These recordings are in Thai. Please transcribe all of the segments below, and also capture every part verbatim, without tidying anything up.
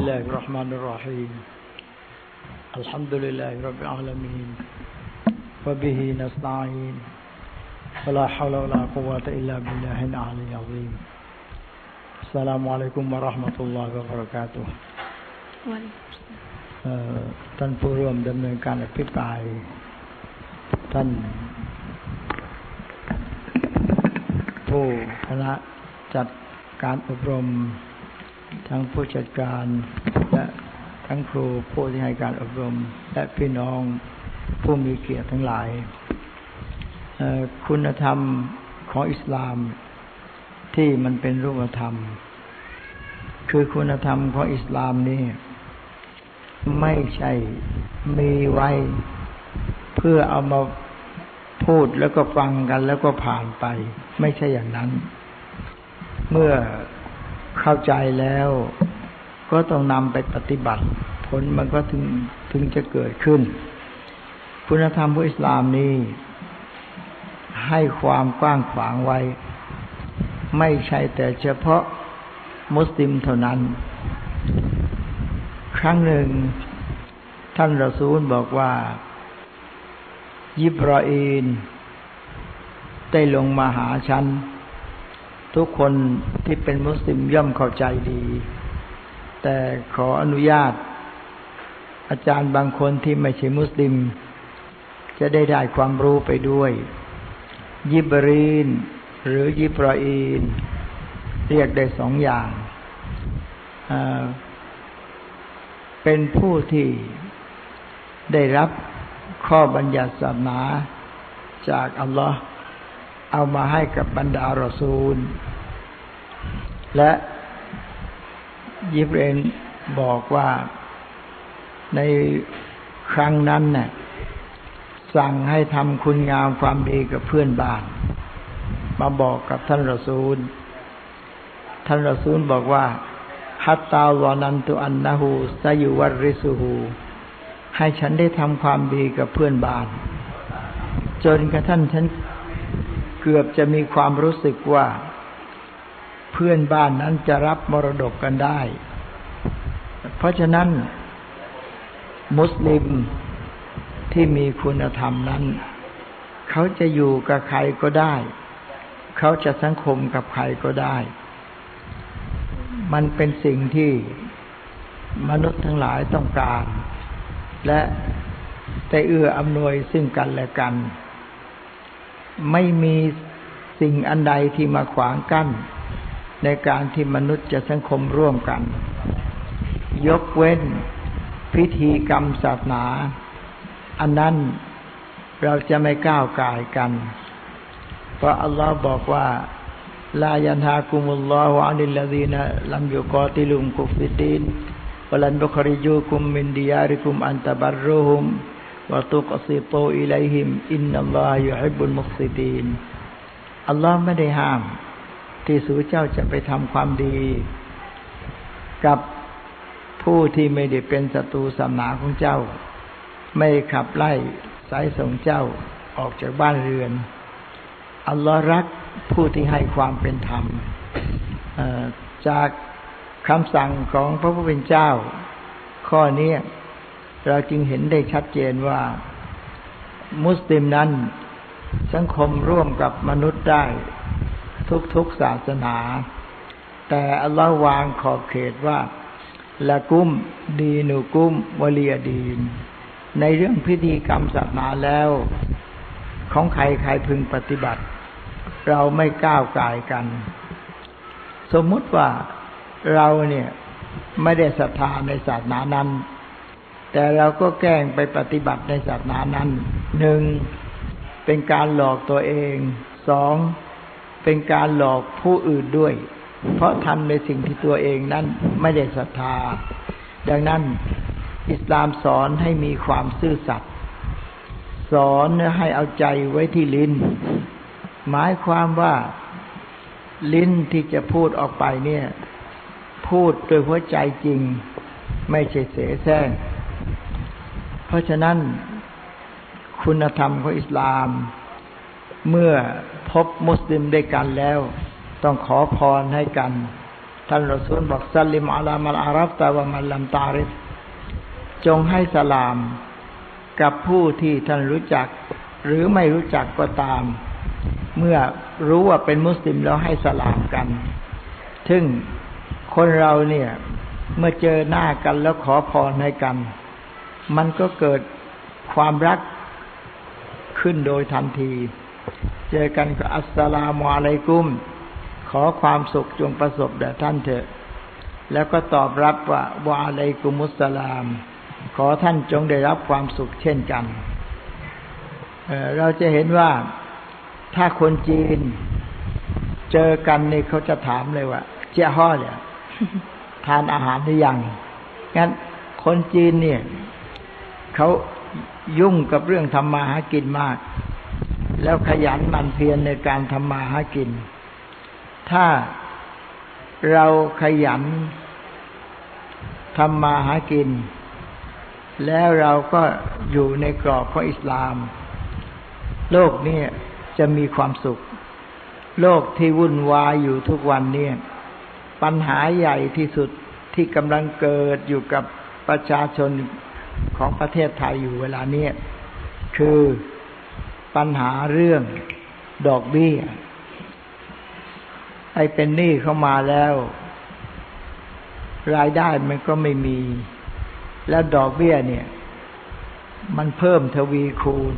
الله الرحمن الرحيم الحمد لله رب العالمين وبه نستعين ولا حول ولا قوة إلا بالله العلي العظيم السلام عليكم ورحمة الله وبركاته ท่านผู้ร่วมดำเนินการอภิปรายท่านผู้คณะจัดการอบรมทั้งผู้จัดการและทั้งครูผู้ที่ให้การอบรมและพี่น้องผู้มีเกียรติทั้งหลายคุณธรรมของอิสลามที่มันเป็นรูปธรรมคือคุณธรรมของอิสลามนี่ไม่ใช่มีไว้เพื่อเอามาพูดแล้วก็ฟังกันแล้วก็ผ่านไปไม่ใช่อย่างนั้นเมื่อเข้าใจแล้วก็ต้องนำไปปฏิบัติผลมันก็ถึงถึงจะเกิดขึ้นคุณธรรมของอิสลามนี้ให้ความกว้างขวางไว้ไม่ใช่แต่เฉพาะมุสลิมเท่านั้นครั้งหนึ่งท่านรอซูลบอกว่ายิบราอีลได้ลงมาหาฉันทุกคนที่เป็นมุสลิมย่อมเข้าใจดีแต่ขออนุญาตอาจารย์บางคนที่ไม่ใช่มุสลิมจะได้ได้ความรู้ไปด้วยยิบรีนหรือยิบราอีลเรียกได้สองอย่างเป็นผู้ที่ได้รับข้อบัญญัติศาสนาจากอัลลอฮ์เอามาให้กับบรรดารอซูลและยิบรีนบอกว่าในครั้งนั้นเนี่ยสั่งให้ทำคุณงามความดีกับเพื่อนบ้านมาบอกกับท่านรอซูลท่านรอซูลบอกว่าฮัตตาวานันตุอันนะฮูซะยุวัรริซุฮูให้ฉันได้ทำความดีกับเพื่อนบ้านจนกระทั่งฉันเกือบจะมีความรู้สึกว่าเพื่อนบ้านนั้นจะรับมรดกกันได้เพราะฉะนั้นมุสลิมที่มีคุณธรรมนั้นเขาจะอยู่กับใครก็ได้เขาจะสังคมกับใครก็ได้มันเป็นสิ่งที่มนุษย์ทั้งหลายต้องการและได้เอื้ออำนวยซึ่งกันและกันไม่มีสิ่งอันใดที่มาขวางกั้นในการที่มนุษย์จะสังคมร่วมกันยกเว้นพิธีกรรมศาสนาอันนั้นเราจะไม่ก้าวก่ายกันเพราะอัลลอฮ์บอกว่าลายันฮากุมุลลอฮุอานิลลซีนะลัมยุกอติลุมกุฟิตีนวะลันยุคริจูกุมมินดิยาริกุมอันตะบัรรุฮุมวะตุกซิตูอิลัยฮิมอินนัลลอฮะยุฮิบบุลมุกซิตีนอัลลอฮ์ไม่ได้ห้ามที่สู่เจ้าจะไปทำความดีกับผู้ที่ไม่ได้เป็นศัตรูศาสนาของเจ้าไม่ขับไล่สายส่งเจ้าออกจากบ้านเรือนอัลลอฮ์รักผู้ที่ให้ความเป็นธรรมจากคำสั่งของพระผู้เป็นเจ้าข้อนี้เราจึงเห็นได้ชัดเจนว่ามุสลิมนั้นสังคมร่วมกับมนุษย์ได้ทุกๆศาสนาแต่อัลลอฮ์วางขอบเขตว่าละกุมดีนุกุมวะลียดีนในเรื่องพิธีกรรมศาสนาแล้วของใครใครพึงปฏิบัติเราไม่ก้าวก่ายกันสมมุติว่าเราเนี่ยไม่ได้ศรัทธาในศาสนานั้นแต่เราก็แกล้งไปปฏิบัติในศาสนานั้นหนึ่งเป็นการหลอกตัวเองสองเป็นการหลอกผู้อื่นด้วยเพราะทำในสิ่งที่ตัวเองนั้นไม่ได้ศรัทธาดังนั้นอิสลามสอนให้มีความซื่อสัตย์สอนให้เอาใจไว้ที่ลิ้นหมายความว่าลิ้นที่จะพูดออกไปเนี่ยพูดโดยหัวใจจริงไม่ใช่เสแสร้งเพราะฉะนั้นคุณธรรมของอิสลามเมื่อพบมุสลิมด้วยกันแล้วต้องขอพรให้กันท่านรอซูลบอกซัลลิมอะลามันอารัฟตะวะมันลัมตาริฟจงให้สลามกับผู้ที่ท่านรู้จักหรือไม่รู้จักก็ตามเมื่อรู้ว่าเป็นมุสลิมแล้วให้สลามกันซึ่งคนเราเนี่ยเมื่อเจอหน้ากันแล้วขอพรให้กันมันก็เกิดความรักขึ้นโดยทันทีเจอกันก็อัสสลามุอะลัยกุมขอความสุขจงประสบแด่ท่านเถิดแล้วก็ตอบรับว่าวะอะลัยกุมุสสลามขอท่านจงได้รับความสุขเช่นกัน เอ่อ เราจะเห็นว่าถ้าคนจีนเจอกันนี่เขาจะถามเลยว่าเจ้าฮ้อเนี่ยทานอาหารหรือยังงั้นคนจีนเนี่ยเขายุ่งกับเรื่องทำมาหากินมากแล้วขยันหมั่นเพียรในการทำมาหากินถ้าเราขยันทำมาหากินแล้วเราก็อยู่ในกรอบของอิสลามโลกนี้จะมีความสุขโลกที่วุ่นวายอยู่ทุกวันนี้ปัญหาใหญ่ที่สุดที่กำลังเกิดอยู่กับประชาชนของประเทศไทยอยู่เวลานี้คือปัญหาเรื่องดอกเบี้ยไอ้เป็นหนี้เข้ามาแล้วรายได้มันก็ไม่มีแล้วดอกเบี้ยเนี่ยมันเพิ่มทวีคูณ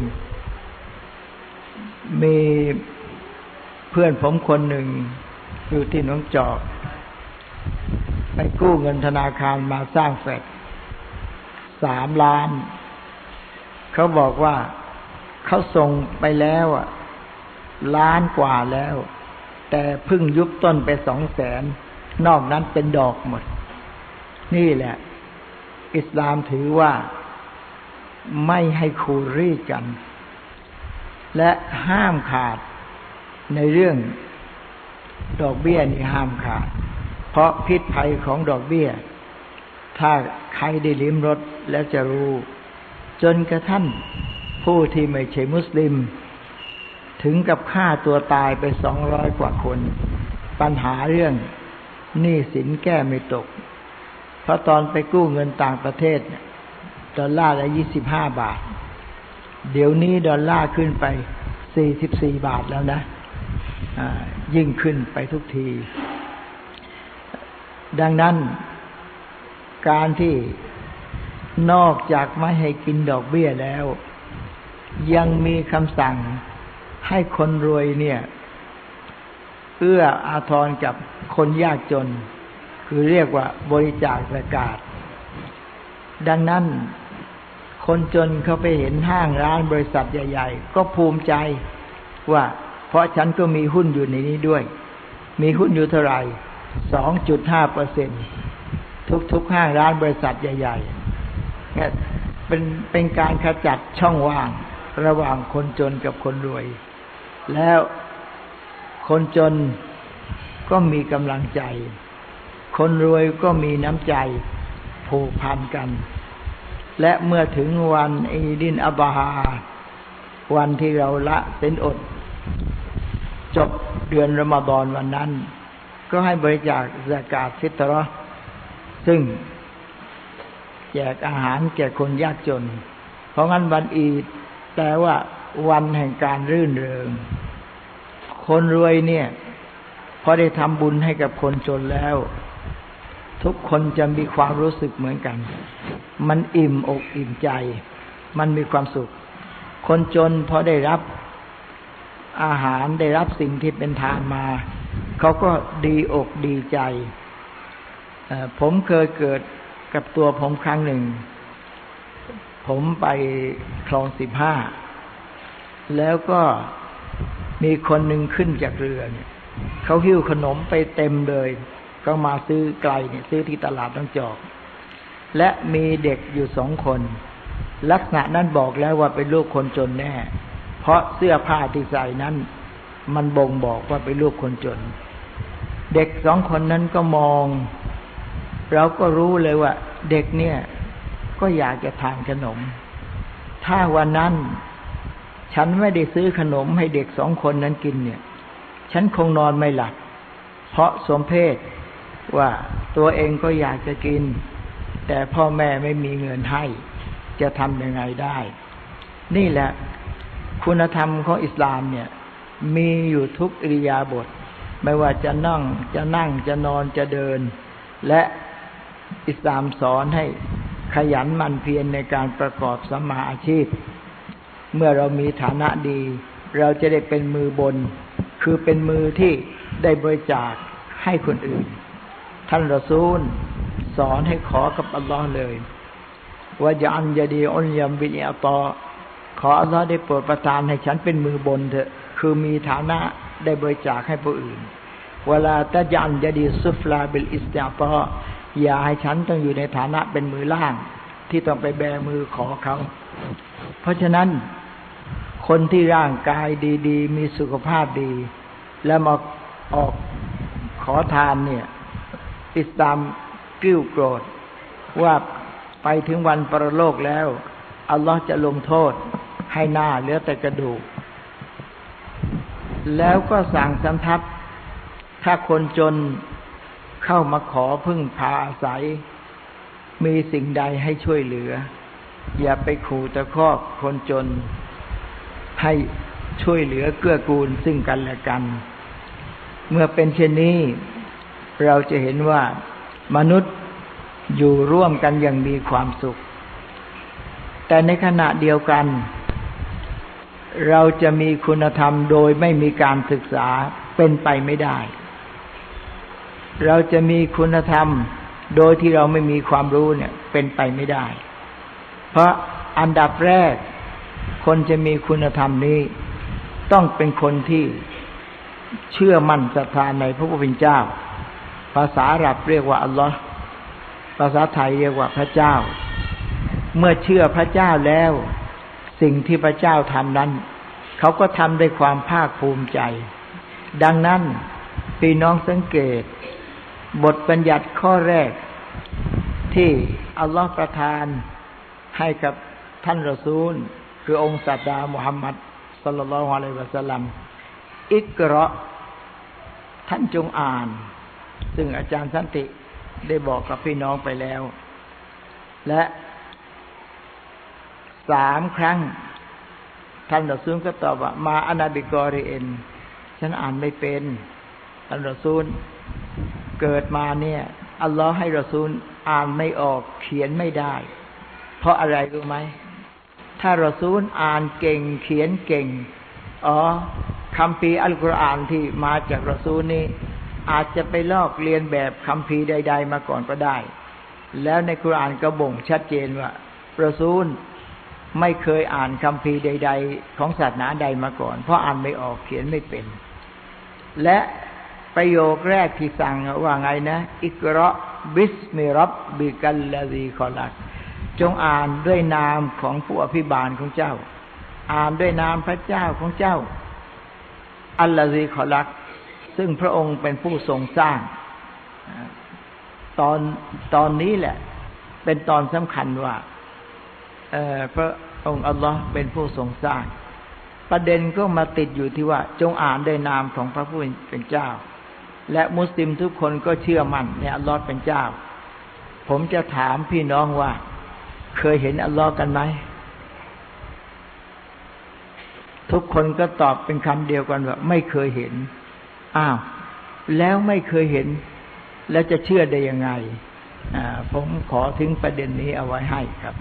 มีเพื่อนผมคนหนึ่งอยู่ที่หนองจอกไปกู้เงินธนาคารมาสร้างแฟลตสามล้านเขาบอกว่าเขาส่งไปแล้วอ่ะล้านกว่าแล้วแต่เพิ่งยุบต้นไปสองแสนนอกนั้นเป็นดอกหมดนี่แหละอิสลามถือว่าไม่ให้คูรีกันและห้ามขาดในเรื่องดอกเบี้ยนี่ห้ามขาดเพราะพิษภัยของดอกเบี้ยถ้าใครได้ลิ้มรสแล้วจะรู้จนกระทั่งผู้ที่ไม่ใช่มุสลิมถึงกับฆ่าตัวตายไปสองร้อยกว่าคนปัญหาเรื่องหนี้สินแก้ไม่ตกเพราะตอนไปกู้เงินต่างประเทศดอลลาร์ละยี่สิบห้าบาทเดี๋ยวนี้ดอลลาร์ขึ้นไปสี่สิบสี่บาทแล้วนะอ่ายิ่งขึ้นไปทุกทีดังนั้นการที่นอกจากไม่ให้กินดอกเบี้ยแล้วยังมีคำสั่งให้คนรวยเนี่ยเอื้ออาทรกับคนยากจนคือเรียกว่าบริจาคซะกาตดังนั้นคนจนเขาไปเห็นห้างร้านบริษัทใหญ่ๆก็ภูมิใจว่าเพราะฉันก็มีหุ้นอยู่ในนี้ด้วยมีหุ้นอยู่เท่าไหร่ สองจุดห้าเปอร์เซ็นต์ ทุกๆห้างร้านบริษัทใหญ่ๆเนี่ยเป็นเป็นการขจัดช่องว่างระหว่างคนจนกับคนรวยแล้วคนจนก็มีกำลังใจคนรวยก็มีน้ำใจผูกพันกันและเมื่อถึงวันอีดินอับฮาวันที่เราละศีลอดจบเดือนรอมฎอนวันนั้นก็ให้บริจาคซะกาตฟิตเราะห์ซึ่งแจกอาหารแก่คนยากจนเพราะงั้นวันอีดแปลว่าวันแห่งการรื่นเริงคนรวยเนี่ยพอได้ทำบุญให้กับคนจนแล้วทุกคนจะมีความรู้สึกเหมือนกันมันอิ่มอกอิ่มใจมันมีความสุขคนจนพอได้รับอาหารได้รับสิ่งที่เป็นทานมาเขาก็ดีอกดีใจผมเคยเกิดกับตัวผมครั้งหนึ่งผมไปคลองสิบห้าแล้วก็มีคนหนึ่งขึ้นจากเรือเนี่ยเขาหิ้วขนมไปเต็มเลยก็มาซื้อไกลเนี่ยซื้อที่ตลาดต้องจอกและมีเด็กอยู่สองคนลักษณะนั้นบอกแล้วว่าเป็นลูกคนจนแน่เพราะเสื้อผ้าที่ใส่นั้นมันบ่งบอกว่าเป็นลูกคนจนเด็กสองคนนั้นก็มองเราก็รู้เลยว่าเด็กเนี่ยก็อยากจะทานขนมถ้าวันนั้นฉันไม่ได้ซื้อขนมให้เด็กสองคนนั้นกินเนี่ยฉันคงนอนไม่หลับเพราะสมเพศว่าตัวเองก็อยากจะกินแต่พ่อแม่ไม่มีเงินให้จะทำยังไงได้นี่แหละคุณธรรมของอิสลามเนี่ยมีอยู่ทุกอิริยาบถไม่ว่าจะนั่งจะนั่งจะนอนจะเดินและอิสลามสอนให้ขยันหมั่นเพียรในการประกอบสัมมาอาชีพเมื่อเรามีฐานะดีเราจะได้เป็นมือบนคือเป็นมือที่ได้บริจาคให้คนอื่นท่านรอซูลสอนให้ขอกับอัลลอฮ์เลยว่าจะอันยะดีอุลยัมบิอิอตอขออัลลอฮ์ได้โปรดประทานให้ฉันเป็นมือบนเถอะคือมีฐานะได้บริจาคให้ผู้อื่นเวลาตะยันยะดีซุฟลาบิลอิสติอตออย่าให้ฉันต้องอยู่ในฐานะเป็นมือล่างที่ต้องไปแบมือขอเขาเพราะฉะนั้นคนที่ร่างกายดีๆมีสุขภาพดีแล้วมาออกขอทานเนี่ยอิสลามกิ้วโกรธว่าไปถึงวันปรโลกแล้วอัลลอฮ์จะลงโทษให้หน้าเหลือแต่กระดูกแล้วก็สั่งสำทับถ้าคนจนเข้ามาขอพึ่งพาอาศัยมีสิ่งใดให้ช่วยเหลืออย่าไปขู่ตะคอกคนจนให้ช่วยเหลือเกื้อกูลซึ่งกันและกันเมื่อเป็นเช่นนี้เราจะเห็นว่ามนุษย์อยู่ร่วมกันอย่างมีความสุขแต่ในขณะเดียวกันเราจะมีคุณธรรมโดยไม่มีการศึกษาเป็นไปไม่ได้เราจะมีคุณธรรมโดยที่เราไม่มีความรู้เนี่ยเป็นไปไม่ได้เพราะอันดับแรกคนจะมีคุณธรรมนี้ต้องเป็นคนที่เชื่อมั่นศรัทธาในพระผู้เป็นเจ้าภาษาอาหรับเรียกว่าอัลลอฮ์ภาษาไทยเรียกว่าพระเจ้าเมื่อเชื่อพระเจ้าแล้วสิ่งที่พระเจ้าทำนั้นเขาก็ทำด้วยความภาคภูมิใจดังนั้นพี่น้องสังเกตบทบัญญัติข้อแรกที่อัลลอฮ์ประทานให้กับท่านรอซูลคือองค์ศาสดามุฮัมมัดศ็อลลัลลอฮุอะลัยฮิวะซัลลัมอิกเราะห์ท่านจงอ่านซึ่งอาจารย์สันติได้บอกกับพี่น้องไปแล้วและสามครั้งท่านรอซูลก็ตอบว่ามาอานาบิกอริเอ็นฉันอ่านไม่เป็นท่านรอซูลเกิดมาเนี่ยอัลลอฮ์ให้รอซูลอ่านไม่ออกเขียนไม่ได้เพราะอะไรรู้ไหมถ้ารอซูลอ่านเก่งเขียนเก่งอ๋อคัมภีร์อัลกุรอานที่มาจากรอซูลนี่อาจจะไปลอกเลียนแบบคัมภีร์ใดๆมาก่อนก็ได้แล้วในกุรอานก็บ่งชัดเจนว่ารอซูลไม่เคยอ่านคัมภีร์ใดๆของศาสนาใดมาก่อนเพราะอ่านไม่ออกเขียนไม่เป็นและประโยคแรกที่สั่งว่าไงนะอิกเราะห์บิสมิร็อบบิกัลลซีคอลักจงอ่านด้วยนามของผู้อภิบาลของเจ้าอ่านด้วยนามพระเจ้าของเจ้าอัลลซีคอลักซึ่งพระองค์เป็นผู้ทรงสร้างตอนตอนนี้แหละเป็นตอนสำคัญว่าพระองค์อัลลอฮ์เป็นผู้ทรงสร้างประเด็นก็มาติดอยู่ที่ว่าจงอ่านด้วยนามของพระผู้เป็นเจ้าและมุสลิมทุกคนก็เชื่อมั่นในอัลลอฮ์เป็นเจ้าผมจะถามพี่น้องว่าเคยเห็นอัลลอฮ์กันไหมทุกคนก็ตอบเป็นคำเดียวกันว่าไม่เคยเห็นอ้าวแล้วไม่เคยเห็นแล้วจะเชื่อได้ยังไงอ่าผมขอทิ้งประเด็นนี้เอาไว้ให้ครับ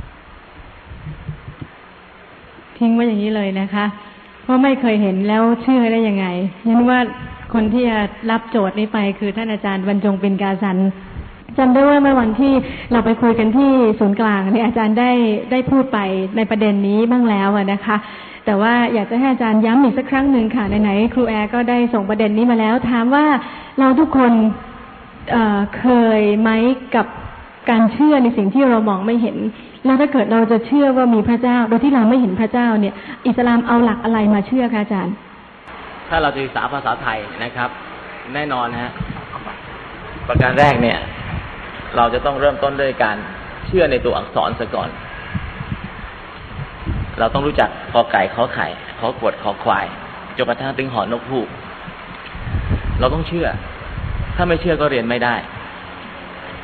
ทิ้งไว้อย่างนี้เลยนะคะเพราะไม่เคยเห็นแล้วเชื่อได้ยังไงยันว่าคนที่จะรับโจทย์นี้ไปคือท่านอาจารย์บรรจงปินกาสันจำได้ว่าเมื่อวันที่เราไปคุยกันที่ศูนย์กลางเนี่ยอาจารย์ได้ได้พูดไปในประเด็นนี้บ้างแล้วนะคะแต่ว่าอยากจะให้อาจารย์ย้ำอีกสักครั้งหนึ่งค่ะไหนๆครูแอร์ก็ได้ส่งประเด็นนี้มาแล้วถามว่าเราทุกคน เอ่อ เคยไหมกับการเชื่อในสิ่งที่เรามองไม่เห็นแล้วถ้าเกิดเราจะเชื่อว่ามีพระเจ้าโดยที่เราไม่เห็นพระเจ้าเนี่ยอิสลามเอาหลักอะไรมาเชื่อคะอาจารย์ถ้าเราจะศึกษาภาษาไทยนะครับแน่นอนนะฮะประการแรกเนี่ยเราจะต้องเริ่มต้นด้วยการเชื่อในตัวอักษรซะก่อนเราต้องรู้จักกอไก่ขอไข่ขอกวดขอควายจนกระทั่งถึงหอนกฮูกเราต้องเชื่อถ้าไม่เชื่อก็เรียนไม่ได้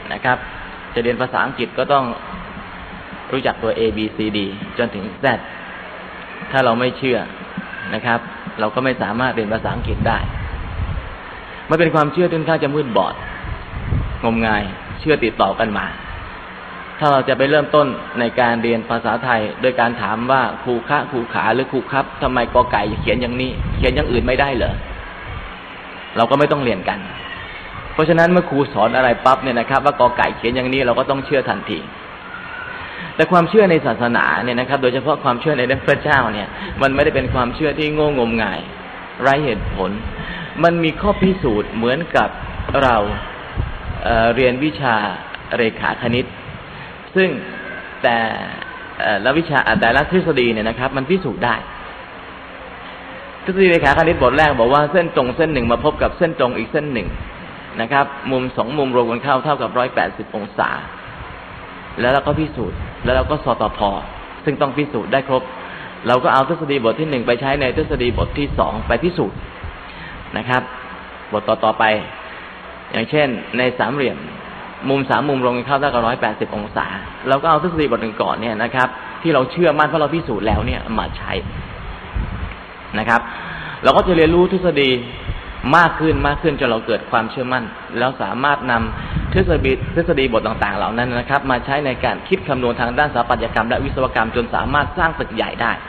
นะครับจะเรียนภาษาอังกฤษก็ต้องรู้จักตัว A B C D จนถึง Z ถ้าเราไม่เชื่อนะครับเราก็ไม่สามารถเรียนภาษาอังกฤษได้มันเป็นความเชื่อที่ค่อนข้างจะมืดบอดงมงายเชื่อติดต่อกันมาถ้าเราจะไปเริ่มต้นในการเรียนภาษาไทยโดยการถามว่าครูคะครูขาหรือครูครับทำไมกอไก่เขียนอย่างนี้เขียนอย่างอื่นไม่ได้เหรอเราก็ไม่ต้องเรียนกันเพราะฉะนั้นเมื่อครูสอนอะไรปั๊บเนี่ยนะครับว่ากอไก่เขียนอย่างนี้เราก็ต้องเชื่อทันทีแต่ความเชื่อในศาสนาเนี่ยนะครับโดยเฉพาะความเชื่อในเรื่องพระเจ้าเนี่ยมันไม่ได้เป็นความเชื่อที่โง่งมงายไร้เหตุผลมันมีข้อพิสูจน์เหมือนกับเรา เอ่อ เรียนวิชาเรขาคณิตซึ่งแต่ละวิชาแต่ละทฤษฎีเนี่ยนะครับมันพิสูจน์ได้ทฤษฎีเรขาคณิตบทแรกบอกว่าเส้นตรงเส้นหนึ่งมาพบกับเส้นตรงอีกเส้นหนึ่งนะครับมุมสองมุมรวมกันเข้าเท่ากับหนึ่งร้อยแปดสิบองศาแล้วเราก็พิสูจน์แล้วเราก็สตพซึ่งต้องพิสูจน์ได้ครบเราก็เอาทฤษฎีบทที่หนึ่งไปใช้ในทฤษฎีบทที่สองไปพิสูจน์นะครับบทต่อๆไปอย่างเช่นในสามเหลี่ยมมุมสามมุมรวมกันเข้าเท่ากับหนึ่งร้อยแปดสิบองศาเราก็เอาทฤษฎีบทหนึ่งก่อนเนี่ยนะครับที่เราเชื่อมั่นเพราะเราพิสูจน์แล้วเนี่ยมาใช้นะครับเราก็จะเรียนรู้ทฤษฎีมากขึ้นมากขึ้นจนเราเกิดความเชื่อมั่นแล้วสามารถนำทฤษฎีทฤษฎีบทต่างๆเหล่านั้นนะครับมาใช้ในการคิดคำนวณทางด้านสถาปัตยกรรมและวิศวกรรมจนสามารถสร้างตึกใหญ่ได้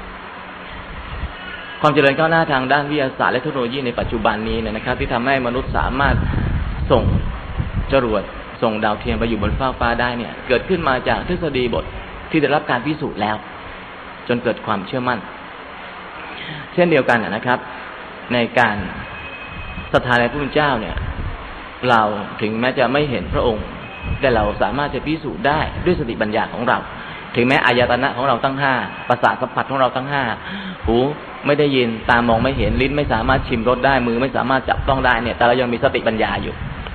ความเจริญก้าวหน้าทางด้านวิทยาศาสตร์และเทคโนโลยีในปัจจุบันนี้นะครับที่ทำให้มนุษย์สามารถส่งจรวดส่งดาวเทียมไปอยู่บนฟากฟ้าได้เนี่ยเกิดขึ้นมาจากทฤษฎีบทที่ได้รับการพิสูจน์แล้วจนเกิดความเชื่อมั่นเช่นเดียวกันนะครับในการศรัทธาในพระพุทธเจ้าเนี่ยเราถึงแม้จะไม่เห็นพระองค์แต่เราสามารถจะพิสูจน์ได้ด้วยสติปัญญาของเราถึงแม้อายตนะของเราทั้งห้าประสาทสัมผัสของเราทั้งห้าหูไม่ได้ยินตามองไม่เห็นลิ้นไม่สามารถชิมรสได้มือไม่สามารถจับต้องได้เนี่ยแต่เรายังมีสติปัญญาอยู่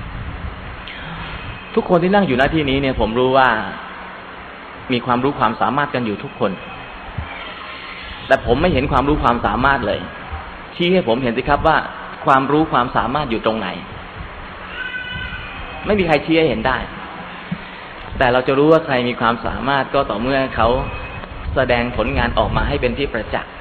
ทุกคนที่นั่งอยู่หน้าที่นี้เนี่ยผมรู้ว่ามีความรู้ความสามารถกันอยู่ทุกคนแต่ผมไม่เห็นความรู้ความสามารถเลยชี้ให้ผมเห็นสิครับว่าความรู้ความสามารถอยู่ตรงไหนไม่มีใครชี้ให้เห็นได้แต่เราจะรู้ว่าใครมีความสามารถก็ต่อเมื่อเขาแสดงผลงานออกมาให้เป็นที่ประจักษ์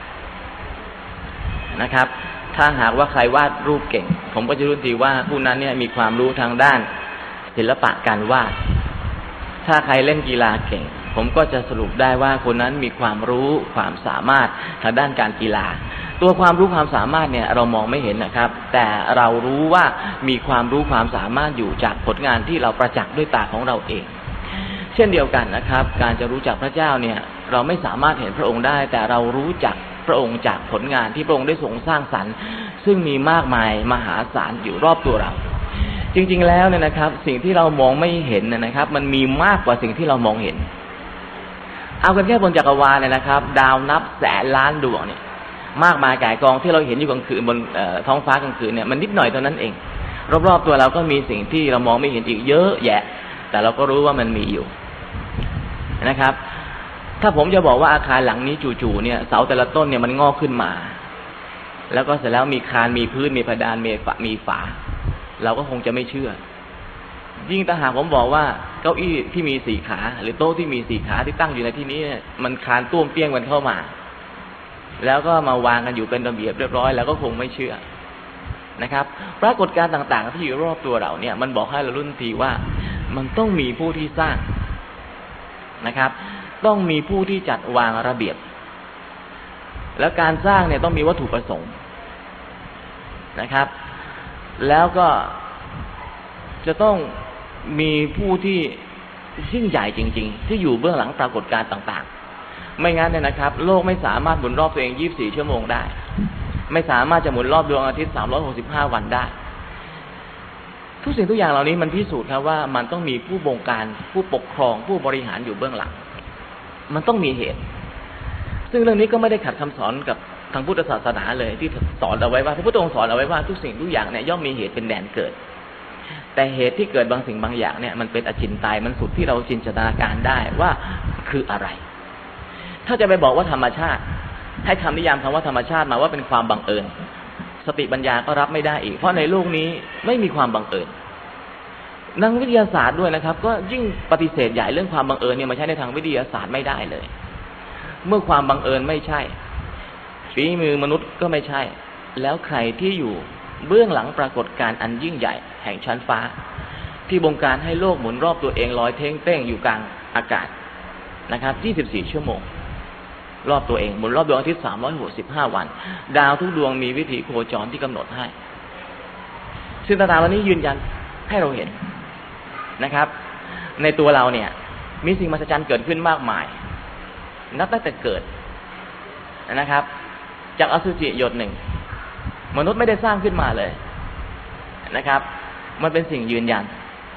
นะครับถ้าหากว่าใครวาดรูปเก่งผมก็จะรู้ทีว่าผู้นั้นเนี่ยมีความรู้ทางด้านศิลปะการวาดถ้าใครเล่นกีฬาเก่งผมก็จะสรุปได้ว่าคนนั้นมีความรู้ความสามารถทางด้านการกีฬาตัวความรู้ความสามารถเนี่ยเรามองไม่เห็นนะครับแต่เรารู้ว่ามีความรู้ความสามารถอยู่จากผลงานที่เราประจักษ์ด้วยตาของเราเองเช่นเดียวกันนะครับการจะรู้จักพระเจ้าเนี่ยเราไม่สามารถเห็นพระองค์ได้แต่เรารู้จักพระองค์จากผลงานที่พระองค์ได้ทรงสร้างสรรค์ซึ่งมีมากมายมหาศาลอยู่รอบตัวเราจริงๆแล้วเนี่ยนะครับสิ่งที่เรามองไม่เห็นนะครับมันมีมากกว่าสิ่งที่เรามองเห็นเอากันแค่บนจักรวาลเนี่ยนะครับดาวนับแสนล้านดวงเนี่ยมากมายก่ายกองที่เราเห็นอยู่กลางคืนบนท้องฟ้ากลางคืนเนี่ยมันนิดหน่อยเท่านั้นเองรอบๆตัวเราก็มีสิ่งที่เรามองไม่เห็นอีกเยอะแยะแต่เราก็รู้ว่ามันมีอยู่นะครับถ้าผมจะบอกว่าอาคารหลังนี้จู่ๆเนี่ยเสาแต่ละต้นเนี่ยมันงอกขึ้นมาแล้วก็เสร็จแล้วมีคานมีพื้นมีเพดานมีฝามีฝาเราก็คงจะไม่เชื่อยิ่งถ้าหากผมบอกว่าเก้าอี้ที่มีสี่ขาหรือโต๊ะที่มีสี่ขาที่ตั้งอยู่ในที่นี้เนี่ยมันคานต้วมเปี้ยงกันเข้ามาแล้วก็มาวางกันอยู่เป็นระเบียบเรียบร้อยแล้วก็คงไม่เชื่อนะครับปรากฏการณ์ต่างๆที่อยู่รอบตัวเราเนี่ยมันบอกให้เรารุ่นทีว่ามันต้องมีผู้ที่สร้างนะครับต้องมีผู้ที่จัดวางระเบียบแล้วการสร้างเนี่ยต้องมีวัตถุประสงค์นะครับแล้วก็จะต้องมีผู้ที่ยิ่งใหญ่จริงๆที่อยู่เบื้องหลังปรากฏการณ์ต่างๆไม่งั้นเนี่ยนะครับโลกไม่สามารถหมุนรอบตัวเองยี่สิบสี่ชั่วโมงได้ไม่สามารถจะหมุนรอบดวงอาทิตย์สามร้อยหกสิบห้าวันได้ทุกสิ่งทุกอย่างเหล่านี้มันพิสูจน์ครับว่ามันต้องมีผู้บงการผู้ปกครองผู้บริหารอยู่เบื้องหลังมันต้องมีเหตุซึ่งเรื่องนี้ก็ไม่ได้ขัดคำสอนกับทางพุทธศาสนาเลยที่สอนเอาไว้ว่าพระพุทธองค์สอนเอาไว้ว่าทุกสิ่งทุกอย่างเนี่ยย่อมมีเหตุเป็นแดนเกิดแต่เหตุที่เกิดบางสิ่งบางอย่างเนี่ยมันเป็นอจินไตยมันสุดที่เราจินตนาการได้ว่าคืออะไรถ้าจะไปบอกว่าธรรมชาติให้คำนิยามคำว่าธรรมชาติมาว่าเป็นความบังเอิญสติปัญญาก็รับไม่ได้อีกเพราะในโลกนี้ไม่มีความบังเอิญนักวิทยาศาสตร์ด้วยนะครับก็ยิ่งปฏิเสธใหญ่เรื่องความบังเอิญเนี่ยมาใช้ในทางวิทยาศาสตร์ไม่ได้เลยเมื่อความบังเอิญไม่ใช่ฝีมือมนุษย์ก็ไม่ใช่แล้วใครที่อยู่เบื้องหลังปรากฏการณ์อันยิ่งใหญ่แห่งชั้นฟ้าที่บงการให้โลกหมุนรอบตัวเองลอยเท้งเต้งอยู่กลางอากาศนะครับยี่สิบสี่ชั่วโมงรอบตัวเองหมุนรอบดวงอาทิตย์สามร้อยหกสิบห้าวันดาวทุกดวงมีวิถีโคจรที่กำหนดให้ซึ่งต่างๆเหล่านี้ยืนยันให้เราเห็นนะครับในตัวเราเนี่ยมีสิ่งมหัศจรรย์เกิดขึ้นมากมายนับตั้งแต่เกิดนะครับจากอสุจิหยดหนึ่งมนุษย์ไม่ได้สร้างขึ้นมาเลยนะครับมันเป็นสิ่งยืนยัน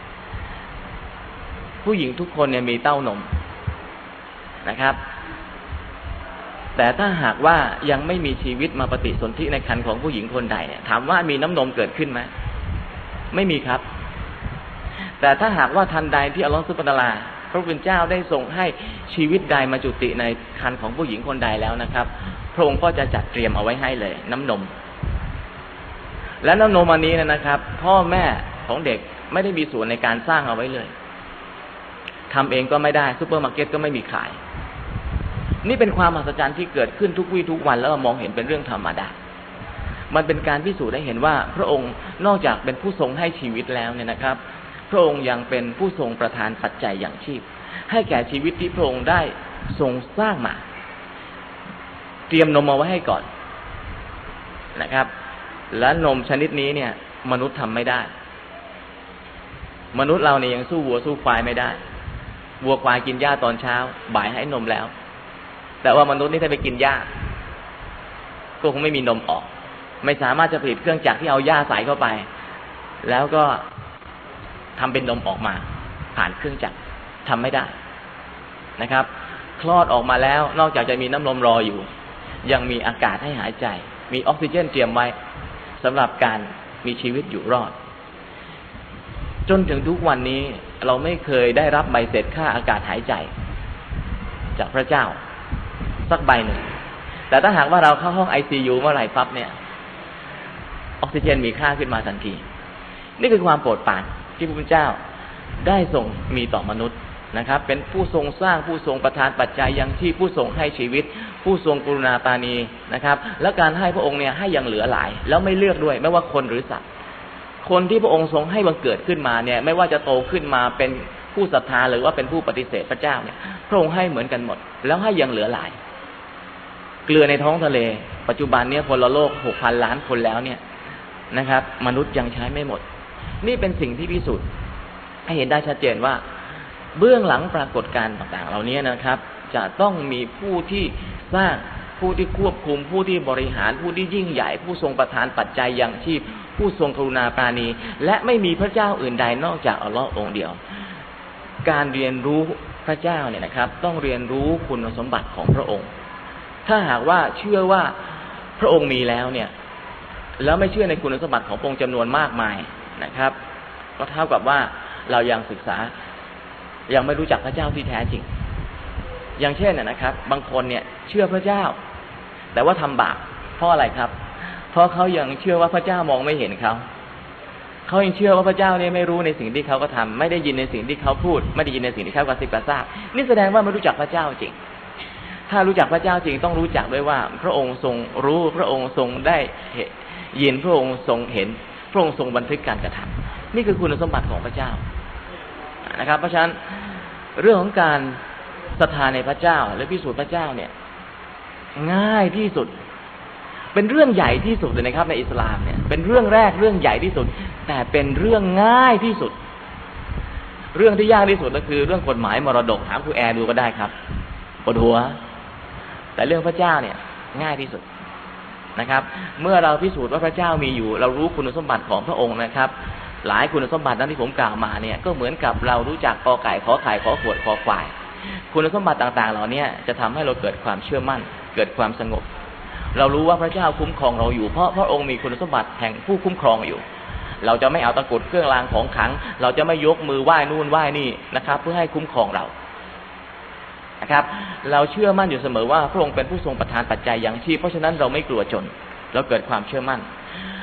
ผู้หญิงทุกคนเนี่ยมีเต้านมนะครับแต่ถ้าหากว่ายังไม่มีชีวิตมาปฏิสนธิในครรภ์ของผู้หญิงคนใดเนี่ยถามว่ามีน้ำนมเกิดขึ้นไหมไม่มีครับแต่ถ้าหากว่าทันใดที่อัลเลาะห์ซุบฮานะฮูวะตะอาลาพระผู้เป็นเจ้าได้ทรงให้ชีวิตใดมาจุติในครรภ์ของผู้หญิงคนใดแล้วนะครับพระองค์ก็จะจัดเตรียมเอาไว้ให้เลยน้ำนมและน้ำนมอันนี้นะครับพ่อแม่ของเด็กไม่ได้มีส่วนในการสร้างเอาไว้เลยทำเองก็ไม่ได้ซุปเปอร์มาร์เก็ตก็ไม่มีขายนี่เป็นความมหัศจรรย์ที่เกิดขึ้นทุกวี่ทุกวันแล้วเรามองเห็นเป็นเรื่องธรรมดามันเป็นการพิสูจน์ให้เห็นว่าพระองค์นอกจากเป็นผู้ทรงให้ชีวิตแล้วเนี่ยนะครับพระองค์ยังเป็นผู้ทรงประทานปัจจัยอย่างชีพให้แก่ชีวิตที่พระองค์ได้ทรงสร้างมาเตรียมนมมาไว้ให้ก่อนนะครับและนมชนิดนี้เนี่ยมนุษย์ทำไม่ได้มนุษย์เราเนี่ยยังสู้วัวสู้ควายไม่ได้วัวควายกินหญ้าตอนเช้าบ่ายให้นมแล้วแต่ว่ามนุษย์นี่ถ้าไปกินหญ้าก็คงไม่มีนมออกไม่สามารถจะผลิตเครื่องจักรที่เอาหญ้าใส่เข้าไปแล้วก็ทำเป็นนมออกมาผ่านเครื่องจักรทำไม่ได้นะครับคลอดออกมาแล้วนอกจากจะมีน้ำนมรออยู่ยังมีอากาศให้หายใจมีออกซิเจนเตรียมไว้สำหรับการมีชีวิตอยู่รอดจนถึงทุกวันนี้เราไม่เคยได้รับใบเสร็จค่าอากาศหายใจจากพระเจ้าสักใบหนึ่งแต่ถ้าหากว่าเราเข้าห้อง ไอ ซี ยู เมื่อไหร่ปั๊บเนี่ยออกซิเจนมีค่าขึ้นมาทันทีนี่คือความโปรดปรานที่พระพุทธเจ้าได้ทรงมีต่อมนุษย์นะครับเป็นผู้ทรงสร้างผู้ทรงประทานปัจจัยยังชีพผู้ทรงให้ชีวิตผู้ทรงกรุณาปราณีนะครับและการให้พระองค์เนี่ยให้อย่างเหลือหลายแล้วไม่เลือกด้วยไม่ว่าคนหรือสัตว์คนที่พระองค์ทรงให้บังเกิดขึ้นมาเนี่ยไม่ว่าจะโตขึ้นมาเป็นผู้ศรัทธาหรือว่าเป็นผู้ปฏิเสธพระเจ้าเนี่ยพระองค์ให้เหมือนกันหมดแล้วให้อย่างเหลือหลายเกลือในท้องทะเลปัจจุบันเนี่ยคนละโลก หกพัน ล้านคนแล้วเนี่ยนะครับมนุษย์ยังใช้ไม่หมดนี่เป็นสิ่งที่พิสูจน์ให้เห็นได้ชัดเจนว่าเบื้องหลังปรากฏการณ์ต่างๆเหล่านี้นะครับจะต้องมีผู้ที่สร้างผู้ที่ควบคุมผู้ที่บริหารผู้ที่ยิ่งใหญ่ผู้ทรงประทานปัจจัยยังชีพผู้ทรงกรุณาปราณีและไม่มีพระเจ้าอื่นใดนอกจากอัลเลาะห์องค์เดียวการเรียนรู้พระเจ้าเนี่ยนะครับต้องเรียนรู้คุณสมบัติของพระองค์ถ้าหากว่าเชื่อว่าพระองค์มีแล้วเนี่ยแล้วไม่เชื่อในคุณสมบัติของพระองค์จำนวนมากมายนะครับก็เท่ากับว่าเรายังศึกษายังไม่รู้จักพระเจ้าที่แท้จริงอย่างเช่นนะครับบางคนเนี่ยเชื่อพระเจ้าแต่ว่าทำบาปเพราะอะไรครับเพราะเขายังเชื่อว่าพระเจ้ามองไม่เห็นเขาเขายังเชื่อว่าพระเจ้าเนี่ยไม่รู้ในสิ่งที่เขาก็ทำไม่ได้ยินในสิ่งที่เขาพูดไม่ได้ยินในสิ่งที่เขากระซิบกระซาบนี่แสดงว่าไม่รู้จักพระเจ้าจริงถ้ารู้จักพระเจ้าจริงต้องรู้จักด้วยว่าพระองค์ทรงรู้พระองค์ทรงได้ยินพระองค์ทรงเห็นพระองค์ทรงบันทึกการกระทำนี่คือคุณสมบัติของพระเจ้านะครับเพราะฉะนั้นเรื่องของการศรัทธาในพระเจ้าและพิสูจน์พระเจ้าเนี่ยง่ายที่สุดเป็นเรื่องใหญ่ที่สุดเลยนะครับในอิสลามเนี่ยเป็นเรื่องแรกเรื่องใหญ่ที่สุดแต่เป็นเรื่องง่ายที่สุดเรื่องที่ยากที่สุดก็คือเรื่องกฎหมายมรดกถามครูแอร์ดูก็ได้ครับปวดหัวแต่เรื่องพระเจ้าเนี่ยง่ายที่สุดนะครับเมื่อเราพิสูจน์ว่าพระเจ้ามีอยู่เรารู้คุณสมบัติของพระองค์นะครับหลายคุณสมบัตินั้นที่ผมกล่าวมาเนี่ยก็เหมือนกับเรารู้จักกอไก่ขอไข่ขอขวดขอควายคุณสมบัติต่างๆเหล่านี้จะทำให้เราเกิดความเชื่อมั่นเกิดความสงบเรารู้ว่าพระเจ้าคุ้มครองเราอยู่เพราะพระองค์มีคุณสมบัติแห่งผู้คุ้มครองอยู่เราจะไม่เอาตะกรุดเครื่องรางของขลังเราจะไม่ยกมือไหว้นู่นไหว้นี่นะครับเพื่อให้คุ้มครองเรานะครับเราเชื่อมั่นอยู่เสมอว่าพระองค์เป็นผู้ทรงประทานปัจจัยยังชีพเพราะฉะนั้นเราไม่กลัวจนเราเกิดความเชื่อมั่น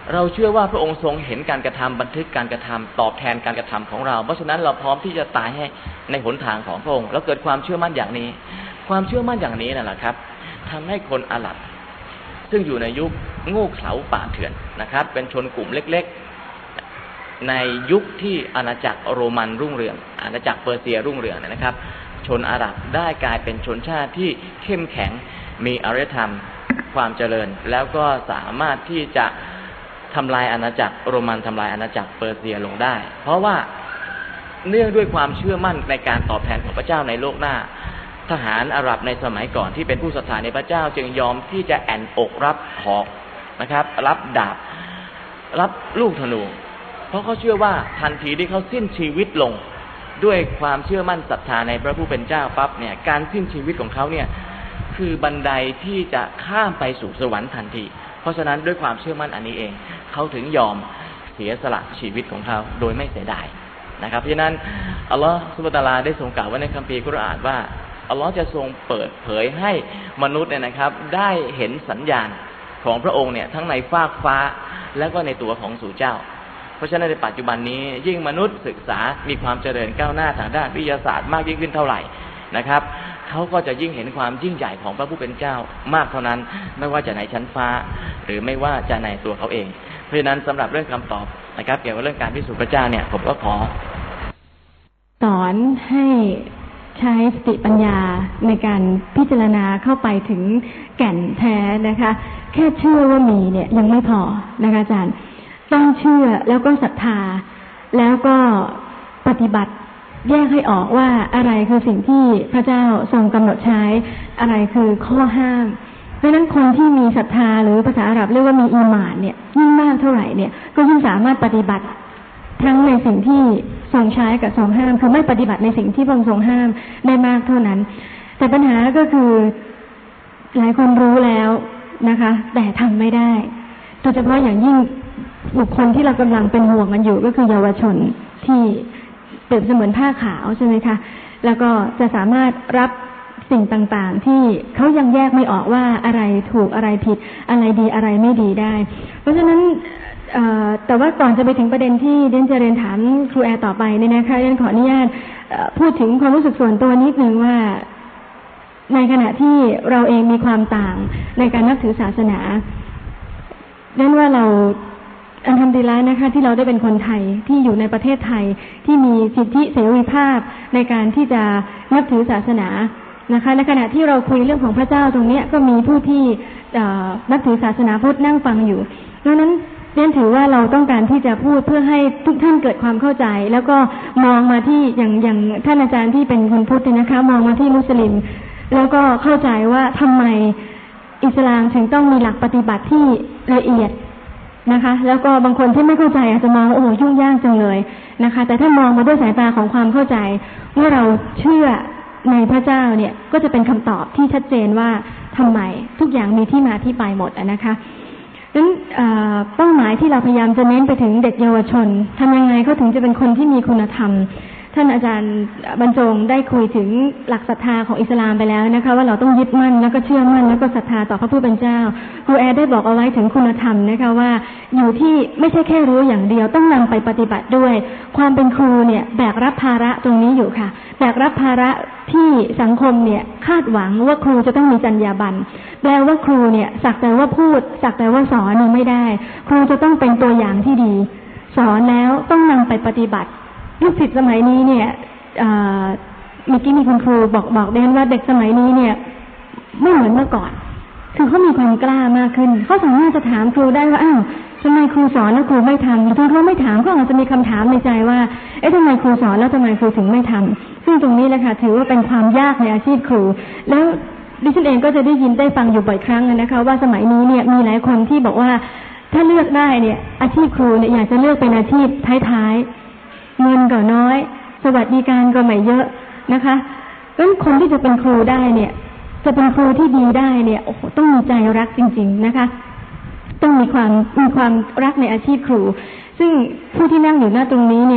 เราเชื่อว่าพระองค์ทรงเห็นการกระทำบันทึกการกระทำตอบแทนการกระทำของเราเพราะฉะนั้นเราพร้อมที่จะตายให้ในหนทางของพระองค์แล้วเกิดความเชื่อมั่นอย่างนี้ความเชื่อมั่นอย่างนี้นั่นแหละครับทำให้คนอาหรับซึ่งอยู่ในยุคงูเขลาป่าเถื่อนนะครับเป็นชนกลุ่มเล็กๆในยุคที่อาณาจักรโรมันรุ่งเรืองอาณาจักรเปอร์เซียรุ่งเรืองนะครับชนอาหรับได้กลายเป็นชนชาติที่เข้มแข็งมีอารยธรรมความเจริญแล้วก็สามารถที่จะทำลายอาณาจักรโรมันทำลายอาณาจักรเปอร์เซียลงได้เพราะว่าเนื่องด้วยความเชื่อมั่นในการตอบแทนของพระเจ้าในโลกหน้าทหารอาหรับในสมัยก่อนที่เป็นผู้ศรัทธาในพระเจ้าจึงยอมที่จะแอนอกรับหอกนะครับรับดาบรับลูกธนูเพราะเขาเชื่อว่าทันทีที่เขาสิ้นชีวิตลงด้วยความเชื่อมั่นศรัทธาในพระผู้เป็นเจ้าปั๊บเนี่ยการสิ้นชีวิตของเขาเนี่ยคือบันไดที่จะข้ามไปสู่สวรรค์ทันทีเพราะฉะนั้นด้วยความเชื่อมั่นอันนี้เองเขาถึงยอมเสียสละชีวิตของเขาโดยไม่เสียดายนะครับเพราะฉะนั้นอัลลอฮฺซุบฮานะฮูวะตะอาลาได้ทรงกล่าวไว้ในคัมภีร์กุรอานว่าอัลลอฮฺจะทรงเปิดเผยให้มนุษย์เนี่ยนะครับได้เห็นสัญญาณของพระองค์เนี่ยทั้งในฟากฟ้าและก็ในตัวของสู่เจ้าเพราะฉะนั้นในปัจจุบันนี้ยิ่งมนุษย์ศึกษามีความเจริญก้าวหน้าทางด้านวิทยาศาสตร์มากยิ่งขึ้นเท่าไหร่นะครับเขาก็จะยิ่งเห็นความยิ่งใหญ่ของพระผู้เป็นเจ้ามากเท่านั้นไม่ว่าจะในชั้นฟ้าหรือไม่ว่าจะในตัวเขาเองเพราะฉะนั้นสำหรับเรื่องคำตอบนะครับเกี่ยวกับเรื่องการพิสูจน์พระเจ้าเนี่ยผมก็ขอสอนให้ใช้สติปัญญาในการพิจารณาเข้าไปถึงแก่นแท้นะคะแค่เชื่อว่ามีเนี่ยยังไม่พอนะคะอาจารย์ต้องเชื่อแล้วก็ศรัทธาแล้วก็ปฏิบัติแยกให้ออกว่าอะไรคือสิ่งที่พระเจ้าทรงกำหนดใช้อะไรคือข้อห้ามเพราะฉะนั้นคนที่มีศรัทธาหรือภาษาอาหรับเรียกว่ามีอีหม่านเนี่ยยิ่งมากเท่าไหร่เนี่ยก็ยิ่งสามารถปฏิบัติทั้งในสิ่งที่ทรงใช้กับทรงห้ามคือไม่ปฏิบัติในสิ่งที่พระองค์ทรงห้ามได้มากเท่านั้นแต่ปัญหาก็คือหลายคนรู้แล้วนะคะแต่ทำไม่ได้โดยเฉพาะอย่างยิ่งบุคคลที่เรากำลังเป็นห่วงกันอยู่ก็คือเยาวชนที่เปรียบเสมือนผ้าขาวใช่ไหมคะแล้วก็จะสามารถรับสิ่งต่างๆที่เขายังแยกไม่ออกว่าอะไรถูกอะไรผิดอะไรดีอะไรไม่ดีได้เพราะฉะนั้นแต่ว่าก่อนจะไปถึงประเด็นที่เดนจะเรียนถามครูแอร์ต่อไปเนี่ยนะคะเดนขออนุญาตพูดถึงความรู้สึกส่วนตัวนิดนึงว่าในขณะที่เราเองมีความต่างในการนับถือศาสนาเดนว่าเราอันทำดีแล้วนะคะที่เราได้เป็นคนไทยที่อยู่ในประเทศไทยที่มีสิทธิเสรีภาพในการที่จะนับถือศาสนานะคะในขณะที่เราคุยเรื่องของพระเจ้าตรงนี้ก็มีผู้ที่นับถือศาสนาพุทธนั่งฟังอยู่ดังนั้นเรียนถือว่าเราต้องการที่จะพูดเพื่อให้ทุกท่านเกิดความเข้าใจแล้วก็มองมาที่อย่างอย่างท่านอาจารย์ที่เป็นคนพุทธนะคะมองมาที่มุสลิมแล้วก็เข้าใจว่าทำไมอิสลามถึงต้องมีหลักปฏิบัติที่ละเอียดนะคะแล้วก็บางคนที่ไม่เข้าใจอาจจะมองโอ้โหยุ่งยากจังเลยนะคะแต่ถ้ามองมาด้วยสายตาของความเข้าใจเมื่อเราเชื่อในพระเจ้าเนี่ยก็จะเป็นคำตอบที่ชัดเจนว่าทำไมทุกอย่างมีที่มาที่ไปหมดนะคะดังนั้นเป้าหมายที่เราพยายามจะเน้นไปถึงเด็กเยาวชนทำยังไงเขาถึงจะเป็นคนที่มีคุณธรรมท่านอาจารย์บรรจงได้คุยถึงหลักศรัทธาของอิสลามไปแล้วนะคะว่าเราต้องยึดมั่นแล้วก็เชื่อมั่นแล้วก็ศรัทธาต่อพระผู้เป็นเจ้าครูแอร์ได้บอกเอาไว้ถึงคุณธรรมนะคะว่าอยู่ที่ไม่ใช่แค่รู้อย่างเดียวต้องนำไปปฏิบัติด้วยความเป็นครูเนี่ยแบกรับภาระตรงนี้อยู่ค่ะแบกรับภาระที่สังคมเนี่ยคาดหวังว่าครูจะต้องมีจรรยาบรรณแปลว่าครูเนี่ยสักแต่ว่าพูดสักแต่ว่าสอนเนี่ยไม่ได้ครูจะต้องเป็นตัวอย่างที่ดีสอนแล้วต้องนำไปปฏิบัติลูกศิษย์สมัยนี้เนี่ยเมื่อกี้มีคุณครูบอกบอกเด่นว่าเด็กสมัยนี้เนี่ยไม่เหมือนเมื่อก่อนคือเขามีความกล้ามากขึ้นเขาสามารถจะถามครูได้ว่าอ้าวทำไมครูสอนแล้วครูไม่ทำหรือถ้าเขาไม่ถามก็อาจจะมีคำถามในใจว่าเอ๊ะทำไมครูสอนแล้วทำไมครูถึงไม่ทำซึ่งตรงนี้แหละค่ะถือว่าเป็นความยากในอาชีพครูแล้วดิฉันเองก็จะได้ยินได้ฟังอยู่บ่อยครั้งนะคะว่าสมัยนี้เนี่ยมีหลายคนที่บอกว่าถ้าเลือกได้เนี่ยอาชีพครูเนี่ยอยากจะเลือกเป็นอาชีพท้ายๆเงินก็น้อยสวัสดิการก็ไม่เยอะนะคะงั้นคนที่จะเป็นครูได้เนี่ยจะเป็นครูที่ดีได้เนี่ยโอ้โหต้องมีใจรักจริงๆนะคะต้องมีความมีความรักในอาชีพครูซึ่งผู้ที่นั่งอยู่หน้าตรงนี้เนี่ย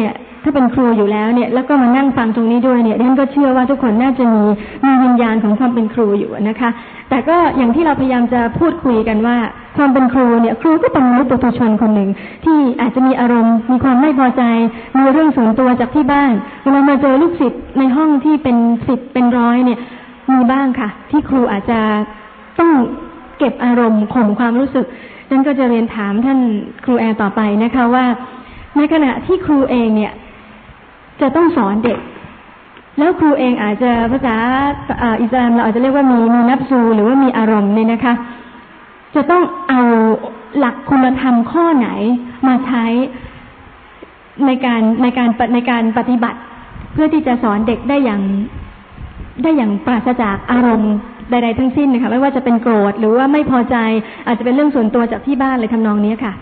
ถ้าเป็นครูอยู่แล้วเนี่ยแล้วก็มานั่งฟังตรงนี้ด้วยเนี่ยดิฉันก็เชื่อว่าทุกคนน่าจะมีมีวิญญาณของความเป็นครูอยู่นะคะแต่ก็อย่างที่เราพยายามจะพูดคุยกันว่าความเป็นครูเนี่ยครูก็เป็นมนุษย์ปุถุชนคนหนึ่งที่อาจจะมีอารมณ์มีความไม่พอใจมีเรื่องส่วนตัวจากที่บ้านเวลามาเจอลูกศิษย์ในห้องที่เป็นสิบเป็นร้อยเนี่ยมีบ้างค่ะที่ครูอาจจะต้องเก็บอารมณ์ข่มความรู้สึกฉันก็จะเรียนถามท่านครูแอร์ต่อไปนะคะว่าในขณะที่ครูเองเนี่ยจะต้องสอนเด็กแล้วครูเองอาจจะภาษาอิสลามเราอาจจะเรียกว่ามีมีนับซูหรือว่ามีอารมณ์เนี่ยนะคะจะต้องเอาหลักคุณธรรมข้อไหนมาใช้ในการในการในการปฏิบัติเพื่อที่จะสอนเด็กได้อย่างได้อย่างปราศจากอารมณ์ใดๆทั้งสิ้นนะคะไม่ว่าจะเป็นโกรธหรือว่าไม่พอใจอาจจะเป็นเรื่องส่วนตัวจากที่บ้านเลยทำนองนี้ค่ะ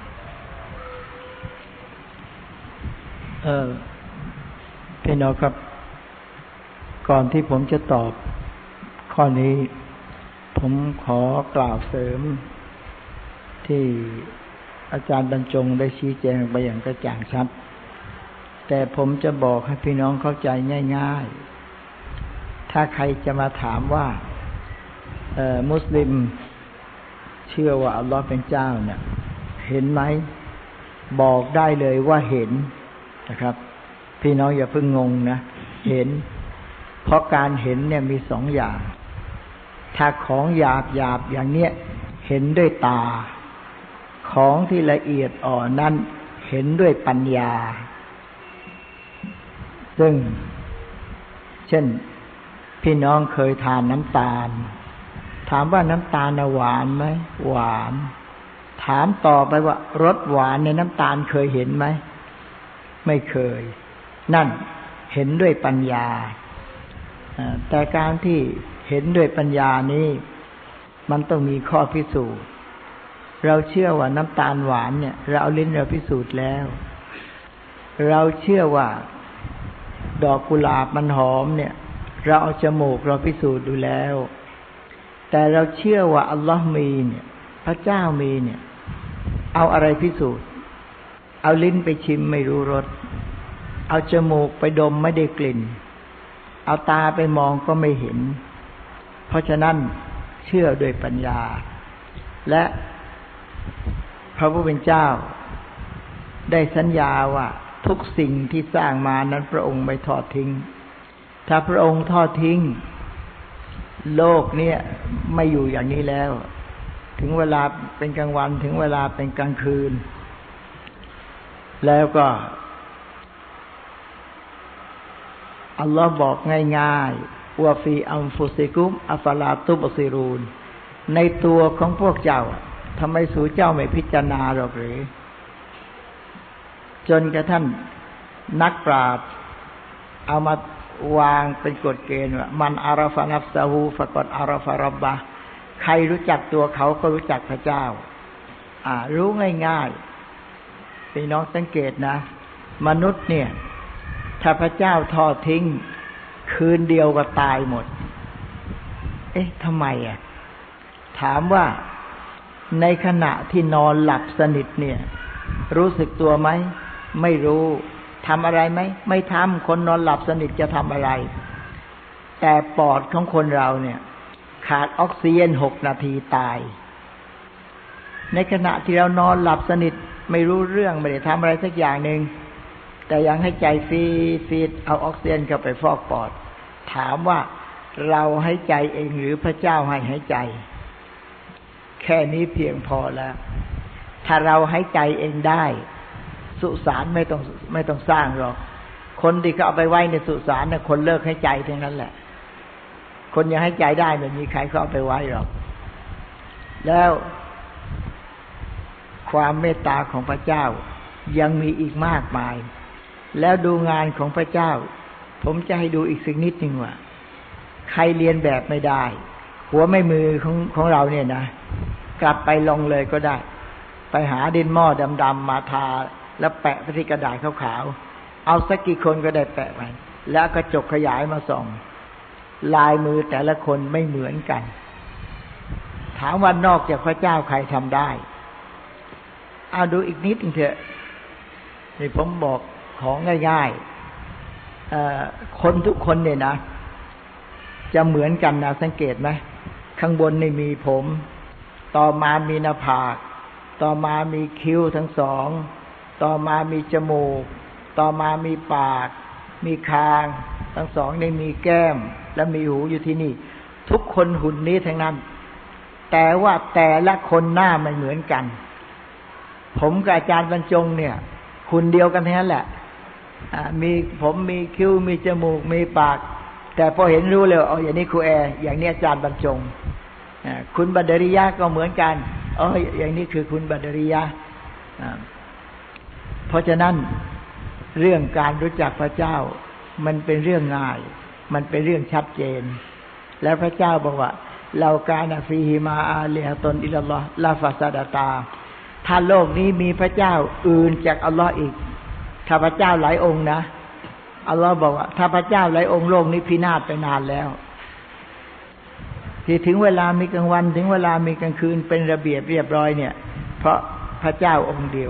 เออพี่น้องครับก่อนที่ผมจะตอบข้อนี้ผมขอกล่าวเสริมที่อาจารย์บรรจงได้ชี้แจงไปอย่างกระจ่างชัดแต่ผมจะบอกให้พี่น้องเข้าใจง่ายๆถ้าใครจะมาถามว่าเอ่อมุสลิมเชื่อว่าอัลลอฮ์เป็นเจ้าเนี่ยเห็นไหมบอกได้เลยว่าเห็นนะครับพี่น้องอย่าเพิ่งงงนะเห็นเพราะการเห็นเนี่ยมีสองอย่างถ้าของหยาบหยาบอย่างเนี้ยเห็นด้วยตาของที่ละเอียดอ่อนนั้นเห็นด้วยปัญญาซึ่งเช่นพี่น้องเคยทานน้ำตาลถามว่าน้ำตาลหวานไหมหวานถามต่อไปว่ารสหวานในน้ำตาลเคยเห็นไหมไม่เคยนั่นเห็นด้วยปัญญาแต่การที่เห็นด้วยปัญญานี้มันต้องมีข้อพิสูจน์เราเชื่อว่าน้ำตาลหวานเนี่ยเราเอาลิ้นเราพิสูจน์แล้วเราเชื่อว่าดอกกุหลาบมันหอมเนี่ยเราเอาจมูกเราพิสูจน์ดูแล้วแต่เราเชื่อว่าอัลลอฮ์มีเนี่ยพระเจ้ามีเนี่ยเอาอะไรพิสูจน์เอาลิ้นไปชิมไม่รู้รสเอาจมูกไปดมไม่ได้กลิ่นเอาตาไปมองก็ไม่เห็นเพราะฉะนั้นเชื่อโดยปัญญาและพระผู้เป็นเจ้าได้สัญญาว่าทุกสิ่งที่สร้างมานั้นพระองค์ไม่ทอดทิ้งถ้าพระองค์ทอดทิ้งโลกนี้ไม่อยู่อย่างนี้แล้วถึงเวลาเป็นกลางวันถึงเวลาเป็นกลางคืนแล้วก็อัลลอฮ์บอกง่ายๆว่าฟีอัมฟุซิกุมอัฟลาตุบซิรูนในตัวของพวกเจ้าทำไมสู่เจ้าไม่พิจารณาหรอกหรือจนกระทั่งนักปราชญ์เอามาวางเป็นกฎเกณฑ์ว่ามันอาราฟานัฟซาฮูฟะกอดอาราฟารับบะใครรู้จักตัวเขาก็รู้จักพระเจ้าอ่ารู้ง่ายๆพี่น้องสังเกตนะมนุษย์เนี่ยถ้าพระเจ้าทอดทิ้งคืนเดียวก็ตายหมดเอ๊ะทำไมอ่ะถามว่าในขณะที่นอนหลับสนิทเนี่ยรู้สึกตัวไหมไม่รู้ทำอะไรไหมไม่ทำคนนอนหลับสนิทจะทำอะไรแต่ปอดของคนเราเนี่ยขาดออกซิเจนหกนาทีตายในขณะที่เรานอนหลับสนิทไม่รู้เรื่องไม่ได้ทำอะไรสักอย่างหนึ่งแต่ยังให้ใจฟีดฟีดเอาออกซิเจนเข้าไปฟอกปอดถามว่าเราให้ใจเองหรือพระเจ้าให้ให้ใจแค่นี้เพียงพอแล้วถ้าเราให้ใจเองได้สุสานไม่ต้องไม่ต้องสร้างหรอกคนที่เขาเอาไปไว้ในสุสานเนี่ยคนเลิกให้ใจทั้งนั้นแหละคนยังให้ใจได้ไม่มีใครเขาเอาไปไว้หรอกแล้วความเมตตาของพระเจ้ายังมีอีกมากมายแล้วดูงานของพระเจ้าผมจะให้ดูอีกสักนิดนึงว่าใครเรียนแบบไม่ได้หัวไม่มือของของเราเนี่ยนะกลับไปลองเลยก็ได้ไปหาดินหม้อดำๆมาทาแล้วแปะไปที่กระดาษขาวๆเอาสักกี่คนก็ได้แปะไปแล้วกระจกขยายมาส่องลายมือแต่ละคนไม่เหมือนกันถามว่านอกจากพระเจ้าใครทำได้เอาดูอีกนิดนึงเถอะนี่ผมบอกของง่ายๆคนทุกคนเนี่ยนะจะเหมือนกันนะสังเกตไหมข้างบนนี่มีผมต่อมามีหน้าผากต่อมามีคิ้วทั้งสองต่อมามีจมูกต่อมามีปากมีคางทั้งสองนี่มีแก้มและมีหูอยู่ที่นี่ทุกคนหุ่นนี้ทั้งนั้นแต่ว่าแต่ละคนหน้าไม่เหมือนกันผมกับอาจารย์บรรจงเนี่ยหุ่นเดียวกันทั้งนั้นแหละมีผมมีคิ้วมีจมูกมีปากแต่พอเห็นรู้เลยอ๋ออย่างนี้ครูแอร์อย่างนี้อาจารย์บรรจงคุณบัดดริยะก็เหมือนกันอ๋ออย่างนี้คือคุณบัดดริยะเพราะฉะนั้นเรื่องการรู้จักพระเจ้ามันเป็นเรื่องง่ายมันเป็นเรื่องชัดเจนแล้วพระเจ้าบอกว่าเรากานะฟีฮิมาอาลิฮะตนอิลลัลลอฮ์ลาฟาซาดาตาถ้าโลกนี้มีพระเจ้าอื่นจากอัลลอฮ์อีกถ้าพระเจ้าหลายองค์นะอัลลอฮ์บอกว่าถ้าพระเจ้าหลายองค์โลกนี้พินาศไปนานแล้วที่ถึงเวลามีกลางวันถึงเวลามีกลางคืนเป็นระเบียบเรียบร้อยเนี่ยเพราะพระเจ้าองค์เดียว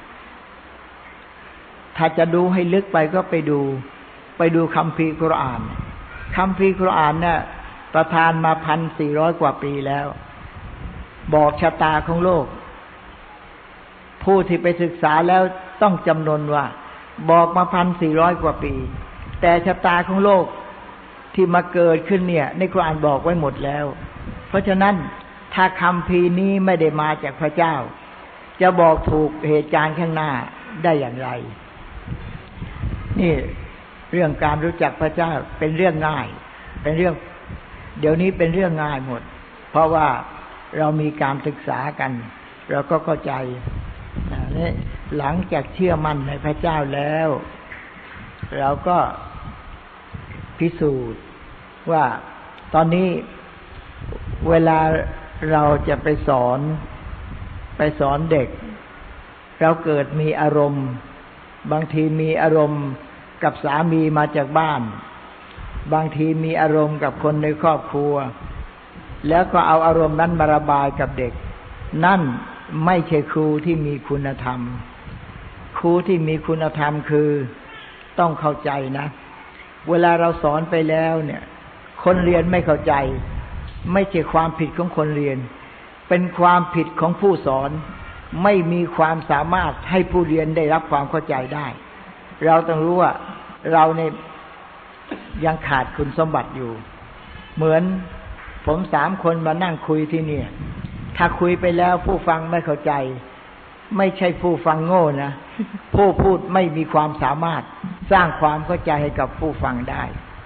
ถ้าจะดูให้ลึกไปก็ไปดูไปดูคัมภีร์กุรอานคัมภีร์กุรอานเนี่ยประทานมาพันสี่ร้อยกว่าปีแล้วบอกชะตาของโลกผู้ที่ไปศึกษาแล้วต้องจำนวนว่าบอกมาพันสี่ร้อยกว่าปีแต่ชะตาของโลกที่มาเกิดขึ้นเนี่ยในกุรอานบอกไว้หมดแล้วเพราะฉะนั้นถ้าคัมภีร์นี้ไม่ได้มาจากพระเจ้าจะบอกถูกเหตุการณ์ข้างหน้าได้อย่างไรนี่เรื่องการรู้จักพระเจ้าเป็นเรื่องง่ายเป็นเรื่องเดี๋ยวนี้เป็นเรื่องง่ายหมดเพราะว่าเรามีการศึกษากันเราก็เข้าใจนี่หลังจากเชื่อมั่นในพระเจ้าแล้วเราก็พิสูจน์ว่าตอนนี้เวลาเราจะไปสอนไปสอนเด็กเราเกิดมีอารมณ์บางทีมีอารมณ์กับสามีมาจากบ้านบางทีมีอารมณ์กับคนในครอบครัวแล้วก็เอาอารมณ์นั้นมาระบายกับเด็กนั่นไม่ใช่ครูที่มีคุณธรรมครูที่มีคุณธรรมคือต้องเข้าใจนะเวลาเราสอนไปแล้วเนี่ยคนเรียนไม่เข้าใจไม่ใช่ความผิดของคนเรียนเป็นความผิดของผู้สอนไม่มีความสามารถให้ผู้เรียนได้รับความเข้าใจได้เราต้องรู้ว่าเราเนี่ยยังขาดคุณสมบัติอยู่เหมือนผมสามคนมานั่งคุยที่นี่ถ้าคุยไปแล้วผู้ฟังไม่เข้าใจไม่ใช่ผู้ฟังโง่นะผู้พูดไม่มีความสามารถสร้างความเข้าใจให้กับผู้ฟังได้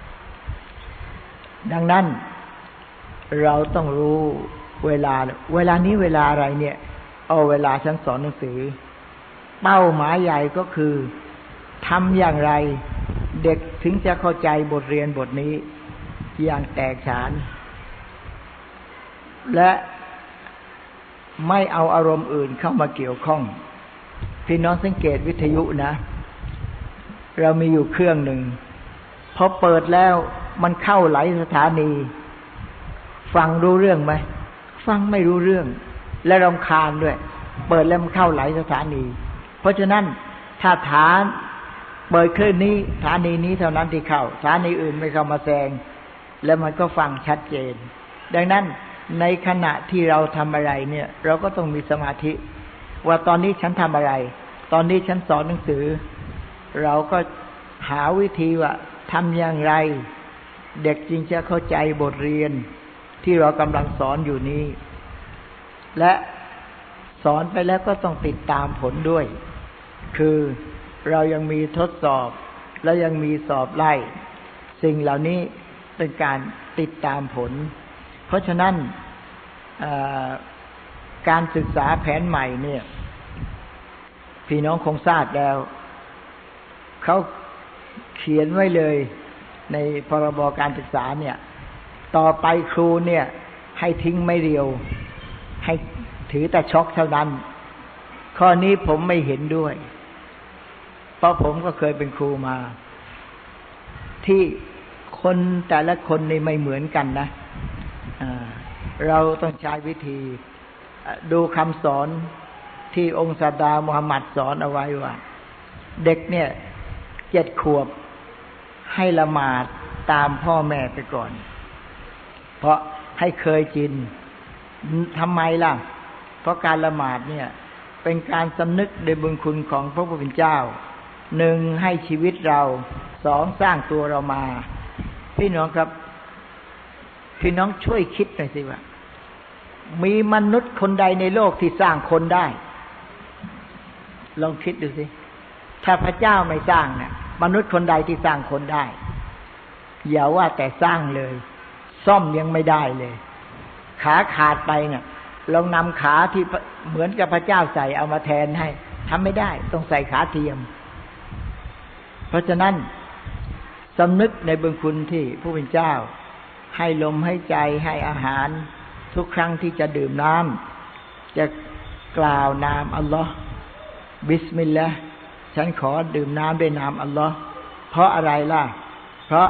ดังนั้นเราต้องรู้เวลาเวลานี้เวลาอะไรเนี่ยเอาเวลาฉันสอนหนังสือเป้าหมายใหญ่ก็คือทำอย่างไรเด็กถึงจะเข้าใจบทเรียนบทนี้อย่างแตกฉานและไม่เอาอารมณ์อื่นเข้ามาเกี่ยวข้องพี่น้องสังเกตวิทยุนะเรามีอยู่เครื่องหนึ่งพอเปิดแล้วมันเข้าหลายสถานีฟังรู้เรื่องไหมฟังไม่รู้เรื่องและรำคาญด้วยเปิดแล้วมันเข้าหลายสถานีเพราะฉะนั้นถ้าฐานเปิดคลื่นนี้สถานีนี้เท่านั้นที่เข้าสถานีอื่นไม่เข้ามาแซงแล้วมันก็ฟังชัดเจนดังนั้นในขณะที่เราทำอะไรเนี่ยเราก็ต้องมีสมาธิว่าตอนนี้ฉันทำอะไรตอนนี้ฉันสอนหนังสือเราก็หาวิธีว่าทำอย่างไรเด็กจึงจะเข้าใจบทเรียนที่เรากำลังสอนอยู่นี้และสอนไปแล้วก็ต้องติดตามผลด้วยคือเรายังมีทดสอบและยังมีสอบไล่สิ่งเหล่านี้เป็นการติดตามผลเพราะฉะนั้นการศึกษาแผนใหม่เนี่ยพี่น้องคงทราบแล้วเขาเขียนไว้เลยในพรบการศึกษาเนี่ยต่อไปครูเนี่ยให้ทิ้งไม่เรียวให้ถือแต่ช็อกเท่านั้นข้อนี้ผมไม่เห็นด้วยเพราะผมก็เคยเป็นครูมาที่คนแต่ละคนนี่ไม่เหมือนกันนะเราต้องใช้วิธีดูคำสอนที่องค์ศาสดามุฮัมมัดสอนเอาไว้ว่าเด็กเนี่ยเจ็ดขวบให้ละหมาดตามพ่อแม่ไปก่อนเพราะให้เคยจินทำไมล่ะเพราะการละหมาดเนี่ยเป็นการสำนึกในบุญคุณของพระผู้เป็นเจ้าหนึ่งให้ชีวิตเราสองสร้างตัวเรามาพี่น้องครับพี่น้องช่วยคิดหน่อยสิว่ามีมนุษย์คนใดในโลกที่สร้างคนได้ลองคิดดูสิถ้าพระเจ้าไม่สร้างเนี่ยมนุษย์คนใดที่สร้างคนได้อย่าว่าแต่สร้างเลยซ่อมยังไม่ได้เลยขาขาดไปเนี่ยลองนำขาที่เหมือนกับพระเจ้าใส่เอามาแทนให้ทำไม่ได้ต้องใส่ขาเทียมเพราะฉะนั้นสำนึกในบุญคุณที่ผู้เป็นเจ้าให้ลมให้ใจให้อาหารทุกครั้งที่จะดื่มน้ำจะกล่าวนามอัลลอฮ์บิสมิลลาห์ฉันขอดื่มน้ำด้วยนามอัลลอฮ์เพราะอะไรล่ะเพราะ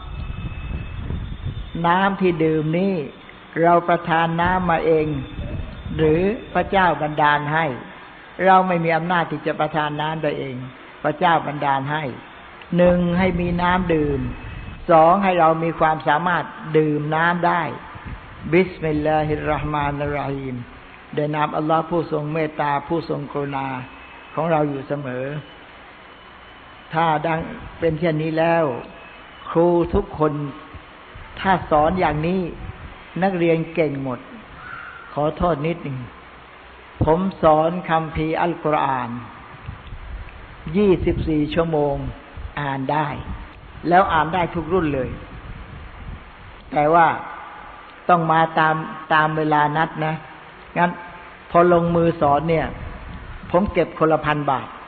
น้ำที่ดื่มนี้เราประทานน้ำมาเองหรือพระเจ้าบันดาลให้เราไม่มีอำนาจที่จะประทานน้ำได้เองพระเจ้าบันดาลให้หนึ่งให้มีน้ำดื่มสองให้เรามีความสามารถดื่มน้ำได้บิสมิลลาฮิรเราะห์มานิรเราะฮีมโดยนามอัลลอฮ์ผู้ทรงเมตตาผู้ทรงกรุณาของเราอยู่เสมอถ้าดังเป็นเช่นนี้แล้วครูทุกคนถ้าสอนอย่างนี้นักเรียนเก่งหมดขอโทษนิดหนึ่งผมสอนคัมภีร์อัลกุรอานยี่สิบสี่ชั่วโมงอ่านได้แล้วอ่านได้ทุกรุ่นเลยแต่ว่าต้องมาตามตามเวลานัดนะงั้นพอลงมือสอนเนี่ยผมเก็บคนละพันบาท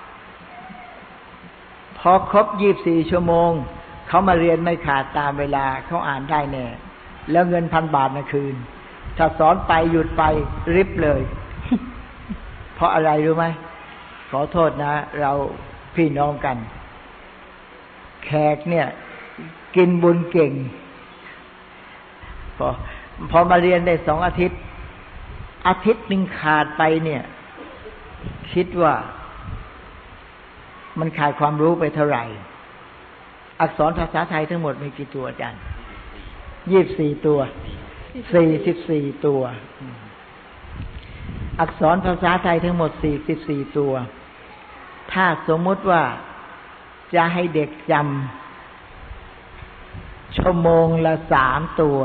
พอครบยี่สิบสี่ชั่วโมงเขามาเรียนไม่ขาดตามเวลาเขาอ่านได้แน่แล้วเงินพันบาทนะคืนถ้าสอนไปหยุดไปริบเลย เพราะอะไรรู้ไหมขอโทษนะเราพี่น้องกันแขกเนี่ยกินบุญเก่งพอพอมาเรียนได้สองอาทิตย์อาทิตย์หนึ่งขาดไปเนี่ยคิดว่ามันขาดความรู้ไปเท่าไหร่อักษรภาษาไทยทั้งหมดมีกี่ตัวอาจารย์ยี่สิบสี่ตัวสี่สิบสี่ตัวอักษรภาษาไทยทั้งหมดสี่สิบสี่ตัวถ้าสมมุติว่าจะให้เด็กจำชั่วโมงละสามตัว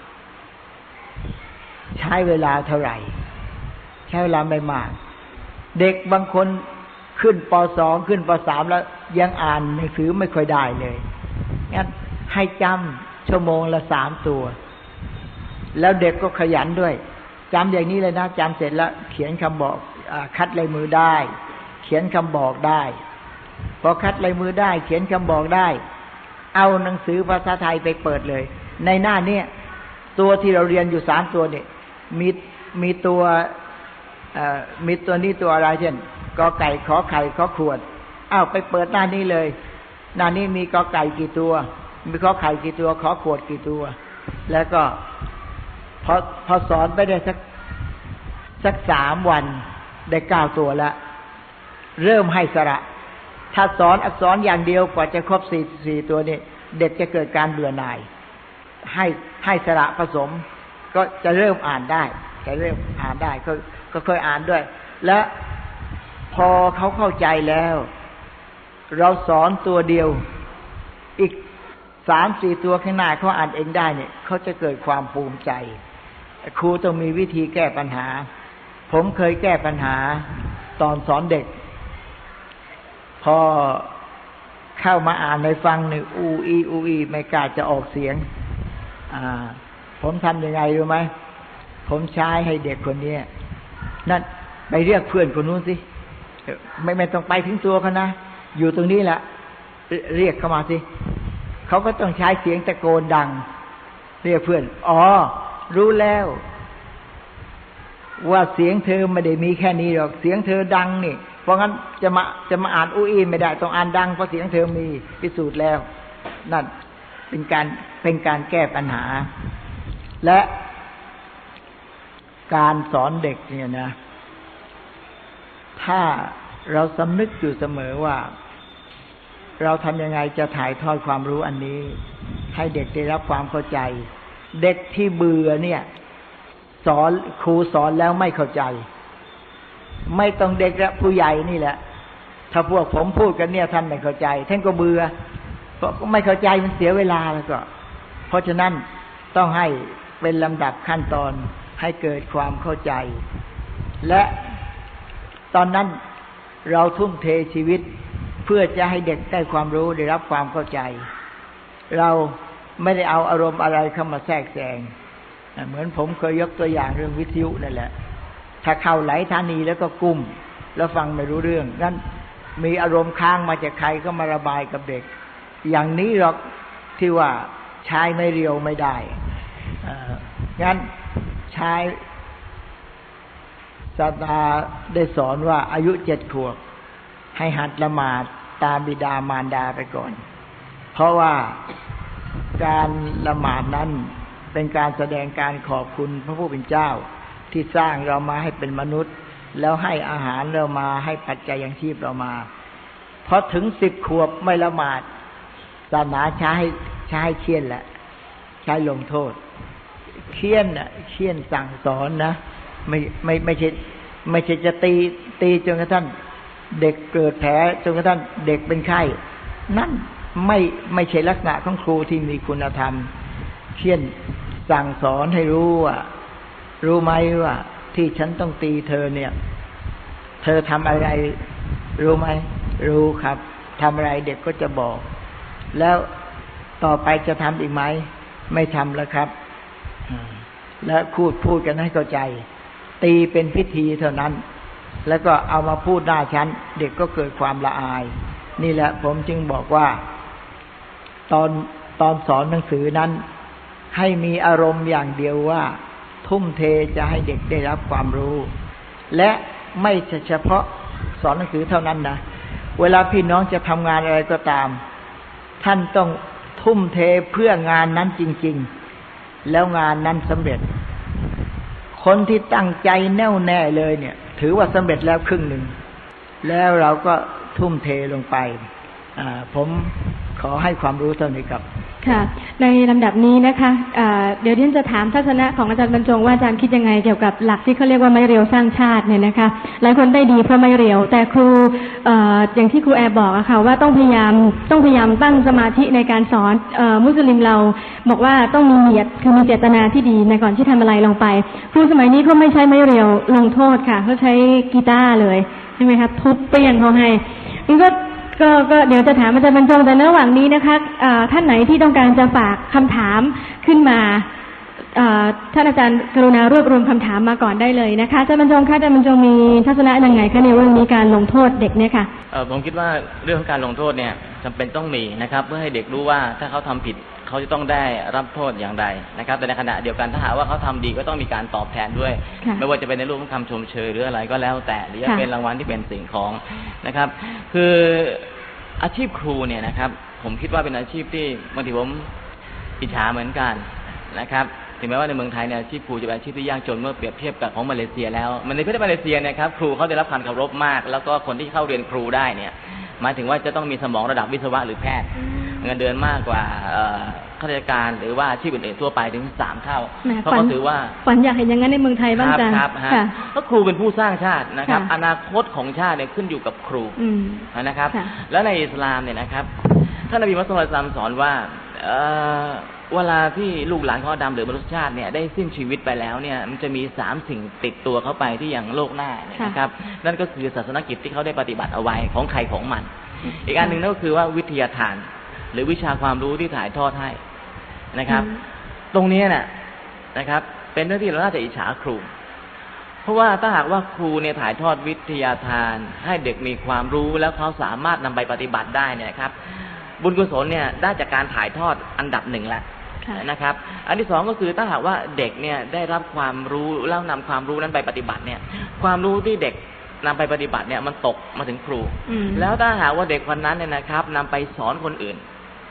ใช้เวลาเท่าไหร่ใช้เวลาไม่มากเด็กบางคนขึ้นป.สองขึ้นป.สามแล้วยังอ่านหนังสือไม่ค่อยได้เลยงั้นให้จำชั่วโมงละสามตัวแล้วเด็กก็ขยันด้วยจำอย่างนี้เลยนะจำเสร็จแล้วเขียนคำบอกคัดลายมือได้เขียนคำบอกได้พอคัดลายมือได้เขียนคำบอกได้เอาหนังสือภาษาไทยไปเปิดเลยในหน้านี้ตัวที่เราเรียนอยู่สามตัวเนี่ยมีมีตัวมีตัวนี้ตัวอะไรเช่นกอไก่ขอไข่ขอขวดอ้าวไปเปิดหน้านี้เลยหน้านี้มีกอไก่กี่ตัวมีขอไข่กี่ตัวขอขวดกี่ตัวแล้วก็พอพอสอนไปได้สักสักสามวันได้เก้าตัวแล้วเริ่มให้สระถ้าสอนอักษรอย่างเดียวกว่าจะครบสี่สี่ตัวนี่เด็กจะเกิดการเบื่อหน่ายให้ให้สระผสมก็จะเริ่มอ่านได้จะเริ่มอ่านได้ก็ก็เคยอ่านด้วยและพอเขาเข้าใจแล้วเราสอนตัวเดียวอีกสามสี่ตัวข้างหน้าเขาอ่านเองได้เนี่ยเขาจะเกิดความภูมิใจครูต้องมีวิธีแก้ปัญหาผมเคยแก้ปัญหาตอนสอนเด็กพอเข้ามาอ่านในฟังหนึ่งอูอีอูอีไม่กล้าจะออกเสียงอ่าผมทำยังไงรู้ไหมผมใช้ให้เด็กคนนี้นั่นไปเรียกเพื่อนคนนู้นสิไม่ไม่ต้องไปถึงตัวเขานะอยู่ตรงนี้แหละเรียกเข้ามาสิเขาก็ต้องใช้เสียงตะโกนดังเรียกเพื่อนอ๋อรู้แล้วว่าเสียงเธอไม่ได้มีแค่นี้หรอกเสียงเธอดังนี่เพราะงั้นจะมาจะมาอ่านอูอีไม่ได้ต้องอ่านดังเพราะเสียงเธอมีพิสูจน์แล้วนั่นเป็นการเป็นการแก้ปัญหาและการสอนเด็กเนี่ยนะถ้าเราสำนึกอยู่เสมอว่าเราทำยังไงจะถ่ายทอดความรู้อันนี้ให้เด็กได้รับความเข้าใจเด็กที่เบื่อเนี่ยสอนครูสอนแล้วไม่เข้าใจไม่ต้องเด็กและผู้ใหญ่นี่แหละถ้าพวกผมพูดกันเนี่ยท่านไม่เข้าใจท่านก็เบื่อเพราะไม่เข้าใจมันเสียเวลาแล้วก็เพราะฉะนั้นต้องให้เป็นลำดับขั้นตอนให้เกิดความเข้าใจและตอนนั้นเราทุ่มเทชีวิตเพื่อจะให้เด็กได้ความรู้ได้รับความเข้าใจเราไม่ได้เอาอารมณ์อะไรเข้ามาแทรกแซงเหมือนผมเคยยกตัวอย่างเรื่องวิทยุนั่นแหละถ้าเข้าไหลธานีแล้วก็กุ้มแล้วฟังไม่รู้เรื่องงั้นมีอารมณ์ค้างมาจากใครก็มาระบายกับเด็กอย่างนี้หรอกที่ว่าใช้ไม่เรียวไม่ได้งั้นใช้ศาสดาได้สอนว่าอายุเจ็ดขวบให้หัดละหมาดตามบิดามารดาไปก่อนเพราะว่าการละหมาดนั้นเป็นการแสดงการขอบคุณพระผู้เป็นเจ้าที่สร้างเรามาให้เป็นมนุษย์แล้วให้อาหารเรามาให้ปัจจัยยังชีพเรามาพอถึงสิบขวบไม่ละหมาดศาสนาใช้ใช้เคี่ยนแหละใช้ลงโทษเคี่ยนน่ะเคี่ยนสั่งสอนนะไม่ไม่ไม่ใช่ไม่ใช่จะตีตีจนกระทั่งเด็กเกิดแผลจนกระทั่งเด็กเป็นไข้นั่นไม่ไม่ใช่ลักษณะของครูที่มีคุณธรรมเคี่ยนสั่งสอนให้รู้ว่ารู้ไหมว่าที่ฉันต้องตีเธอเนี่ยเธอทำอะไรรู้ไหมรู้ครับทำอะไรเด็กก็จะบอกแล้วต่อไปจะทำอีกไหมไม่ทำแล้วครับแล้วพูดพูดกันให้เข้าใจตีเป็นพิธีเท่านั้นแล้วก็เอามาพูดหน้าชั้นเด็กก็เกิดความละอายนี่แหละผมจึงบอกว่าตอนตอนสอนหนังสือนั้นให้มีอารมณ์อย่างเดียวว่าทุ่มเทจะให้เด็กได้รับความรู้และไม่เฉพาะสอนหนังสือเท่านั้นนะเวลาพี่น้องจะทำงานอะไรก็ตามท่านต้องทุ่มเทเพื่องานนั้นจริงๆแล้วงานนั้นสำเร็จคนที่ตั้งใจแน่วแน่เลยเนี่ยถือว่าสำเร็จแล้วครึ่งหนึ่งแล้วเราก็ทุ่มเทลงไปอ่าผมขอให้ความรู้เท่านี้ครับค่ะในลำดับนี้นะคะะเดี๋ยวที่จะถามทัศนะของอาจารย์บรรจงว่าอาจารย์คิดยังไงเกี่ยวกับหลักที่เขาเรียกว่าไม่เรียวสร้างชาติเนี่ยนะคะหลายคนได้ดีเพราะไม่เรียวแต่ครู อ, อย่างที่ครูแอร์บอกอะค่ะว่าต้องพยายามต้องพยายามตั้งสมาธิในการสอนมุสลิมเราบอกว่าต้องมีเนียดคือมีเจตนาที่ดีในก่อนที่ทำอะไรลงไปครูสมัยนี้เขาไม่ใช้ไม่เรียวลงโทษค่ะเขาใช้กีตาร์เลยใช่ไหมคะทุบเปี้ยงเขาให้มันก็ก็ก็เดี๋ยวจะถามอาจารย์บรรจงแต่ระหว่างนี้นะคะท่านไหนที่ต้องการจะฝากคำถามขึ้นมาท่านอาจารย์กรุณารวบรวมคำถามมาก่อนได้เลยนะคะอาจารย์บรรจงคะอาจารย์บรรจงมีทัศนะยังไงคะในเรื่องนี้การลงโทษเด็กเนี่ยค่ะผมคิดว่าเรื่องของการลงโทษเนี่ยจำเป็นต้องมีนะครับเพื่อให้เด็กรู้ว่าถ้าเขาทำผิดเขาจะต้องได้รับโทษอย่างไรนะครับแต่ในขณะเดียวกันถ้าหากว่าเขาทำดีก็ต้องมีการตอบแทนด้วยไม่ว่าจะเป็นในรูปของคำชมเชยหรืออะไรก็แล้วแต่หรือจะเป็นรางวัลที่เป็นสิ่งของนะครับคืออาชีพครูเนี่ยนะครับผมคิดว่าเป็นอาชีพที่บางทีผมอิจฉาเหมือนกันนะครับถึงแม้ว่าในเมืองไทยเนี่ยอาชีพครูจะเป็นอาชีพที่ยากจนเมื่อเปรียบเทียบกับของมาเลเซียแล้วมันในประเทศมาเลเซียเนี่ยครับครูเขาได้รับการเคารพมากแล้วก็คนที่เข้าเรียนครูได้เนี่ยหมายถึงว่าจะต้องมีสมองระดับวิศวะหรือแพทย์เงินเดือนมากกว่าข้าราชการหรือว่าอาชีพอื่นๆทั่วไปถึงสามเท่าเพราะเขาถือว่าฝันอยากเห็นอย่างนั้นในเมืองไทยบ้างจังครับครับเพราะครูเป็นผู้สร้างชาตินะครับอนาคตของชาติเนี่ยขึ้นอยู่กับครูนะครับแล้วในอิสลามเนี่ยนะครับท่านนบีมุฮัมมัดศ็อลลัลลอฮุอะลัยฮิวะซัลลัมสอนว่าเวลาที่ลูกหลานของอาดัมหรือมนุษยชาติเนี่ยได้สิ้นชีวิตไปแล้วเนี่ยมันจะมีสามสิ่งติดตัวเข้าไปที่อย่างโลกหน้านะครับนั่นก็คือศาสนกิจที่เขาได้ปฏิบัติเอาไว้ของใครของมันอีกอันหนึ่งนั่นก็คือว่าวิทยาทานหรือวิชาความรู้ที่ถ่ายทอดให้นะครับตรงนี้น่ะนะครับเป็นเรื่องที่เราน่าจะอิจฉาครูเพราะว่าถ้าหากว่าครูเนี่ยถ่ายทอดวิทยาทานให้เด็กมีความรู้แล้วเขาสามารถนำไปปฏิบัติได้เนี่ยครับบุญกุศลเนี่ยได้จากการถ่ายทอดอันดับหนึ่งแล้วนะครับอันที่สองก็คือถ้าหากว่าเด็กเนี่ยได้รับความรู้แล้วนำความรู้นั้นไปปฏิบัติเนี่ยความรู้ที่เด็กนำไปปฏิบัติเนี่ยมันตกมาถึงครูแล้วถ้าหากว่าเด็กคนนั้นเนี่ยนะครับนำไปสอนคนอื่น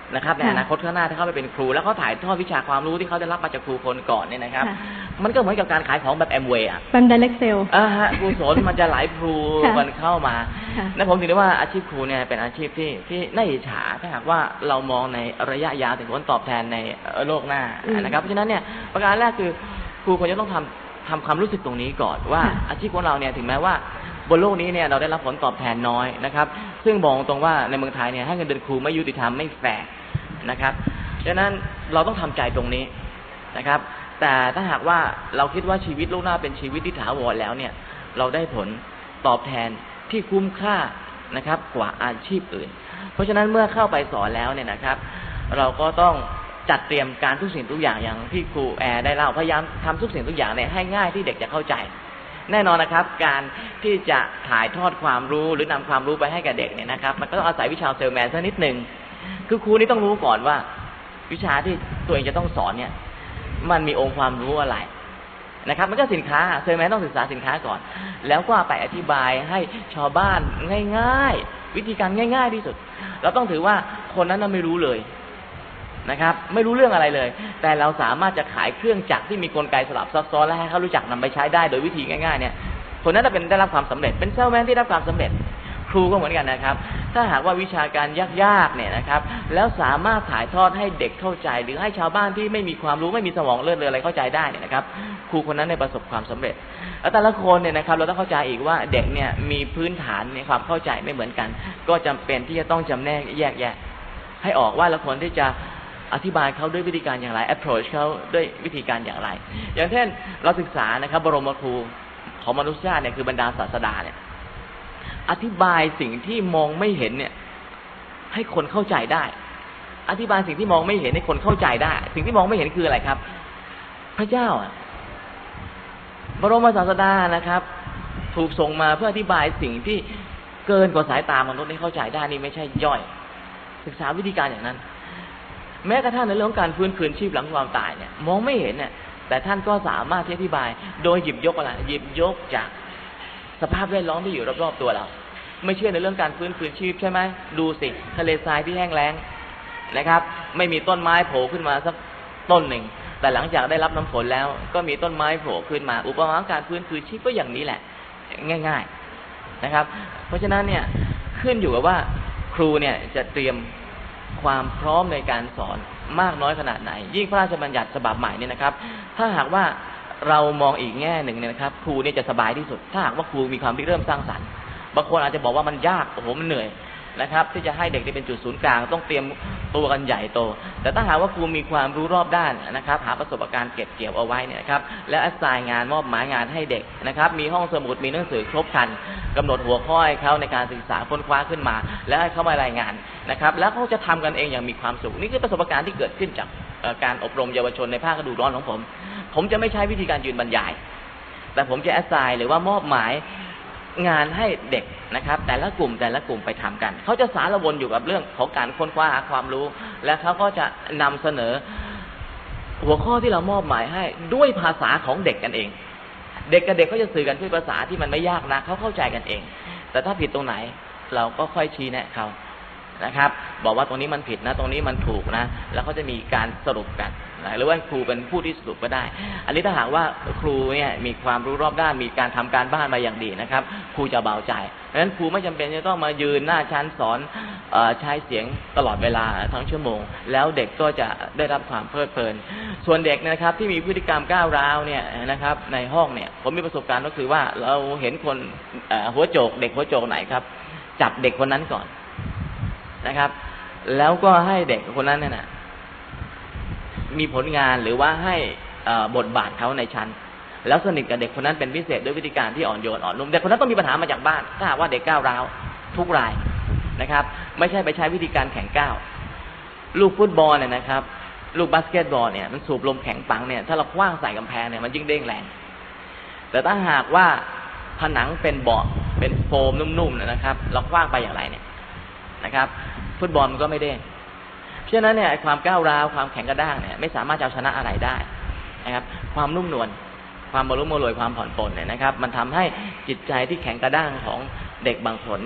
นะครับในอนาคตข้างหน้าถ้าเขาไปเป็นครูแล้วเขาถ่ายทอดวิชาความรู้ที่เขาได้รับมาจากครูคนก่อนเนี่ยนะครับมันก็เหมือนกับการขายของแบบแอมเวย์อ่ะเป็น direct sale อ่าฮะครูสอนมันจะหลายครูมันเข้ามาและผมถือได้ว่าอาชีพครูเนี่ยเป็นอาชีพที่ที่น่าอิจฉาถ้าหากว่าเรามองในระยะยาวถึงผลตอบแทนในโลกหน้านะครับเพราะฉะนั้นเนี่ยประการแรกคือครูควรจะต้องทำทำความรู้สึกตรงนี้ก่อนว่าอาชีพของเราเนี่ยถึงแม้ว่าบนโลกนี้เนี่ยเราได้รับผลตอบแทนน้อยนะครับซึ่งบอกตรงว่าในเมืองไทยเนี่ยให้เงินเดือนครูไม่ยุติธรรมไม่แฟร์นะครับดังนั้นเราต้องทำใจตรงนี้นะครับแต่ถ้าหากว่าเราคิดว่าชีวิตโลกหน้าเป็นชีวิตที่ถาวรแล้วเนี่ยเราได้ผลตอบแทนที่คุ้มค่านะครับกว่าอาชีพอื่นเพราะฉะนั้นเมื่อเข้าไปสอนแล้วเนี่ยนะครับเราก็ต้องจัดเตรียมการทุกสิ่งทุกอย่างอย่างที่ครูแอร์ได้เล่าพยายามทำทุกสิ่งทุกอย่างเนี่ยให้ง่ายที่เด็กจะเข้าใจแน่นอนนะครับการที่จะถ่ายทอดความรู้หรือนำความรู้ไปให้กับเด็กเนี่ยนะครับมันก็ต้องอาศัยวิชาเซลแมนสักนิดหนึ่งคือครูนี่ต้องรู้ก่อนว่าวิชาที่ตัวเองจะต้องสอนเนี่ยมันมีองค์ความรู้อะไรนะครับมันก็สินค้าเซลแมนต้องศึกษาสินค้าก่อนแล้วก็ไปอธิบายให้ชาวบ้านง่ายๆวิธีการง่ายๆที่สุดเราต้องถือว่าคนนั้นไม่รู้เลยนะครับไม่รู้เรื่องอะไรเลยแต่เราสามารถจะขายเครื่องจักรที่มีกลไกสลับซับซ้อนและให้เขารู้จักนำไปใช้ได้โดยวิธีง่ายๆเนี่ยคนนั้นจะเป็นได้รับความสำเร็จเป็นเซลแมนที่ได้รับความสำเร็จครูก็เหมือนกันนะครับถ้าหากว่าวิชาการยากๆเนี่ยนะครับแล้วสามารถถ่ายทอดให้เด็กเข้าใจหรือให้ชาวบ้านที่ไม่มีความรู้ไม่มีสมองเลื่อนเลยอะไรเข้าใจได้เนี่ยนะครับครูคนนั้นได้ประสบความสำเร็จแล้วแต่ละคนเนี่ยนะครับเราต้องเข้าใจอีกว่าเด็กเนี่ยมีพื้นฐานในความเข้าใจไม่เหมือนกันก็จำเป็นที่จะต้องจำแนกแยกแยะให้ออกว่าละคนที่จะอธิบายเขาด้วยวิธีการอย่างไร approach เขาด้วยวิธีการอย่างไรอย่างเช่นเราศึกษานะครับบรมครูของมนุษยชาติเนี่ยคือบรรดาศาสดาเนี่ยอธิบายสิ่งที่มองไม่เห็นเนี่ยให้คนเข้าใจได้อธิบายสิ่งที่มองไม่เห็นให้คนเข้าใจได้สิ่งที่มองไม่เห็นคืออะไรครับพระเจ้าบรมศาสดานะครับถูกส่งมาเพื่ออธิบายสิ่งที่เกินกว่าสายตามนุษย์ให้เข้าใจได้นี่ไม่ใช่ย่อยศึกษาวิธีการอย่างนั้นแม้กระทั่งในเรื่องการฟื้นคืนชีพหลังความตายเนี่ยมองไม่เห็นเนี่ยแต่ท่านก็สามารถที่อธิบายโดยหยิบยกอะไรหยิบยกจากสภาพแวดล้อมที่อยู่รอบๆตัวเราไม่เชื่อในเรื่องการฟื้นคืนชีพใช่ไหมดูสิทะเลทรายที่แห้งแล้งนะครับไม่มีต้นไม้โผล่ขึ้นมาสักต้นหนึ่งแต่หลังจากได้รับน้ำฝนแล้วก็มีต้นไม้โผล่ขึ้นมาอุปมาการฟื้นคืนชีพก็อย่างนี้แหละง่ายๆนะครับเพราะฉะนั้นเนี่ยขึ้นอยู่กับว่าครูเนี่ยจะเตรียมความพร้อมในการสอนมากน้อยขนาดไหนยิ่งพระราชบัญญัติฉบับใหม่เนี่ยนะครับถ้าหากว่าเรามองอีกแง่หนึ่งเนี่ยนะครับครูเนี่ยจะสบายที่สุดถ้าหากว่าครูมีความริเริ่มสร้างสรรค์บางคนอาจจะบอกว่ามันยากโอ้โหมันเหนื่อยนะครับที่จะให้เด็กที่เป็นจุดศูนย์กลางต้องเตรียมตัวกันใหญ่โตแต่ถ้าหากว่าครูมีความรู้รอบด้านนะครับหาประสบการณ์เก็บเกี่ยวเอาไว้เนี่ยครับและแอสไซน์งานมอบหมายงานให้เด็กนะครับมีห้องสมุดมีหนังสือครบครันกำหนดหัวข้อให้เขาในการศึกษาค้นคว้าขึ้นมาแล้วให้เขามารายงานนะครับแล้วเขาจะทำกันเองอย่างมีความสุขนี่คือประสบการณ์ที่เกิดขึ้นจากการอบรมเยาวชนในภาคฤดูร้อนของผมผมจะไม่ใช้วิธีการยืนบรรยายแต่ผมจะแอสไซน์หรือว่ามอบหมายงานให้เด็กนะครับแต่ละกลุ่มแต่ละกลุ่มไปทำกันเขาจะสารวนอยู่กับเรื่องของการค้นคว้าหาความรู้และเขาก็จะนำเสนอหัวข้อที่เรามอบหมายให้ด้วยภาษาของเด็กกันเองเด็กกับเด็กเขาจะสื่อกันด้วยภาษาที่มันไม่ยากนะเขาเข้าใจกันเองแต่ถ้าผิดตรงไหนเราก็ค่อยชี้แนะเขานะครับบอกว่าตรงนี้มันผิดนะตรงนี้มันถูกนะแล้วเขาจะมีการสรุปกันหรือว่าครูเป็นผู้ที่สรุปก็ได้อันนี้ถ้าหากว่าครูเนี่ยมีความรู้รอบด้านมีการทำการบ้านมาอย่างดีนะครับครูจะเบาใจเพราะฉะนั้นครูไม่จำเป็นจะต้องมายืนหน้าชั้นสอนเอ่อใช้เสียงตลอดเวลาทั้งชั่วโมงแล้วเด็กก็จะได้รับความเพลิดเพลินส่วนเด็กนะครับที่มีพฤติกรรมก้าวร้าวเนี่ยนะครับในห้องเนี่ยผมมีประสบการณ์ก็คือว่าเราเห็นคนหัวโจกเด็กหัวโจกไหนครับจับเด็กคนนั้นก่อนนะครับแล้วก็ให้เด็กคนนั้นเนี่ยนะมีผลงานหรือว่าให้บทบาทเขาในชั้นแล้วสนิทกับเด็กคนนั้นเป็นพิเศษด้วยวิธีการที่อ่อนโยนอ่อนนุ่มเด็กคนนั้นต้องมีปัญหามาจากบ้านถ้าหากว่าเด็กก้าวร้าวทุกรายนะครับไม่ใช่ไปใช้วิธีการแข่งก้าวลูกฟุตบอลเนี่ยนะครับลูกบาสเกตบอลเนี่ยมันสูบลมแข็งปังเนี่ยถ้าเราคว้างใส่กำแพงเนี่ยมันยิ่งเด้งแรงแต่ถ้าหากว่าผนังเป็นเบาะเป็นโฟมนุ่มๆนะครับเราคว้างไปอย่างไรเนี่ยนะครับฟุตบอลมันก็ไม่เด้งเพราะฉะนั้นเนี่ยความก้าวร้าวความแข็งกระด้างเนี่ยไม่สามารถจะเอาชนะอะไรได้นะครับความนุ่มนวลความบรรลุมรวยความผ่อนปลนเนี่ยนะครับมันทำให้จิตใจที่แข็งกระด้างของเด็กบางคนเนี่ย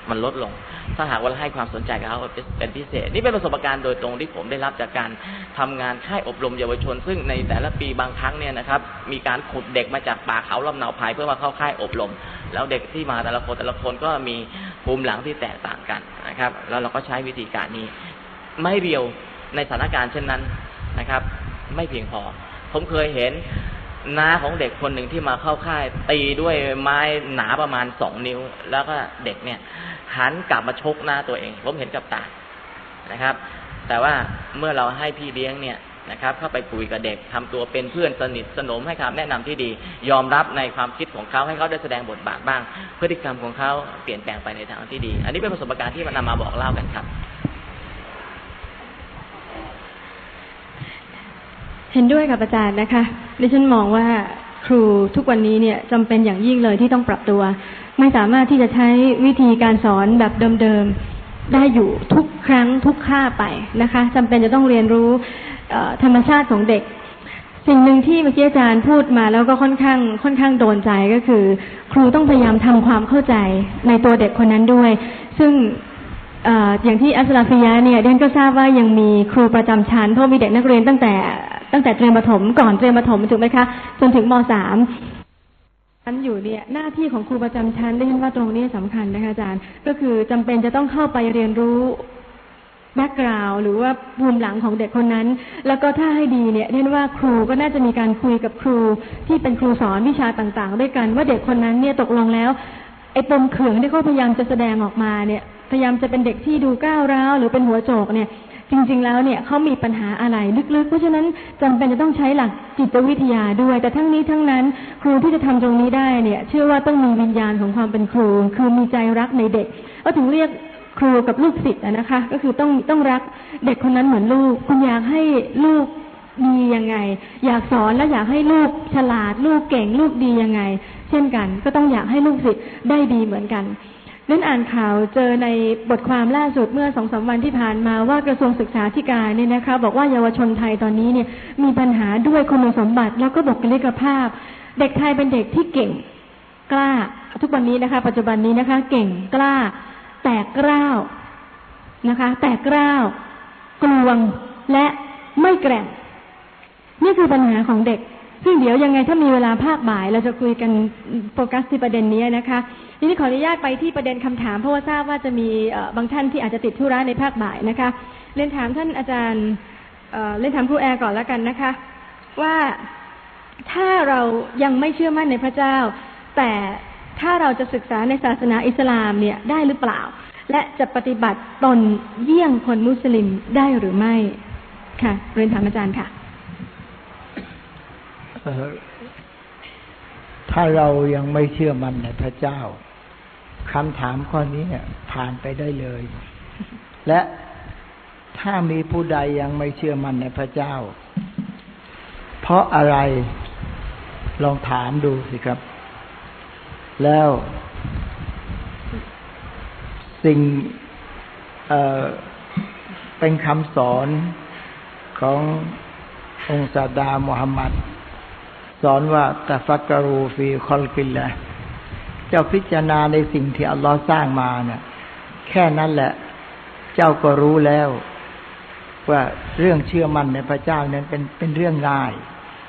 มันลดลงถ้าหากว่าให้ความสนใจกับเขาเป็นพิเศษนี่เป็นประสบการณ์โดยตรงที่ผมได้รับจากการทำงานค่ายอบรมเยาวชนซึ่งในแต่ละปีบางครั้งเนี่ยนะครับมีการขุดเด็กมาจากป่าเขาลำเนาไพรเพื่อมาเข้าค่ายอบรมแล้วเด็กที่มาแต่ละคนแต่ละคนก็มีภูมิหลังที่แตกต่างกันนะครับแล้วเราก็ใช้วิธีการนี้ไม่เรียวในสถานการณ์เช่นนั้นนะครับไม่เพียงพอผมเคยเห็นน้าของเด็กคนหนึ่งที่มาเข้าค่ายตีด้วยไม้หนาประมาณสองนิ้วแล้วก็เด็กเนี่ยหันกลับมาชกหน้าตัวเองผมเห็นกับตานะครับแต่ว่าเมื่อเราให้พี่เลี้ยงเนี่ยนะครับเข้าไปคุยกับเด็กทำตัวเป็นเพื่อนสนิทสนมให้คำแนะนำที่ดียอมรับในความคิดของเขาให้เขาได้แสดงบทบาทบ้างพฤติกรรมของเขาเปลี่ยนแปลงไปในทางที่ดีอันนี้เป็นประสบการณ์ที่มันนำมาบอกเล่ากันครับเห็นด้วยกับอาจารย์นะคะดิฉันมองว่าครูทุกวันนี้เนี่ยจำเป็นอย่างยิ่งเลยที่ต้องปรับตัวไม่สามารถที่จะใช้วิธีการสอนแบบเดิมๆได้อยู่ทุกครั้งทุกค่าไปนะคะจำเป็นจะต้องเรียนรู้ธรรมชาติของเด็กสิ่งหนึ่งที่เมื่อกี้อาจารย์พูดมาแล้วก็ค่อนข้างค่อนข้างโดนใจก็คือครูต้องพยายามทำความเข้าใจในตัวเด็กคนนั้นด้วยซึ่งอย่างที่อัสลาฟิยะเนี่ยเดนก็ทราบว่ายังมีครูประจำชั้นเพราะมีเด็กนักเรียนตั้งแต่ตั้งแต่เตรียมประถมก่อนเตรียมประถมถูกไหมคะจนถึงม.สามชั้นอยู่เนี่ยหน้าที่ของครูประจำชั้นได้ยินว่าตรงนี้สำคัญนะคะอาจารย์ก็คือจำเป็นจะต้องเข้าไปเรียนรู้แบ็กกราวด์หรือว่าภูมิหลังของเด็กคนนั้นแล้วก็ถ้าให้ดีเนี่ยเรียนว่าครูก็น่าจะมีการคุยกับครูที่เป็นครูสอนวิชาต่างๆด้วยกันว่าเด็กคนนั้นเนี่ยตกลงแล้วไอ้ปมเขื่องที่เขาพยายามจะแสดงออกมาเนี่ยพยายามจะเป็นเด็กที่ดูก้าวร้าวหรือเป็นหัวโจกเนี่ยจริงๆแล้วเนี่ยเขามีปัญหาอะไรลึกๆเพราะฉะนั้นจำเป็นจะต้องใช้หลักจิตวิทยาด้วยแต่ทั้งนี้ทั้งนั้นครูที่จะทำตรงนี้ได้เนี่ยเชื่อว่าต้องมีวิญญาณของความเป็นครูคือมีใจรักในเด็กก็ถึงเรียกครูกับลูกศิษย์นะคะก็คือต้องต้องรักเด็กคนนั้นเหมือนลูกคุณอยากให้ลูกดียังไงอยากสอนและอยากให้ลูกฉลาดลูกเก่งลูกดียังไงเช่นกันก็ต้องอยากให้ลูกศิษย์ได้ดีเหมือนกันนั่นอ่านข่าวเจอในบทความล่าสุดเมื่อ สองถึงสาม วันที่ผ่านมาว่ากระทรวงศึกษาธิการเนี่ยนะคะบอกว่าเยาวชนไทยตอนนี้เนี่ยมีปัญหาด้วยคุณสมบัติแล้วก็บุคลิกภาพเด็กไทยเป็นเด็กที่เก่งกล้าทุกวันนี้นะคะปัจจุบันนี้นะคะเก่งกล้าแตกกร้าวนะคะแตกกร้าวกลวงและไม่แกร่งนี่คือปัญหาของเด็กซึ่งเดี๋ยวยังไงถ้ามีเวลาภาคบ่ายเราจะคุยกันโฟกัสที่ประเด็นนี้นะคะทีนี้ขออนุญาตไปที่ประเด็นคำถามเพราะว่าทราบว่าจะมีบางท่านที่อาจจะติดธุระในภาคบ่ายนะคะเรียนถามท่านอาจารย์เอ่อเรียนถามครูแอร์ก่อนแล้วกันนะคะว่าถ้าเรายังไม่เชื่อมั่นในพระเจ้าแต่ถ้าเราจะศึกษาในศาสนาอิสลามเนี่ยได้หรือเปล่าและจะปฏิบัติตนเยี่ยงคนมุสลิมได้หรือไม่ค่ะเรียนถามอาจารย์ค่ะถ้าเรายังไม่เชื่อมั่นในพระเจ้าคำถามข้อนี้ผ่านไปได้เลยและถ้ามีผู้ใดยังไม่เชื่อมั่นในพระเจ้าเพราะอะไรลองถามดูสิครับแล้วสิ่งเอ่อเป็นคำสอนขององค์ศาสดามุฮัมมัดสอนว่าตะฟักกะรูฟีคอลกิลละเจ้าพิจารณาในสิ่งที่อัลลอฮ์สร้างมาเนี่ยแค่นั้นแหละเจ้าก็รู้แล้วว่าเรื่องเชื่อมั่นในพระเจ้านั้นเป็นเป็นเรื่องง่าย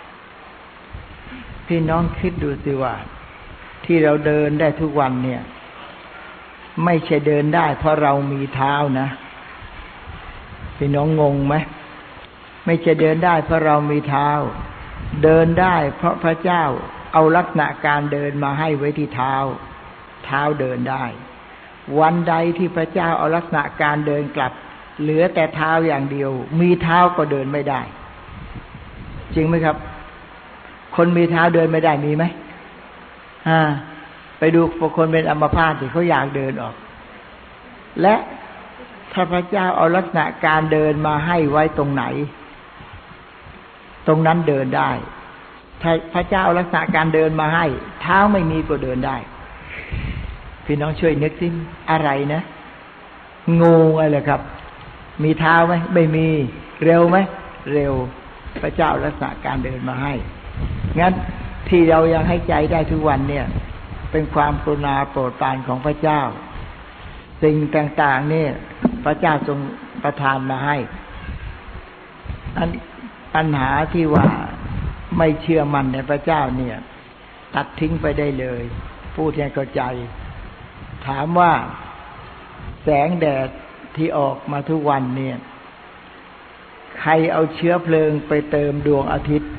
พี่น้องคิดดูสิว่าที่เราเดินได้ทุกวันเนี่ยไม่ใช่เดินได้เพราะเรามีเท้านะพี่น้องงงไหมไม่ใช่เดินได้เพราะเรามีเท้าเดินได้เพราะพระเจ้าเอาลักษณะการเดินมาให้ไว้ที่เท้าเท้าเดินได้วันใดที่พระเจ้าเอาลักษณะการเดินกลับเหลือแต่เท้าอย่างเดียวมีเท้าก็เดินไม่ได้จริงไหมครับคนมีเท้าเดินไม่ได้มีไหมอ่าไปดูคนเป็นอัมพาตที่เขาอยากเดินออกและถ้าพระเจ้าเอาลักษณะการเดินมาให้ไว้ตรงไหนตรงนั้นเดินได้ถ้าพระเจ้าเอาลักษณะการเดินมาให้เท้าไม่มีก็เดินได้พี่น้องช่วยนึกสิอะไรนะงูอะไรครับมีเท้าไหมไม่มีเร็วไหมเร็วพระเจ้าลักษณะการเดินมาให้งั้นที่เรายังให้ใจได้ทุกวันเนี่ยเป็นความกรุณาโปรดปรานของพระเจ้าสิ่งต่างๆนี่พระเจ้าทรงประทานมาให้อันปัญหาที่ว่าไม่เชื่อมั่นในพระเจ้าเนี่ยตัดทิ้งไปได้เลยพูดให้เข้าใจถามว่าแสงแดดที่ออกมาทุกวันเนี่ยใครเอาเชื้อเพลิงไปเติมดวงอาทิตย์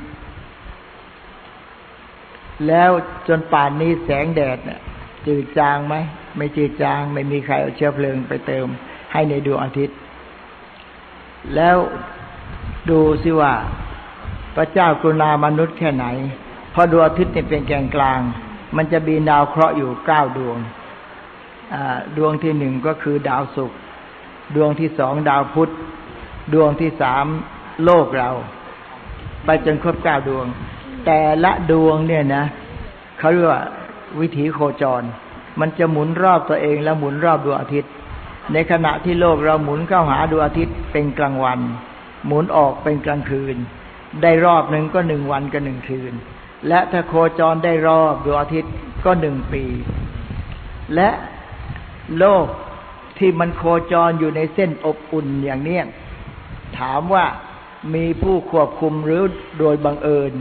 แล้วจนป่านนี้แสงแดดเนี่ยจืดจางไหมไม่จืดจางไม่มีใครเอาเชื้อเพลิงไปเติมให้ในดวงอาทิตย์แล้วดูสิว่าพระเจ้ากรุณามนุษย์แค่ไหนเพราะดวงอาทิตย์เนี่ยเป็นแกนกลางมันจะมีดาวเคราะห์อยู่เก้าดวงดวงที่หนึ่งก็คือดาวศุกร์ดวงที่สองดาวพุธดวงที่สามโลกเราไปจนครบเก้าดวงแต่ละดวงเนี่ยนะเขาเรียกว่าวิถีโคจรมันจะหมุนรอบตัวเองแล้วหมุนรอบดวงอาทิตย์ในขณะที่โลกเราหมุนเข้าหาดวงอาทิตย์เป็นกลางวันหมุนออกเป็นกลางคืนได้รอบหนึ่งก็หนึ่งวันกับหนึ่งคืนและถ้าโคจรได้รอบดวงอาทิตย์ก็หนึ่งปีและโลกที่มันโคจรอยู่ในเส้นอบอุ่นอย่างนี้ถามว่ามีผู้ควบคุมหรือโดยบังเอิญ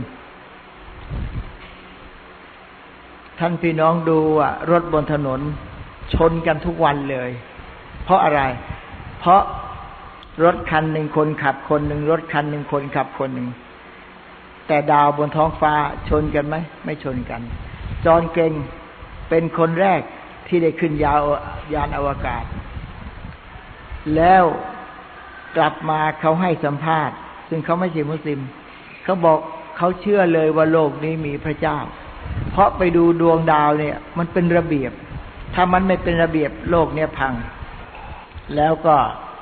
ท่านพี่น้องดูอ่ะรถบนถนนชนกันทุกวันเลยเพราะอะไรเพราะรถคันหนึ่งคนขับคนหนึ่งรถคันหนึ่งคนขับคนหนึ่งแต่ดาวบนท้องฟ้าชนกันไหมไม่ชนกันจอห์นเกนเป็นคนแรกที่ได้ขึ้นยายานอวกาศแล้วกลับมาเขาให้สัมภาษณ์ซึ่งเขาไม่ใช่มุสลิมเขาบอกเขาเชื่อเลยว่าโลกนี้มีพระเจ้าเพราะไปดูดวงดาวเนี่ยมันเป็นระเบียบถ้ามันไม่เป็นระเบียบโลกเนี่ยพังแล้วก็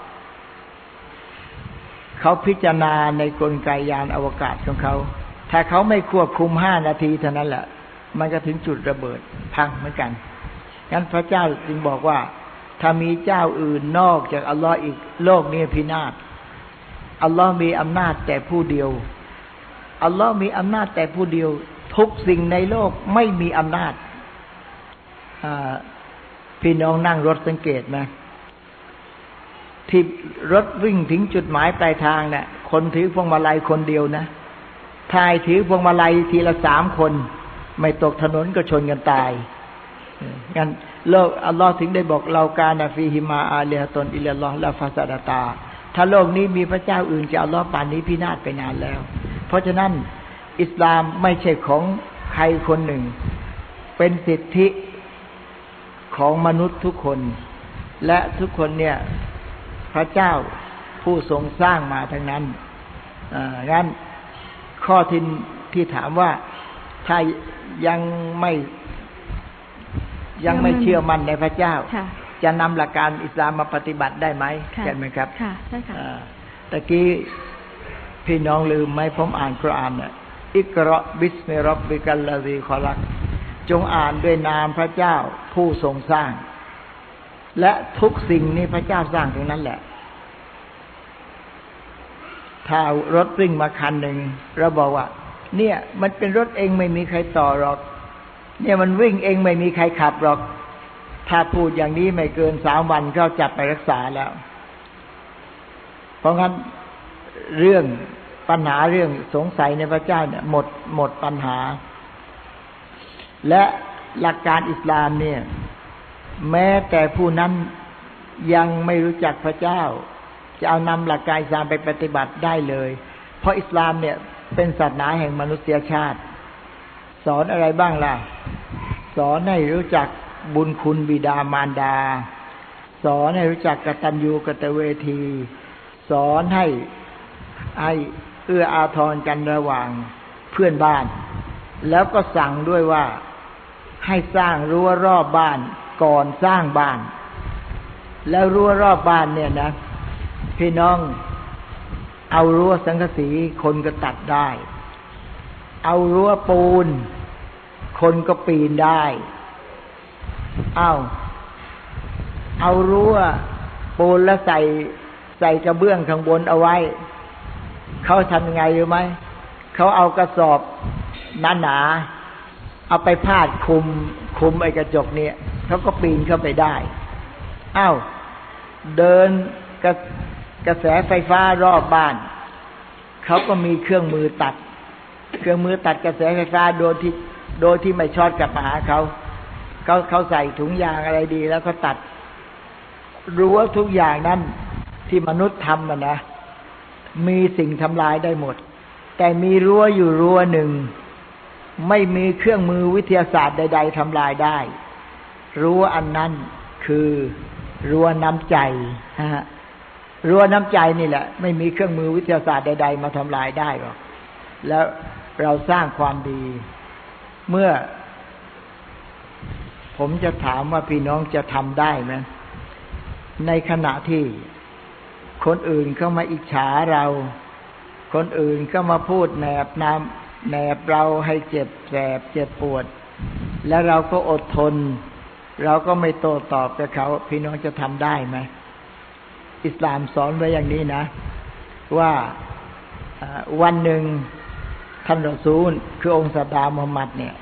เขาพิจารณาในกลไกยานอวกาศของเขาถ้าเขาไม่ควบคุมห้านาทีเท่านั้นแหละมันก็ถึงจุดระเบิดพังเหมือนกันงั้นพระเจ้าจึงบอกว่าถ้ามีเจ้าอื่นนอกจากอัลลอฮ์อีกโลกนี้พินาศอัลลอฮ์มีอำนาจแต่ผู้เดียวอัลลอฮ์มีอำนาจแต่ผู้เดียวทุกสิ่งในโลกไม่มีอำนาจพี่น้องนั่งรถสังเกตไหมที่รถวิ่งถึงจุดหมายปลายทางเนี่ยคนถือพวงมาลัยคนเดียวนะทายถือพวงมาลัยทีละสามคนไม่ตกถนนก็ชนกันตายงั้นโลกอัลลอฮ์ถึงได้บอกเรากานะฟีฮิมาอาลีฮะตนอิลลัลลอฮ์ละฟาซาดาตาถ้าโลกนี้มีพระเจ้าอื่นจะอัลลอฮ์ป่านนี้พินาศไปนานแล้วเพราะฉะนั้นอิสลามไม่ใช่ของใครคนหนึ่งเป็นสิทธิของมนุษย์ทุกคนและทุกคนเนี่ยพระเจ้าผู้ทรงสร้างมาทั้งนั้นอ่างั้นข้อที่ที่ถามว่าถ้ายังไม่ยังไม่เชื่อมั่นในพระเจ้าจะนำหลักการอิสลามมาปฏิบัติได้ไหมใช่ไหมครับค่ะใช่ค่ะตะกี้พี่น้องลืมไหมผมอ่านกุรอานเนี่ยอิกเราะบิสมิร็อบบิกัลลาซีคอลักจงอ่านด้วยนามพระเจ้าผู้ทรงสร้างและทุกสิ่งนี้พระเจ้าสร้างทั้งนั้นแหละถ้ารถวิ่งมาคันหนึ่งเราบอกว่าเนี่ยมันเป็นรถเองไม่มีใครต่อหรอกเนี่ยมันวิ่งเองไม่มีใครขับหรอกถ้าพูดอย่างนี้ไม่เกินสามวันก็จับไปรักษาแล้วเพราะงั้นเรื่องปัญหาเรื่องสงสัยในพระเจ้าเนี่ยหมดหมดปัญหาและหลักการอิสลามเนี่ยแม้แต่ผู้นั้นยังไม่รู้จักพระเจ้าจะเอานำหลักการอิสลามไปปฏิบัติได้เลยเพราะอิสลามเนี่ยเป็นศาสนาแห่งมนุษยชาติสอนอะไรบ้างล่ะสอนให้รู้จักบุญคุณบิดามารดาสอนให้รู้จักกตัญญูกตเวทีสอนให้ให้เอื้ออาทรกันระหว่างเพื่อนบ้านแล้วก็สั่งด้วยว่าให้สร้างรั้วรอบบ้านก่อนสร้างบ้านแล้วรั้วรอบบ้านเนี่ยนะพี่น้องเอารั้วสังกะสีคนก็ตัดได้เอารั้วปูนคนก็ปีนได้เอาเอารั้วปูนแล้วใส่ใส่กระเบื้องข้างบนเอาไว้เขาทำยังไงรู้ไหมเขาเอากระสอบหนาๆเอาไปพาดคุมคุมไอ้กระจกเนี่ยเขาก็ปีนเข้าไปได้อ้าวเดินกระกระแสไฟฟ้ารอบบ้านเขาก็มีเครื่องมือตัดเครื่องมือตัดกระแสไฟฟ้าโดยที่โดยที่ไม่ช็อตกลับมาหาเขาเขาเขาใส่ถุงยางอะไรดีแล้วก็ตัดรั้วทุกอย่างนั้นที่มนุษย์ทำมันนะมีสิ่งทำลายได้หมดแต่มีรั้วอยู่รั้วหนึ่งไม่มีเครื่องมือวิทยาศาสตร์ใดๆทำลายได้รั้วอันนั้นคือรั้วน้ำใจฮะรั้วน้ำใจนี่แหละไม่มีเครื่องมือวิทยาศาสตร์ใดๆมาทำลายได้หรอกแล้วเราสร้างความดีเมื่อผมจะถามว่าพี่น้องจะทำได้ไหมในขณะที่คนอื่นเข้ามาอิจฉาเราคนอื่นก็มาพูดแหนบนำแหนบเราให้เจ็บแสบเจ็บปวดแล้วเราก็อดทนเราก็ไม่โต้ตอบกับเขาพี่น้องจะทำได้ไหมอิสลามสอนไว้อย่างนี้นะว่าวันหนึ่งท่านรอซูลคือองค์ศาสดามุฮัมมัดเนี่ย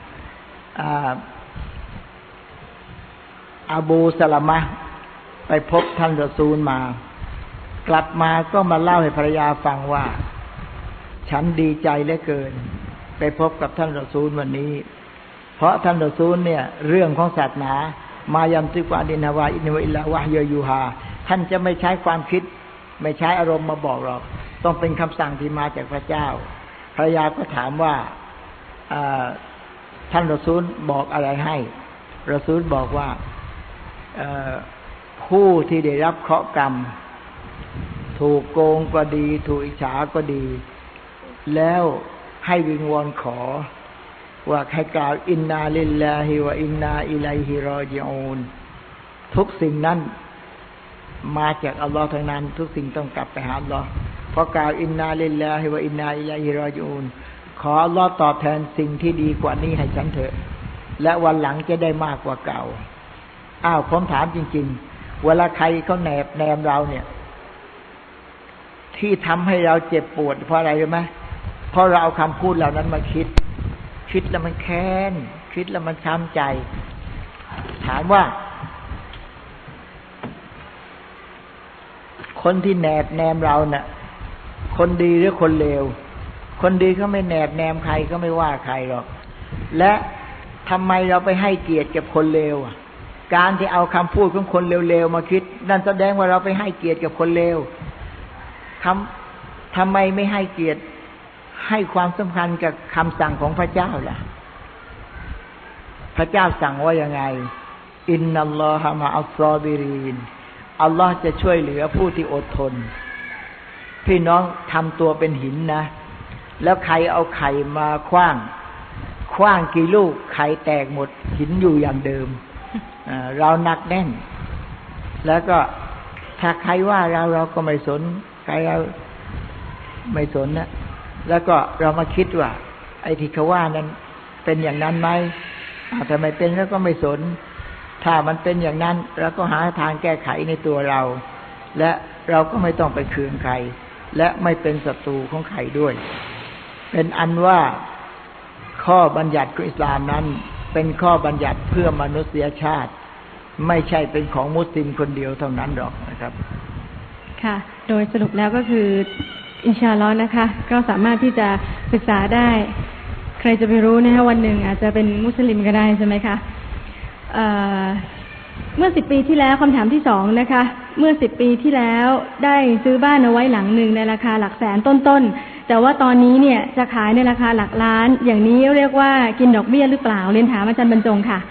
อาบูสลามะไปพบท่านรอซูลมากลับมาก็มาเล่าให้ภรรยาฟังว่าฉันดีใจเหลือเกินไปพบกับท่านรอซูลวันนี้เพราะท่านรอซูลเนี่ยเรื่องของศาสนามายัมติกวาดินาวาอินวะอิลลาวะฮยยูฮาท่านจะไม่ใช้ความคิดไม่ใช้อารมณ์มาบอกหรอกต้องเป็นคำสั่งที่มาจากพระเจ้าภรรยาก็ถามว่าท่านรอซูลบอกอะไรให้รอซูลบอกว่าผู้ที่ได้รับเคราะห์กรรมถูกโกงก็ดีถูกอิจฉาก็ดีแล้วให้วิงวอนขอว่าให้กล่าวอินนาลิลลาฮิวะอินนาอิลัยฮิรอญิอูนทุกสิ่งนั้นมาจากอัลลอฮ์ทั้งนั้นทุกสิ่งต้องกลับไปหาอัลลอฮ์เพราะกล่าวอินนาลิลลาฮิวะอินนาอิลัยฮิรอญิอูนขออัลลอฮ์ตอบแทนสิ่งที่ดีกว่านี้ให้ฉันเถอะและวันหลังจะได้มากกว่าเก่าอ้าวผมถามจริงๆเวลาใครเขาแหนบแนมเราเนี่ยที่ทำให้เราเจ็บปวดเพราะอะไรรู้ไหมเพราะเราเอาคำพูดเหล่านั้นมาคิดคิดแล้วมันแค้นคิดแล้วมันช้ำใจถามว่าคนที่แนบแนมเราเนี่ยคนดีหรือคนเลวคนดีเขาไม่แนบแนมใครก็ไม่ว่าใครหรอกและทำไมเราไปให้เกียรติกับคนเลวการที่เอาคำพูดของคนเลวๆมาคิดนั่นแสดงว่าเราไปให้เกียรติกับคนเลวทำทำไมไม่ให้เกียรติให้ความสำคัญกับคำสั่งของพระเจ้าล่ะพระเจ้าสั่งว่ายังไงอินนัลลอฮะมะอัศซอบิรีนอัลลอฮ์จะช่วยเหลือผู้ที่อดทนพี่น้องทำตัวเป็นหินนะแล้วใครเอาไข่มาขว้างขว้างกี่ลูกไข่แตกหมดหินอยู่อย่างเดิมเราหนักแน่นแล้วก็ถ้าใครว่าเราเราก็ไม่สนใครเราไม่สนนะแล้วก็เรามาคิดว่าไอ้ที่เขาว่านั้นเป็นอย่างนั้นไหมถ้าไม่เป็นแล้วก็ไม่สนถ้ามันเป็นอย่างนั้นเราก็หาทางแก้ไขในตัวเราและเราก็ไม่ต้องไปเคืองใครและไม่เป็นศัตรูของใครด้วยเป็นอันว่าข้อบัญญัติของอิสลามนั้นเป็นข้อบัญญัติเพื่อมนุษยชาติไม่ใช่เป็นของมุสลิมคนเดียวเท่านั้นหรอกนะครับค่ะโดยสรุปแล้วก็คืออินชาอัลลอฮ์นะคะก็สามารถที่จะศึกษาได้ใครจะไปรู้นะคะวันหนึ่งอาจจะเป็นมุสลิมก็ได้ใช่ไหมคะเอ่อเมื่อสิบปีที่แล้วคำถามที่สองนะคะเมื่อสิบปีที่แล้วได้ซื้อบ้านเอาไว้หลังหนึ่งในราคาหลักแสนต้นๆแต่ว่าตอนนี้เนี่ยจะขายในราคาหลักล้านอย่างนี้เรียกว่ากินดอกเบี้ยหรือเปล่าเรียนถามอาจารย์บรรจงค่ะ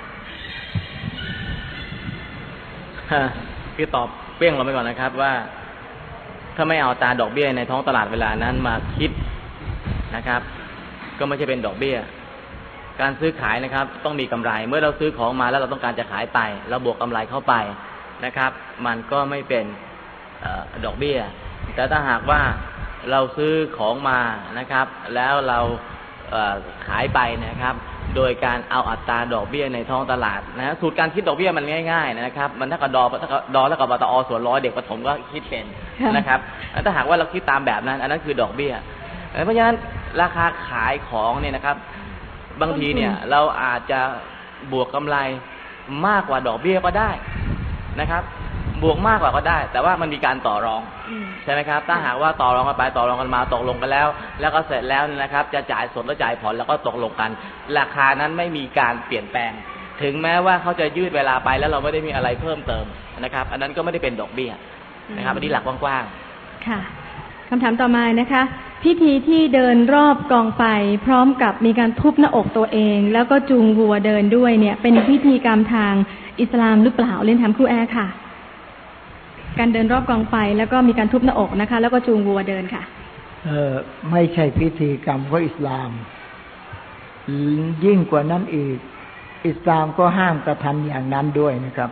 คือตอบเปรี้ยงเราไปก่อนนะครับว่าถ้าไม่เอาตาดอกเบี้ยในท้องตลาดเวลานั้นมาคิดนะครับก็ไม่ใช่เป็นดอกเบี้ยการซื้อขายนะครับต้องมีกำไรเมื่อเราซื้อของมาแล้วเราต้องการจะขายไปเราบวกกำไรเข้าไปนะครับมันก็ไม่เป็นเอ่อดอกเบี้ยแต่ถ้าหากว่าเราซื้อของมานะครับแล้วเราเอ่อขายไปนะครับโดยการเอาอัตราดอกเบี้ยในท้องตลาดนะสูตรการคิดดอกเบี้ยมันง่ายๆนะครับมันถ้ากับดอถ้ากับดอแล้วกับบตอส่วนร้อยเด็กประถมก็คิดเป็นนะครับถ้าหากว่าเราคิดตามแบบนั้นอันนั้นคือดอกเบี้ยเพราะฉะนั้นราคาขายของเนี่ยนะครับบางทีเนี่ยเราอาจจะบวกกำไรมากกว่าดอกเบี้ยก็ได้นะครับบวกมากกว่าก็ได้แต่ว่ามันมีการต่อรองใช่ไหมครับถ้าหากว่าต่อรองกันไปต่อรองกันมาตกลงกันแล้วแล้วก็เสร็จแล้วนะครับจะจ่ายสดหรือจ่ายผ่อนแล้วก็ตกลงกันราคานั้นไม่มีการเปลี่ยนแปลงถึงแม้ว่าเขาจะยืดเวลาไปแล้วเราไม่ได้มีอะไรเพิ่มเติมนะครับอันนั้นก็ไม่ได้เป็นดอกเบี้ยนะครับอันนี้หลักกว้างๆค่ะคำถามต่อมานะคะพิธีที่เดินรอบกองไฟพร้อมกับมีการทุบหน้าอกตัวเองแล้วก็จูงวัวเดินด้วยเนี่ยเป็นพิธีกรรมทางอิสลามหรือเปล่าเรียนถามครูแอร์ค่ะการเดินรอบกองไฟแล้วก็มีการทุบหน้าอกนะคะแล้วก็จูงวัวเดินค่ะเออไม่ใช่พิธีกรรมของอิสลามยิ่งกว่านั้นอีกอิสลามก็ห้ามกระทำอย่างนั้นด้วยนะครับ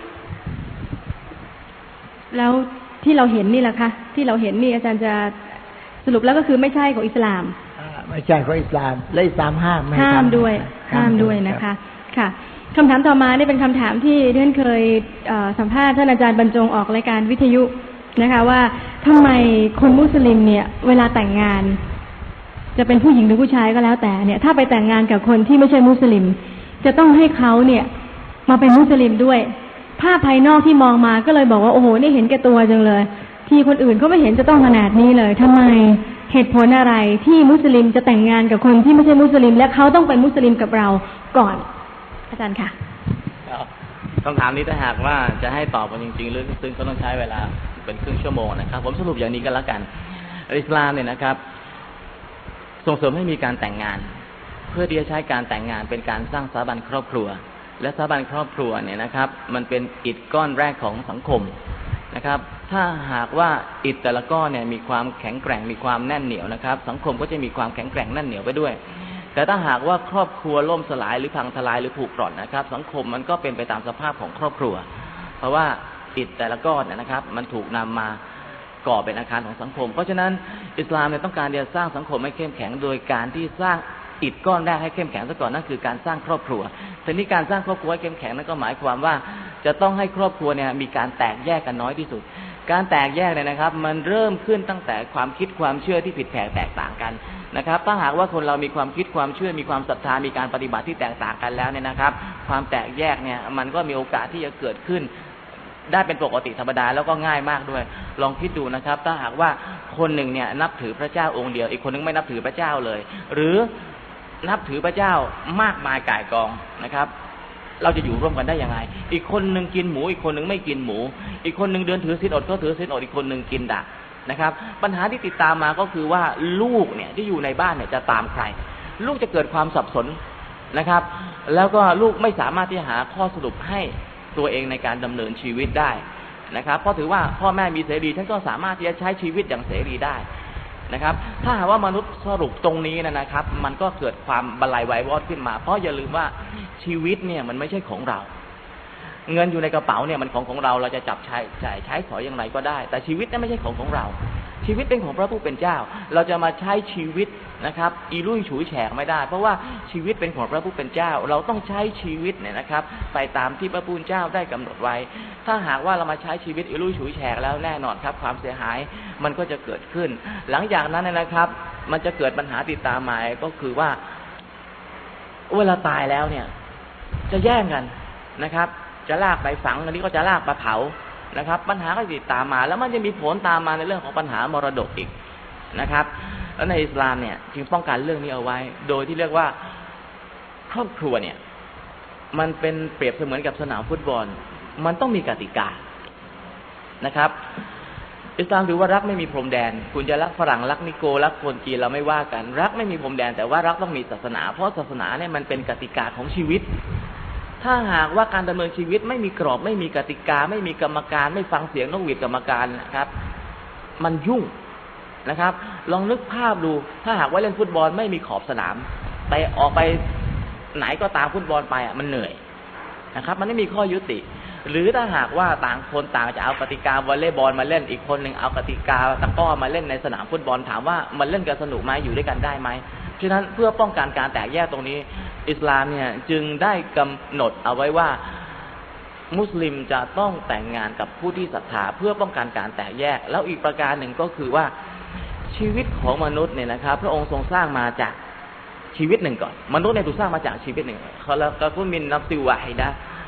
แล้วที่เราเห็นนี่แหละคะที่เราเห็นนี่อาจารย์จะสรุปแล้วก็คือไม่ใช่ของอิสลามไม่ใช่ของอิสลามและอิสลามห้ามไม่ห้ามด้วยห้ามด้วยนะคะค่ะคำถามต่อมานี่เป็นคำถามที่ท่านเคยสัมภาษณ์ท่านอาจารย์บรรจงออกรายการวิทยุนะคะว่าทำไมคนมุสลิมเนี่ยเวลาแต่งงานจะเป็นผู้หญิงหรือผู้ชายก็แล้วแต่เนี่ยถ้าไปแต่งงานกับคนที่ไม่ใช่มุสลิมจะต้องให้เขาเนี่ยมาเป็นมุสลิมด้วยภาพภายนอกที่มองมาก็เลยบอกว่าโอ้โหนี่เห็นแก่ตัวจังเลยที่คนอื่นก็ไม่เห็นจะต้องขนาดนี้เลยทำไมเหตุผลอะไรที่มุสลิมจะแต่งงานกับคนที่ไม่ใช่มุสลิมและเขาต้องเป็นมุสลิมกับเราก่อนอาจารย์ค่ะคำถามนี้ถ้าหากว่าจะให้ตอบกันจริงๆหรือซึ่งก็ต้องใช้เวลาเป็นครึ่งชั่วโมงนะครับผมสรุปอย่างนี้กันแล้วกันอิสลามเนี่ยนะครับส่งเสริมให้มีการแต่งงานเพื่อที่จะใช้การแต่งงานเป็นการสร้างสถาบันครอบครัวและสถาบันครอบครัวเนี่ยนะครับมันเป็นอิฐก้อนแรกของสังคมนะครับถ้าหากว่าอิฐแต่ละก้อนเนี่ยมีความแข็งแกร่งมีความแน่นเหนียวนะครับสังคมก็จะมีความแข็งแกร่งแน่นเหนียวไปด้วยแต่ถ้าหากว่าครอบครัวล่มสลายหรือพังทลายหรือผุกร่อนนะครับสังคมมันก็เป็นไปตามสภาพของครอบครัวเพราะว่าอิฐแต่ละก้อนเนี่ยนะครับมันถูกนำมาก่อเป็นอาคารของสังคมเพราะฉะนั้นอิสลามเนี่ยต้องการจะสร้างสังคมให้เข้มแข็งโดยการที่สร้างอิฐก้อนแรกให้เข้มแข็งซะก่อนนั่นคือการสร้างครอบครัวทีนี้การสร้างครอบครัวให้เข้มแข็งนั้นก็หมายความว่าจะต้องให้ครอบครัวเนี่ยมีการแตกแยกกันน้อยที่สุดการแตกแยกเนี่ยนะครับมันเริ่มขึ้นตั้งแต่ความคิดความเชื่อที่ผิดแผกแตกต่างกันนะครับถ้าหากว่าคนเรามีความคิดความเชื่อมีความศรัทธามีการปฏิบัติที่แตกต่างกันแล้วเนี่ยนะครับความแตกแยกเนี่ยมันก็มีโอกาสที่จะเกิดขึ้นได้เป็นปกติธรรมดาแล้วก็ง่ายมากด้วยลองคิดดูนะครับถ้าหากว่าคนหนึ่งเนี่ยนับถือพระเจ้าองค์เดียวอีกคนนึงไม่นับถือพระเจ้าเลยหรือนับถือพระเจ้ามากมายก่ายกองนะครับเราจะอยู่ร่วมกันได้ยังไงอีกคนนึงกินหมูอีกคนนึงไม่กินหมูอีกคนนึงเดินถือศีลอดก็ถือศีลอดอีกคนนึงกินดักนะครับปัญหาที่ติดตามมาก็คือว่าลูกเนี่ยที่อยู่ในบ้านเนี่ยจะตามใครลูกจะเกิดความสับสนนะครับแล้วก็ลูกไม่สามารถที่จะหาข้อสรุปให้ตัวเองในการดำเนินชีวิตได้นะครับเพราะถือว่าพ่อแม่มีเสรีท่านก็สามารถที่จะใช้ชีวิตอย่างเสรีได้นะครับถ้าหากว่ามนุษย์สรุปตรงนี้นะครับมันก็เกิดความบันไลวายวอดขึ้นมาเพราะอย่าลืมว่าชีวิตเนี่ยมันไม่ใช่ของเราเงินอยู่ในกระเป๋าเนี่ยมันของของเราเราจะจับใช้ใช้ใช้สอยอย่างไรก็ได้แต่ชีวิตนั้นไม่ใช่ของของเราชีวิตเป็นของพระผู้เป็นเจ้าเราจะมาใช้ชีวิตนะครับอีลุ่ยฉุยแฉกไม่ได้เพราะว่าชีวิตเป็นของพระผู้เป็นเจ้าเราต้องใช้ชีวิตเนี่ยนะครับไปตามที่พระผู้เป็นเจ้าได้กำหนดไว้ถ้าหากว่าเรามาใช้ชีวิตอีลุ่ยฉุยแฉกแล้วแน่นอนครับความเสียหายมันก็จะเกิดขึ้นหลังจากนั้นนะครับมันจะเกิดปัญหาติดตามมาก็คือว่าเวลาตายแล้วเนี่ยจะแย่งกันนะครับจะลากไปฝังอันนี้ก็จะลากไปเผานะครับปัญหาก็ติดตามมาแล้วมันจะมีผลตามมาในเรื่องของปัญหามรดกอีกนะครับแล้วในอิสลามเนี่ยจึงป้องกันเรื่องนี้เอาไว้โดยที่เรียกว่าครอบครัวเนี่ยมันเป็นเปรียบเสมือนกับสนามฟุตบอลมันต้องมีกติกานะครับอิสลามถือว่ารักไม่มีพรมแดนคุณจะรักฝรั่งรักนิโกรักคนจีนเราไม่ว่ากันรักไม่มีพรมแดนแต่ว่ารักต้องมีศาสนาเพราะศาสนาเนี่ยมันเป็นกติกาของชีวิตถ้าหากว่าการดำเนินชีวิตไม่มีกรอบไม่มีกติกาไม่มีกรรมการไม่ฟังเสียงนกหวีดกรรมการนะครับมันยุ่งนะครับลองนึกภาพดูถ้าหากว่าเล่นฟุตบอลไม่มีขอบสนามแต่ออกไปไหนก็ตามฟุตบอลไปอ่ะมันเหนื่อยนะครับมันไม่มีข้อยุติหรือถ้าหากว่าต่างคนต่างจะเอากติกาวอลเลย์บอลมาเล่นอีกคนหนึ่งเอากติกาตะกร้อมาเล่นในสนามฟุตบอลถามว่ามันเล่นกันสนุกไหมอยู่ด้วยกันได้ไหมฉะนั้นเพื่อป้องกันการแตกแยกตรงนี้อิสลามเนี่ยจึงได้กำหนดเอาไว้ว่ามุสลิมจะต้องแต่งงานกับผู้ที่ศรัทธาเพื่อป้องกันการแตกแยกแล้วอีกประการหนึ่งก็คือว่าชีวิตของมนุษย์เนี่ยนะครับพระองค์ทรงสร้างมาจากชีวิตหนึ่งก่อนมนุษย์เนี่ยถูกสร้างมาจากชีวิตหนึ่งเขาแล้วก็ผู้มินนับซิวะฮิดะ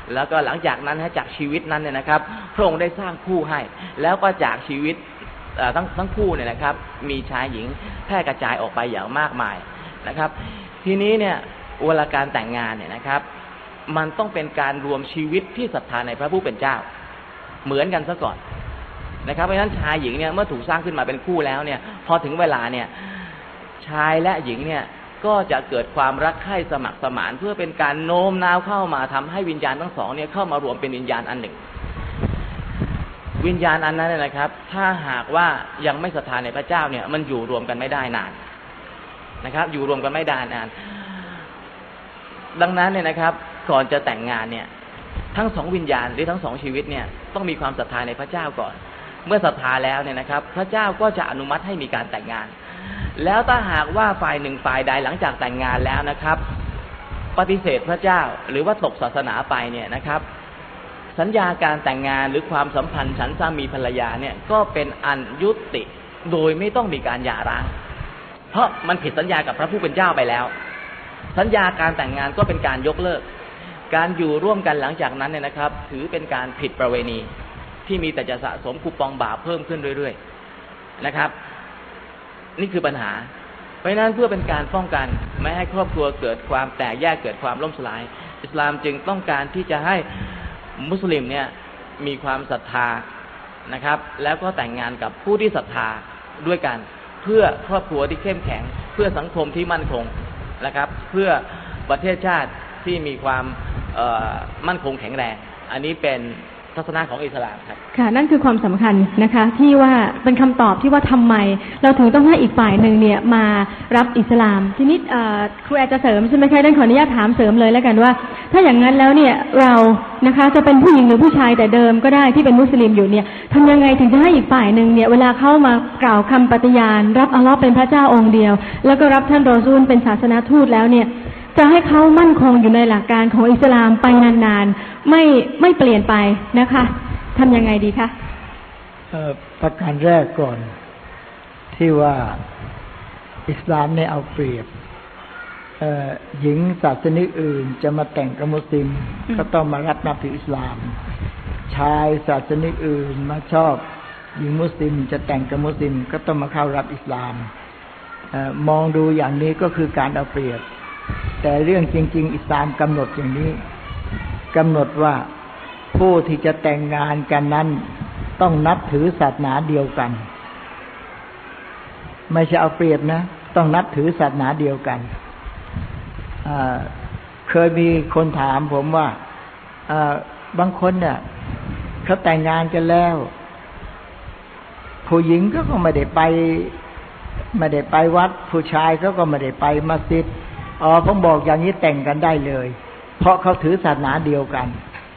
แล้วก็หลังจากนั้นจากชีวิตนั้นเนี่ยนะครับพระองค์ได้สร้างคู่ให้แล้วก็จากชีวิตทั้งทั้งคู่เนี่ยนะครับมีชายหญิงแพร่กระจายออกไปอย่างมากมายนะครับทีนี้เนี่ยเวลาการแต่งงานเนี่ยนะครับมันต้องเป็นการรวมชีวิตที่ศรัทธาในพระผู้เป็นเจ้าเหมือนกันซะก่อนนะครับเพราะฉะนั้นชายหญิงเนี่ยเมื่อถูกสร้างขึ้นมาเป็นคู่แล้วเนี่ยพอถึงเวลาเนี่ยชายและหญิงเนี่ยก็จะเกิดความรักใคร่สมัครสมานเพื่อเป็นการโน้มน้าวเข้ามาทำให้วิญญาณทั้งสองเนี่ยเข้ามารวมเป็นวิญญาณอันหนึ่งวิญญาณอันนั้นเนี่ยนะครับถ้าหากว่ายังไม่ศรัทธาในพระเจ้าเนี่ยมันอยู่รวมกันไม่ได้นานนะครับอยู่รวมกันไม่ได้นานดังนั้นเนี่ยนะครับก่อนจะแต่งงานเนี่ยทั้งสองวิญญาณหรือทั้งสองชีวิตเนี่ยต้องมีความศรัทธาในพระเจ้าก่อนเมื่อศรัทธาแล้วเนี่ยนะครับพระเจ้าก็จะอนุมัติให้มีการแต่งงานแล้วถ้าหากว่าฝ่ายหนึ่งฝ่ายใดหลังจากแต่งงานแล้วนะครับปฏิเสธพระเจ้าหรือว่าตกศาสนาไปเนี่ยนะครับสัญญาการแต่งงานหรือความสัมพันธ์ฉันสามีภรรยาเนี่ยก็เป็นอันยุติโดยไม่ต้องมีการหย่าร้างเพราะมันผิดสัญญากับพระผู้เป็นเจ้าไปแล้วสัญญาการแต่งงานก็เป็นการยกเลิกการอยู่ร่วมกันหลังจากนั้นเนี่ยนะครับถือเป็นการผิดประเวณีที่มีแต่จะสะสมคูปองบาปเพิ่มขึ้นเรื่อยๆนะครับนี่คือปัญหาเพราะฉะนั้นเพื่อเป็นการป้องกันไม่ให้ครอบครัวเกิดความแตกแยกเกิดความล่มสลายอิสลามจึงต้องการที่จะให้มุสลิมเนี่ยมีความศรัทธานะครับแล้วก็แต่งงานกับผู้ที่ศรัทธาด้วยกันเพื่อครอบครัวที่เข้มแข็งเพื่อสังคมที่มั่นคงนะครับเพื่อประเทศชาติที่มีความมั่นคงแข็งแรงอันนี้เป็นทัศนะของอิสลามครับค่ะนั่นคือความสำคัญนะคะที่ว่าเป็นคำตอบที่ว่าทำไมเราถึงต้องให้อีกฝ่ายหนึ่งเนี่ยมารับอิสลามทีนี้ครูแอร์จะเสริมใช่ไหมคะด้านขออนุญาตถามเสริมเลยแล้วกันว่าถ้าอย่างนั้นแล้วเนี่ยเรานะคะจะเป็นผู้หญิงหรือผู้ชายแต่เดิมก็ได้ที่เป็นมุสลิมอยู่เนี่ยทำยังไงถึงจะให้อีกฝ่ายหนึ่งเนี่ยเวลาเข้ามากล่าวคำปฏิญาณรับอัลลอฮ์เป็นพระเจ้าองค์เดียวแล้วก็รับท่านรอซูลเป็นศาสนาทูตแล้วเนี่ยจะให้เขามั่นคงอยู่ในหลักการของอิสลามไปนานๆไม่ไม่เปลี่ยนไปนะคะทำยังไงดีคะประการแรกก่อนที่ว่าอิสลามเนี่ยเอาเปรียบหญิงศาสนิกอื่นจะมาแต่งกับมุสลิมก็ต้องมารับนับถืออิสลามชายศาสนิกอื่นมาชอบหญิงมุสลิมจะแต่งกับมุสลิมก็ต้องมาเข้ารับอิสลามมองดูอย่างนี้ก็คือการเอาเปรียบแต่เรื่องจริงๆอิสลามกำหนดอย่างนี้กำหนดว่าผู้ที่จะแต่งงานกันนั้นต้องนับถือศาสนาเดียวกันไม่ใช่เอาเปรียบนะต้องนับถือศาสนาเดียวกันเคยมีคนถามผมว่าบางคนเนี่ยเขาแต่งงานกันแล้วผู้หญิงก็ก็ไม่ได้ไปไม่ได้ไปวัดผู้ชายก็ก็ไม่ได้ไปมัสยิดอ๋อผมบอกอย่างนี้แต่งกันได้เลยเพราะเขาถือศาสนาเดียวกัน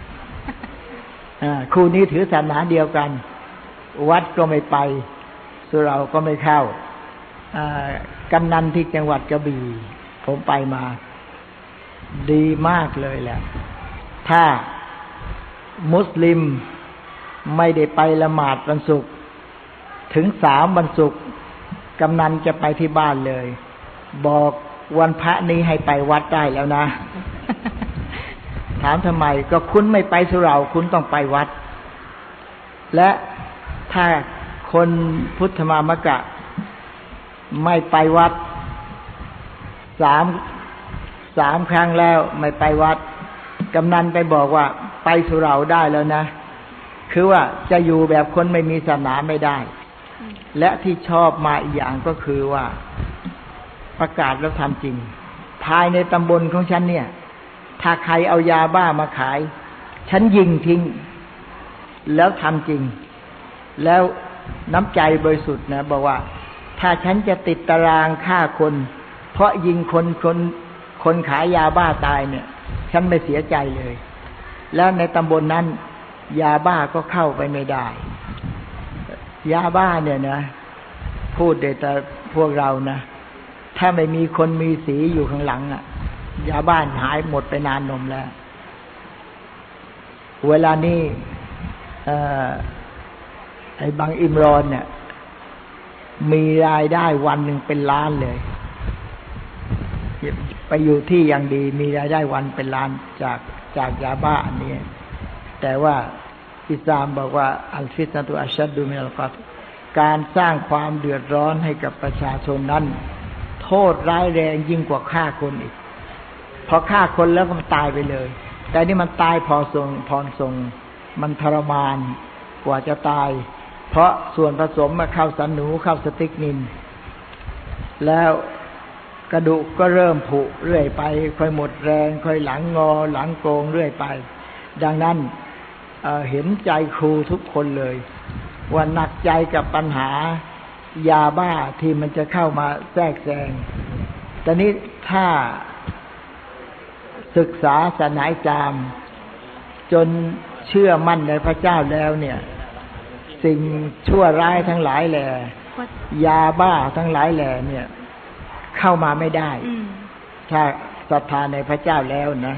คู่นี้ถือศาสนาเดียวกันวัดก็ไม่ไปสุเหร่าก็ไม่เข้ากำนันที่จังหวัดกระบี่ผมไปมาดีมากเลยแหละถ้ามุสลิมไม่ได้ไปละหมาดวันศุกร์ถึงสามวันศุกร์กำนันจะไปที่บ้านเลยบอกวันพระนี้ให้ไปวัดได้แล้วนะ ถามทำไมก็คุณไม่ไปสุเหร่าคุณต้องไปวัดและถ้าคนพุทธมามกะไม่ไปวัดสามสามครั้งแล้วไม่ไปวัดกำนันไปบอกว่าไปสุเหร่าได้แล้วนะคือว่าจะอยู่แบบคนไม่มีศาสนาไม่ได้และที่ชอบมาอีกอย่างก็คือว่าประกาศแล้วทำจริงภายในตำบลของฉันเนี่ยถ้าใครเอายาบ้ามาขายฉันยิงทิ้งแล้วทำจริงแล้วน้ำใจบริสุทธิ์นะบอกว่าถ้าฉันจะติดตารางฆ่าคนเพราะยิงคนคนคนขายยาบ้าตายเนี่ยฉันไม่เสียใจเลยแล้วในตำบลนั้นยาบ้าก็เข้าไปไม่ได้ยาบ้าเนี่ยนะพูดเด็ดแต่พวกเรานะถ้าไม่มีคนมีสีอยู่ข้างหลังอ่ะยาบ้านหายหมดไปนานนมแล้วเวลานี้ไอ้บางอิมรอนเนี่ยมีรายได้วันหนึ่งเป็นล้านเลยไปอยู่ที่อย่างดีมีรายได้วันเป็นล้านจากจากยาบ้าอันนี้แต่ว่าอิสลามบอกว่าอัลฟิตนะตุอัชชัดดุมินัลกัตลการสร้างความเดือดร้อนให้กับประชาชนนั้นโทษร้ายแรงยิ่งกว่าฆ่าคนอีกพอฆ่าคนแล้วก็มันตายไปเลยแต่นี่มันตายพอทรงพรทรงมันทรมานกว่าจะตายเพราะส่วนผสมมาเข้าสันหนูเข้าสติกนินแล้วกระดูกก็เริ่มผุเรื่อยไปค่อยหมดแรงค่อยหลังงอหลังโกงเรื่อยไปดังนั้น เอ่อ เห็นใจครูทุกคนเลยว่าหนักใจกับปัญหายาบ้าที่มันจะเข้ามาแทรกแซงแต่นี้ถ้าศึกษาศาสนาอิสลามจนเชื่อมั่นในพระเจ้าแล้วเนี่ยสิ่งชั่วร้ายทั้งหลายแหล่ยาบ้าทั้งหลายแหล่เนี่ยเข้ามาไม่ได้ถ้าศรัทธาในพระเจ้าแล้วนะ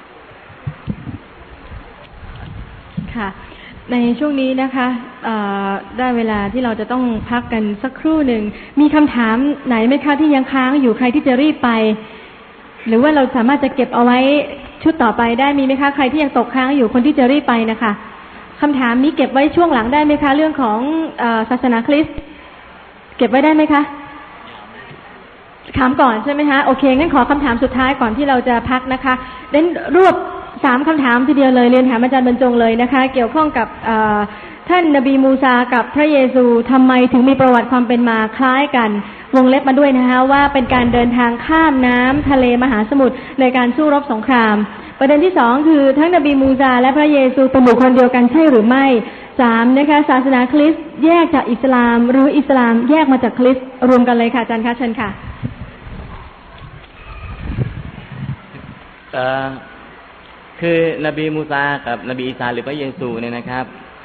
ค่ะในช่วงนี้นะคะได้เวลาที่เราจะต้องพักกันสักครู่หนึ่งมีคำถามไหนไหมคะที่ยังค้างอยู่ใครที่จะรีบไปหรือว่าเราสามารถจะเก็บเอาไว้ชุดต่อไปได้มีไหมคะใครที่ยังตกค้างอยู่คนที่จะรีบไปนะคะคำถามนี้เก็บไว้ช่วงหลังได้ไหมคะเรื่องของเอ่อศาสนาคริสต์เก็บไว้ได้ไหมคะถามก่อนใช่ไหมคะโอเคงั้นขอคำถามสุดท้ายก่อนที่เราจะพักนะคะเด่นรวบสามคำถามทีเดียวเลยเรียนถามอาจารย์บรรจงเลยนะคะเกี่ยวข้องกับท่านนบีมูซากับพระเยซูทำไมถึงมีประวัติความเป็นมาคล้ายกันวงเล็บมาด้วยนะคะว่าเป็นการเดินทางข้ามน้ำทะเลมหาสมุทรในการสู้รบสงครามประเด็นที่สองคือทั้งนบีมูซาและพระเยซูเป็นบุคคลเดียวกันใช่หรือไม่สามนะคะศาสนาคริสต์แยกจากอิสลามหรืออิสลามแยกมาจากคริสต์รวมกันเลยค่ะอาจารย์คะเชิญค่ะเอ่อคือนบีมูซากับนบีอีสาหรือพระเยซูเนี่ยนะครับ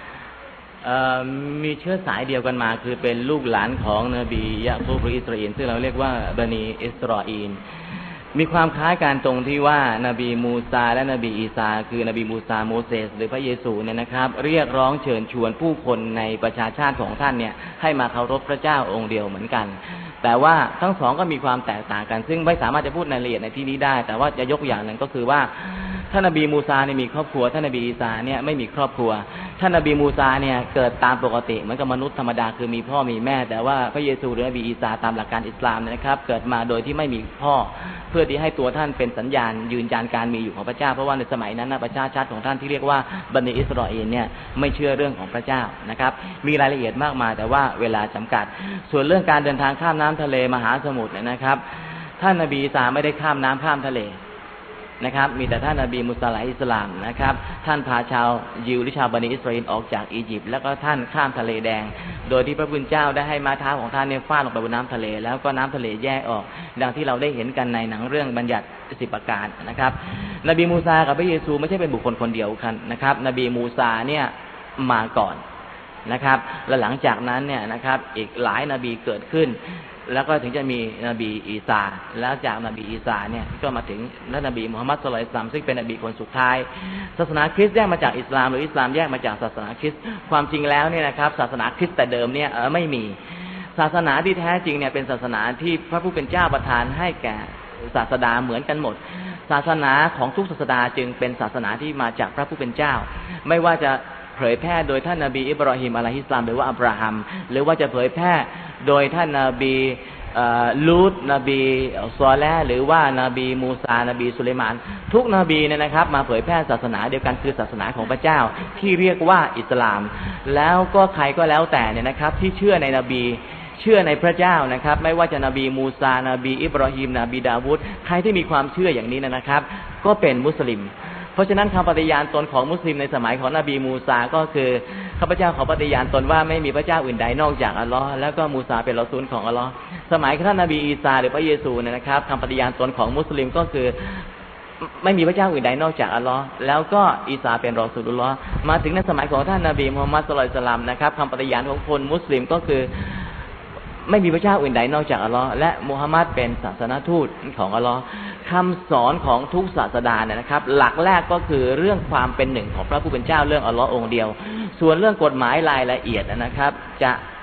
มีเชื้อสายเดียวกันมาคือเป็นลูกหลานของนบียะคูบหรืออิสราเอลซึ่งเราเรียกว่าบันีอิสราเอลมีความคล้ายกันตรงที่ว่านบีมูซาและนบีอีสาคือนบีมูซาโมเสสหรือพระเยซูเนี่ยนะครับเรียกร้องเชิญชวนผู้คนในประชาชาติของท่านเนี่ยให้มาเคารพพระเจ้าองค์เดียวเหมือนกันแต่ว่าทั้งสองก็มีความแตกต่างกันซึ่งไม่สามารถจะพูดในรายละเอียดในที่นี้ได้แต่ว่าจะยกอย่างหนึ่งก็คือว่าท่านนบีมูซาเนี่ยมีครอบครัวท่านนบีอีสาเนี่ยไม่มีครอบครัวท่านนบีมูซาเนี่ยเกิดตามปกติเหมือนกับมนุษย์ธรรมดาคือมีพ่อมีแม่แต่ว่าพระเยซูหรือนบีอีสาตามหลักการอิสลามนะครับเกิดมาโดยที่ไม่มีพ่อเพื่อที่ให้ตัวท่านเป็นสัญญาณยืนยันการมีอยู่ของพระเจ้าเพราะว่าในสมัยนั้นประชาชาติของท่านที่เรียกว่าบันิอิสราเอลเนี่ยไม่เชื่อเรื่องของพระเจ้านะครับมีรายละเอียดมากมายแต่ว่าเวลาจำกัดส่วนเรื่องการเดินทางข้ามน้ำทะเลมหาสมุทรเนี่ยนะครับท่านนบีอีสาไม่ได้ข้ามน้ำข้ามทะเลนะครับมีแต่ท่านนบีมุสลิมอิสลามนะครับท่านพาชาวยิวหรือชาวบันิอิสราเอลออกจากอียิปต์แล้วก็ท่านข้ามทะเลแดงโดยที่พระผู้เป็นเจ้าได้ให้ม้าเท้าของท่านเนี่ยฟาดลงไปบนน้ำทะเลแล้วก็น้ำทะเลแยกออกดังที่เราได้เห็นกันในหนังเรื่องบัญญัติสิบประการนะครับนบีมูซากับพระเยซูไม่ใช่เป็นบุคคลคนเดียวกันนะครับนบีมูซาเนี่ยมาก่อนนะครับและหลังจากนั้นเนี่ยนะครับอีกหลายนบีเกิดขึ้นแล้วก็ถึงจะมีนบีอีสาแล้วจากนบีอีสาเนี่ยก็มาถึงท่านนบีมุฮัมมัดศ็อลลัลลอฮุอะลัยฮิวะซัลลัมซึ่งเป็นนบีคนสุดท้ายศาสนาคริสต์แยกมาจากอิสลามหรืออิสลามแยกมาจากศาสนาคริสต์ความจริงแล้วเนี่ยนะครับศาสนาคริสต์แต่เดิมเนี่ยเออไม่มีศาสนาที่แท้จริงเนี่ยเป็นศาสนาที่พระผู้เป็นเจ้าประทานให้แก่ศาสดาเหมือนกันหมดศาสนาของทุกศาสดาจึงเป็นศาสนาที่มาจากพระผู้เป็นเจ้าไม่ว่าจะเผยแพร่โดยท่านนบีอิบราฮิมอะลัยฮิสสลามหรือว่าอับราฮัมหรือว่าจะเผยแพร่โดยท่านนบีลูตนบีซอเลห์หรือว่านบีมูซานบีสุไลมานทุกนบีเนี่ยนะครับมาเผยแพร่ศาสนาเดียวกันคือศาสนาของพระเจ้าที่เรียกว่าอิสลามแล้วก็ใครก็แล้วแต่เนี่ยนะครับที่เชื่อในนบีเชื่อในพระเจ้านะครับไม่ว่าจะนบีมูซานบีอิบราฮิมนบีดาวูดใครที่มีความเชื่ออย่างนี้นะครับก็เป็นมุสลิมเพราะฉะนั้นคำปฏิญาณตนของมุสลิมในสมัยของนบีมูซาก็คือข้าพเจ้าขอปฏิญาณตนว่าไม่มีพระเจ้าอื่นใดนอกจากอัลลอฮ์แล้วก็มูซาเป็นรอซูลของอัลลอฮ์สมัยท่านนบีอีสาหรือพระเยซูเนี่ยนะครับคำปฏิญาณตนของมุสลิมก็คือไม่มีพระเจ้าอื่นใดนอกจากอัลลอฮ์แล้วก็อีสาเป็นรอซูลุลลอฮ์มาถึงในสมัยของท่านนบีมุฮัมมัดศ็อลลัลลอฮุอะลัยฮิวะซัลลัมนะครับคำปฏิญาณของคนมุสลิมก็คือไม่มีพระเจ้าอื่นใดนอกจากอัลลอฮ์และมุฮัมมัดเป็นศาสนทูตของอัลลอฮ์คำสอนของทุกศาสดาเนี่ยนะครับหลักแรกก็คือเรื่องความเป็นหนึ่งของพระผู้เป็นเจ้าเรื่องอัลลอฮ์องค์เดียวส่วนเรื่องกฎหมายรายละเอียดนะครับจะ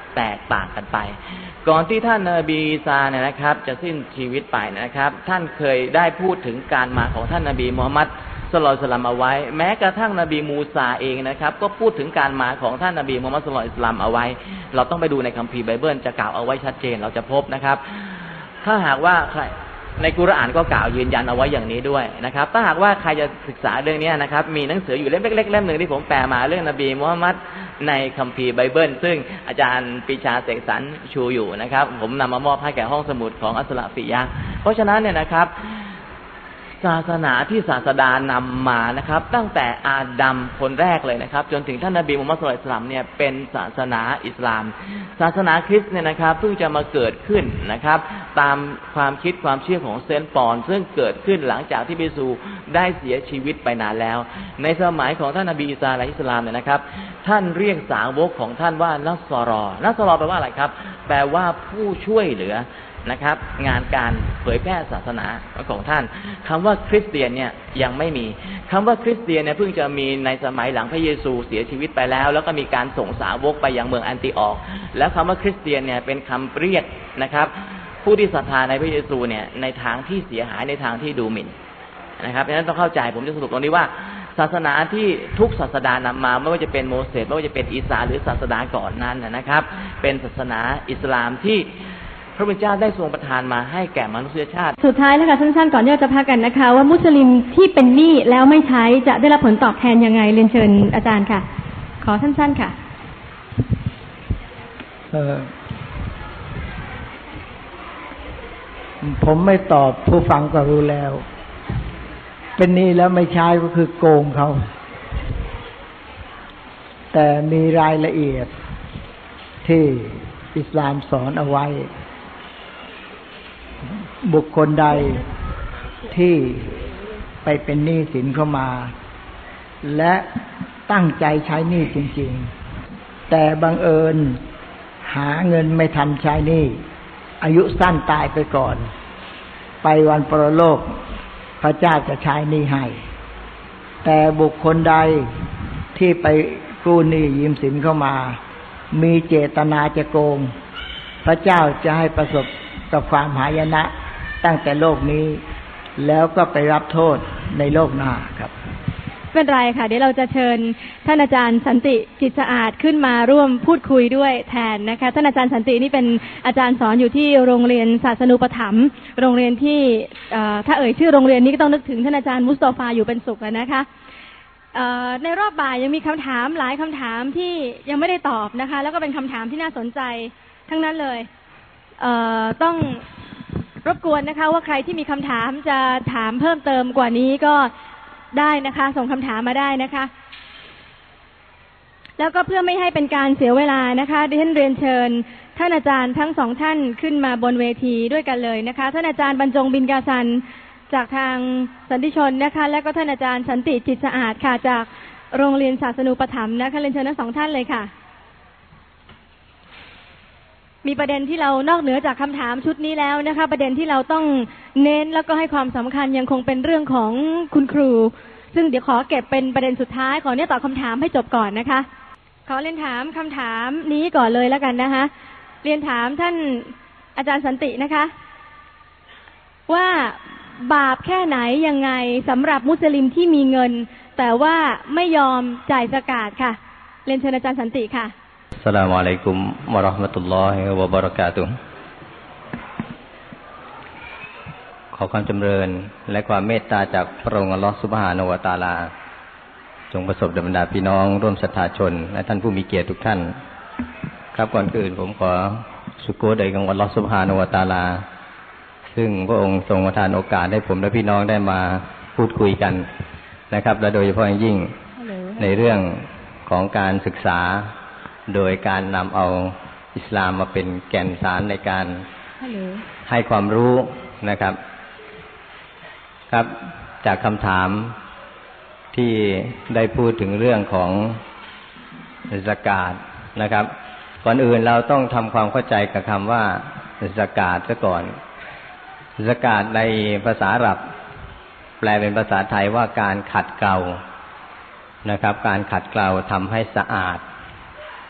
แตกต่างกันไปก่อนที่ท่านนบีอีสาเนี่ยนะครับจะสิ้นชีวิตไปนะครับท่านเคยได้พูดถึงการมาของท่านนบีมูฮัมมัดศ็อลลัลลอฮุอะลัยฮิวะซัลลัมเอาไว้แม้กระทั่งนบีมูซาเองนะครับก็พูดถึงการมาของท่านนบีมูฮัมมัดศ็อลลัลลอฮุอะลัยฮิวะซัลลัมเอาไว้เราต้องไปดูในคัมภีร์ไบเบิลจะกล่าวเอาไว้ชัดเจนเราจะพบนะครับถ้าหากว่าในกุรอานก็กล่าวยืนยันเอาไว้อย่างนี้ด้วยนะครับถ้าหากว่าใครจะศึกษาเรื่องนี้นะครับมีหนังสืออยู่เล่มเล็กๆเล่มหนึ่งที่ผมแปลมาเรื่องนบีมูฮัมมัดในคัมภีร์ไบเบิลซึ่งอาจารย์ปรีชาเสกสรรชูอยู่นะครับผมนำมามอบให้แก่ห้องสมุดของอัสลาฟิยะห์เพราะฉะนั้นเนี่ยนะครับศาสนาที่ศาสดานำมานะครับตั้งแต่อาดัมคนแรกเลยนะครับจนถึงท่านนบีมุฮัมมัดศ็อลลัลลอฮุอะลัยฮิวะซัลลัมเนี่ยเป็นศาสนาอิสลามศาสนาคริสต์เนี่ยนะครับเพิ่งจะมาเกิดขึ้นนะครับตามความคิดความเชื่อของเซนต์ปอลซึ่งเกิดขึ้นหลังจากที่เยซูได้เสียชีวิตไปนานแล้วในสมัยของท่านนบีอีสาอะลัยฮิสสลามเนี่ยนะครับท่านเรียกสาวกของท่านว่านัสรอนัสรอแปลว่าอะไรครับแปลว่าผู้ช่วยเหลือนะครับงานการเผยแพร่ศาสนาของท่านคำว่าคริสเตียนเนี่ยยังไม่มีคำว่าคริสเตียนเนี่ยเพิ่งจะมีในสมัยหลังพระเยซูเสียชีวิตไปแล้วแล้วก็มีการส่งสาวกไปยังเมืองอันติออกแล้วคำว่าคริสเตียนเนี่ยเป็นคำเรียกนะครับผู้ที่ศรัทธาในพระเยซูเนี่ยในทางที่เสียหายในทางที่ดูหมิ่นนะครับเพราะฉะนั้นต้องเข้าใจผมจะสรุปตรงนี้ว่าศาสนาที่ทุกศาสดานำมาไม่ว่าจะเป็นโมเสสไม่ว่าจะเป็นอีสาหรือศาสนาก่อนนั้นนะครับเป็นศาสนาอิสลามที่พระผู้เป็นเจ้าได้ทรงประทานมาให้แก่มนุษยชาติสุดท้ายแล้วค่ะสั้นๆก่อนที่เราจะพักกันนะคะว่ามุสลิมที่เป็นหนี้แล้วไม่ใช้จะได้รับผลตอบแทนยังไงเรียนเชิญอาจารย์ค่ะขอสั้นๆค่ะเออผมไม่ตอบผู้ฟังก็รู้แล้วเป็นหนี้แล้วไม่ใช้ก็คือโกงเขาแต่มีรายละเอียดที่อิสลามสอนเอาไว้บุคคลใดที่ไปเป็นหนี้สินเข้ามาและตั้งใจใช้หนี้จริงๆแต่บังเอิญหาเงินไม่ทันใช้หนี้อายุสั้นตายไปก่อนไปวันปรโลกพระเจ้าจะใช้หนี้ให้แต่บุคคลใดที่ไปกู้หนี้ยืมสินเข้ามามีเจตนาจะโกงพระเจ้าจะให้ประสบกับความหายนะตั้งแต่โลกนี้แล้วก็ไปรับโทษในโลกหน้าครับเป็นไรค่ะเดี๋ยวเราจะเชิญท่านอาจารย์สันติจิตสะอาดขึ้นมาร่วมพูดคุยด้วยแทนนะคะท่านอาจารย์สันตินี่เป็นอาจารย์สอนอยู่ที่โรงเรียนศาสนูปถัมภ์โรงเรียนที่ถ้าเอ่ยชื่อโรงเรียนนี้ก็ต้องนึกถึงท่านอาจารย์มุสตอฟาอยู่เป็นสุขนะคะในรอบบ่ายยังมีคำถามหลายคำถามที่ยังไม่ได้ตอบนะคะแล้วก็เป็นคำถามที่น่าสนใจทั้งนั้นเลยต้องรบกวนนะคะว่าใครที่มีคำถามจะถามเพิ่มเติมกว่านี้ก็ได้นะคะส่งคำถามมาได้นะคะแล้วก็เพื่อไม่ให้เป็นการเสียเวลานะคะดิฉันเรียนเชิญท่านอาจารย์ทั้งสองท่านขึ้นมาบนเวทีด้วยกันเลยนะคะท่านอาจารย์บรรจงบินกาซันจากทางสันติชนนะคะและก็ท่านอาจารย์สันติจิตสะอาดค่ะจากโรงเรียนศาสนูปถัมภ์นะคะเรียนเชิญทั้งสองท่านเลยค่ะมีประเด็นที่เรานอกเหนือจากคำถามชุดนี้แล้วนะคะประเด็นที่เราต้องเน้นแล้วก็ให้ความสำคัญยังคงเป็นเรื่องของคุณครูซึ่งเดี๋ยวขอเก็บเป็นประเด็นสุดท้ายขอเนี่ยตอบคำถามให้จบก่อนนะคะขอเรียนถามคำถามนี้ก่อนเลยแล้วกันนะคะเรียนถามท่านอาจารย์สันตินะคะว่าบาปแค่ไหนยังไงสำหรับมุสลิมที่มีเงินแต่ว่าไม่ยอมจ่ายซะกาตค่ะเรียนเชิญอาจารย์สันติค่ะอัสสลามุอะลัยกุมวะเราะห์มะตุลลอฮิวะบะเราะกาตุฮ์ขอความจำเริญและความเมตตาจากพระองค์อัลเลาะห์ซุบฮานะฮูวะตะอาลาจงประสบแด่บรรดาพี่น้องร่วมศรัทธาชนและท่านผู้มีเกียรติทุกท่านครับก่อนอื่นผมขอชุกรแด่องค์อัลเลาะห์ซุบฮานะฮูวะตะอาลาซึ่งพระองค์ทรงประทานโอกาสให้ผมและพี่น้องได้มาพูดคุยกันนะครับและโดยเฉพาะอย่างยิ่งในเรื่องของการศึกษาโดยการนำเอาอิสลามมาเป็นแก่นสารในการให้ความรู้นะครับครับจากคำถามที่ได้พูดถึงเรื่องของซะกาตนะครับก่อนอื่นเราต้องทำความเข้าใจกับคำว่าซะกาตซะก่อนซะกาตในภาษาอาหรับแปลเป็นภาษาไทยว่าการขัดเกลานะครับการขัดเกลาทำให้สะอาด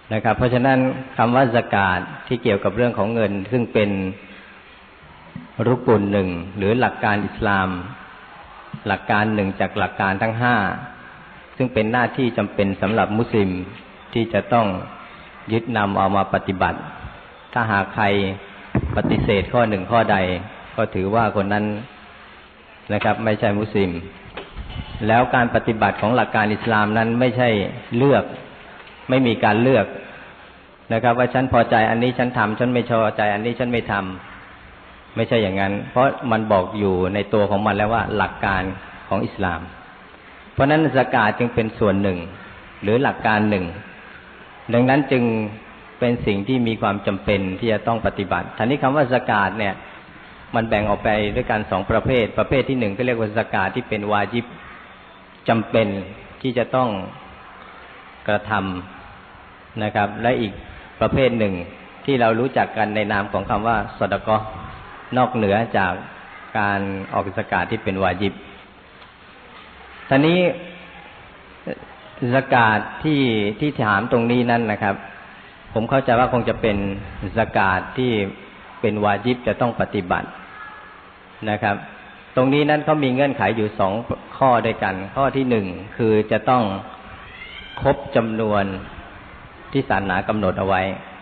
นะครับเพราะฉะนั้นคำว่าซะกาตที่เกี่ยวกับเรื่องของเงินซึ่งเป็นรุกุนหนึ่งหรือหลักการอิสลามหลักการหนึ่งจากหลักการทั้งห้าซึ่งเป็นหน้าที่จำเป็นสำหรับมุสลิมที่จะต้องยึดนำเอามาปฏิบัติถ้าหากใครปฏิเสธข้อหนึ่งข้อใดก็ถือว่าคนนั้นนะครับไม่ใช่มุสลิมแล้วการปฏิบัติของหลักการอิสลามนั้นไม่ใช่เลือกไม่มีการเลือกนะครับว่าฉันพอใจอันนี้ฉันทำฉันไม่พอใจอันนี้ฉันไม่ทำไม่ใช่อย่างนั้นเพราะมันบอกอยู่ในตัวของมันแล้วว่าหลักการของอิสลามเพราะนั้นซะกาตจึงเป็นส่วนหนึ่งหรือหลักการหนึ่งดังนั้นจึงเป็นสิ่งที่มีความจำเป็นที่จะต้องปฏิบัติทีนี้คำว่าซะกาตเนี่ยมันแบ่งออกไปด้วยกันสองประเภทประเภทที่หนึ่งก็เรียกว่าซะกาตที่เป็นวาญิบจำเป็นที่จะต้องกระทำนะครับและอีกประเภทหนึ่งที่เรารู้จักกันในนามของคำว่าซอดะกอฮ์นอกเหนือจากการออกซะกาตที่เป็นวาญิบทีนี้ซะกาตที่ที่ถามตรงนี้นั้นนะครับผมเข้าใจว่าคงจะเป็นซะกาตที่เป็นวาญิบจะต้องปฏิบัตินะครับตรงนี้นั้นเขามีเงื่อนไขอยู่สองข้อด้วยกันข้อที่หนึ่งคือจะต้องครบจำนวนที่ศาสนากำหนดเอาไว้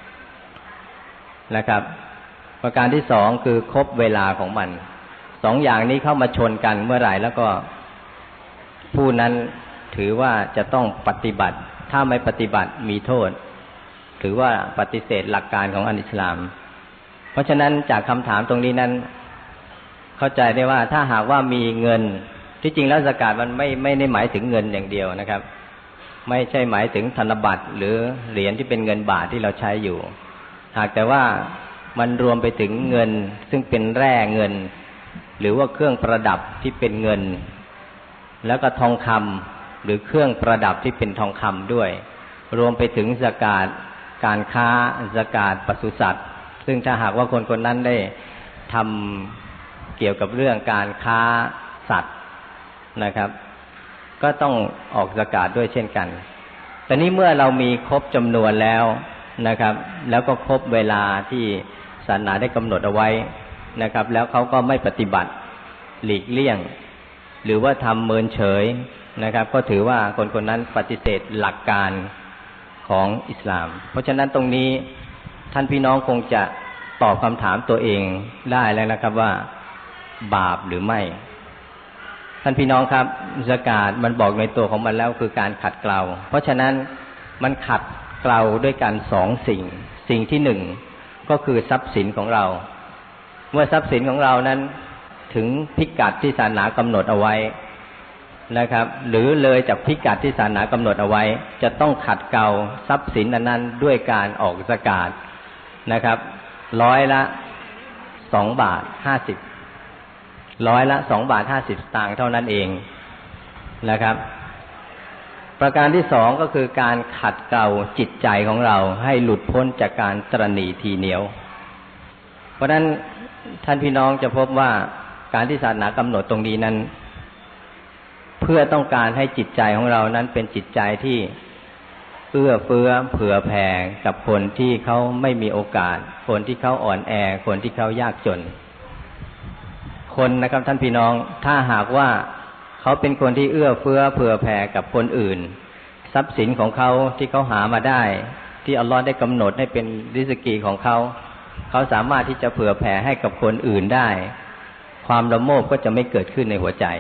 นะครับประการที่สองคือครบเวลาของมันสองอย่างนี้เข้ามาชนกันเมื่อไหร่แล้วก็ผู้นั้นถือว่าจะต้องปฏิบัติถ้าไม่ปฏิบัติมีโทษถือว่าปฏิเสธหลักการของอันอิสลามเพราะฉะนั้นจากคำถามตรงนี้นั้นเข้าใจได้ว่าถ้าหากว่ามีเงินที่จริงแล้วซะกาตมันไม่ไม่ได้หมายถึงเงินอย่างเดียวนะครับไม่ใช่หมายถึงธนบัตรหรือเหรียญที่เป็นเงินบาทที่เราใช้อยู่หากแต่ว่ามันรวมไปถึงเงินซึ่งเป็นแร่เงินหรือว่าเครื่องประดับที่เป็นเงินแล้วก็ทองคำหรือเครื่องประดับที่เป็นทองคำด้วยรวมไปถึงซะกาตการค้าซะกาตปศุสัตว์ซึ่งถ้าหากว่าคนคนนั้นได้ทำเกี่ยวกับเรื่องการค้าสัตว์นะครับก็ต้องออกซะกาตด้วยเช่นกันแต่นี้เมื่อเรามีครบจำนวนแล้วนะครับแล้วก็ครบเวลาที่ศาสนาได้กำหนดเอาไว้นะครับแล้วเขาก็ไม่ปฏิบัติหลีกเลี่ยงหรือว่าทำเมินเฉยนะครับก็ถือว่าคนคนนั้นปฏิเสธหลักการของอิสลามเพราะฉะนั้นตรงนี้ท่านพี่น้องคงจะตอบคำถามตัวเองได้แล้วนะครับว่าบาปหรือไม่ท่านพี่น้องครับซะกาตมันบอกในตัวของมันแล้วคือการขัดเกลาเพราะฉะนั้นมันขัดเกลาด้วยกันสองสิ่งสิ่งที่หนึ่งก็คือทรัพย์สินของเราเมื่อทรัพย์สินของเรานั้นถึงพิกัดที่ศาสนากำหนดเอาไว้นะครับหรือเลยจากพิกัดที่ศาสนากำหนดเอาไว้จะต้องขัดเกลาทรัพย์สินนั้นด้วยการออกซะกาตนะครับร้อยละสองบาทห้าสิบร้อยละสองบาทห้าสิบสตางค์เท่านั้นเองนะครับประการที่สองก็คือการขัดเกลาจิตใจของเราให้หลุดพ้นจากการตระหนี่ทีเหนียวเพราะฉะนั้นท่านพี่น้องจะพบว่าการที่ศาสนากำหนดตรงนี้นั้นเพื่อต้องการให้จิตใจของเรานั้นเป็นจิตใจที่เอื้อเฟื้อเผื่อแผ่กับคนที่เขาไม่มีโอกาสคนที่เขาอ่อนแอคนที่เขายากจนคนนะครับท่านพี่น้องถ้าหากว่าเขาเป็นคนที่เอื้อเฟื้อเผื่อแผ่กับคนอื่นทรัพย์สินของเขาที่เขาหามาได้ที่อัลเลาะห์ได้กำหนดให้เป็นริสกีของเขาเขาสามารถที่จะเผื่อแผ่ให้กับคนอื่นได้ความละโมบก็จะไม่เกิดขึ้นในหัวใจ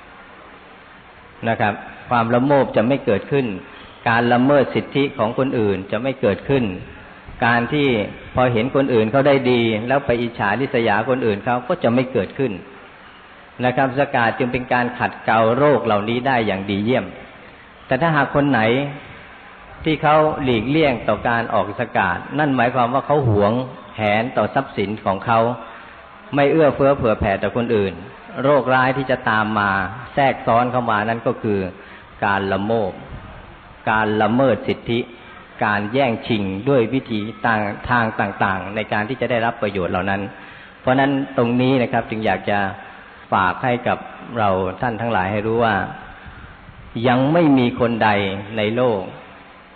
นะครับความละโมบจะไม่เกิดขึ้นการละเมิดสิทธิของคนอื่นจะไม่เกิดขึ้นการที่พอเห็นคนอื่นเขาได้ดีแล้วไปอิจฉาริษยาคนอื่นเขาก็จะไม่เกิดขึ้นนะครับซะกาตจึงเป็นการขัดเกลาโรคเหล่านี้ได้อย่างดีเยี่ยมแต่ถ้าหากคนไหนที่เขาหลีกเลี่ยงต่อการออกซะกาตนั่นหมายความว่าเขาหวงแหนต่อทรัพย์สินของเขาไม่เอื้อเฟื้อเผื่อแผ่ต่อคนอื่นโรคร้ายที่จะตามมาแทรกซ้อนเข้ามานั้นก็คือการละโมบการละเมิดสิทธิการแย่งชิงด้วยวิธีต่างทางต่างๆในการที่จะได้รับประโยชน์เหล่านั้นเพราะนั้นตรงนี้นะครับจึงอยากจะฝากให้กับเราท่านทั้งหลายให้รู้ว่ายังไม่มีคนใดในโลก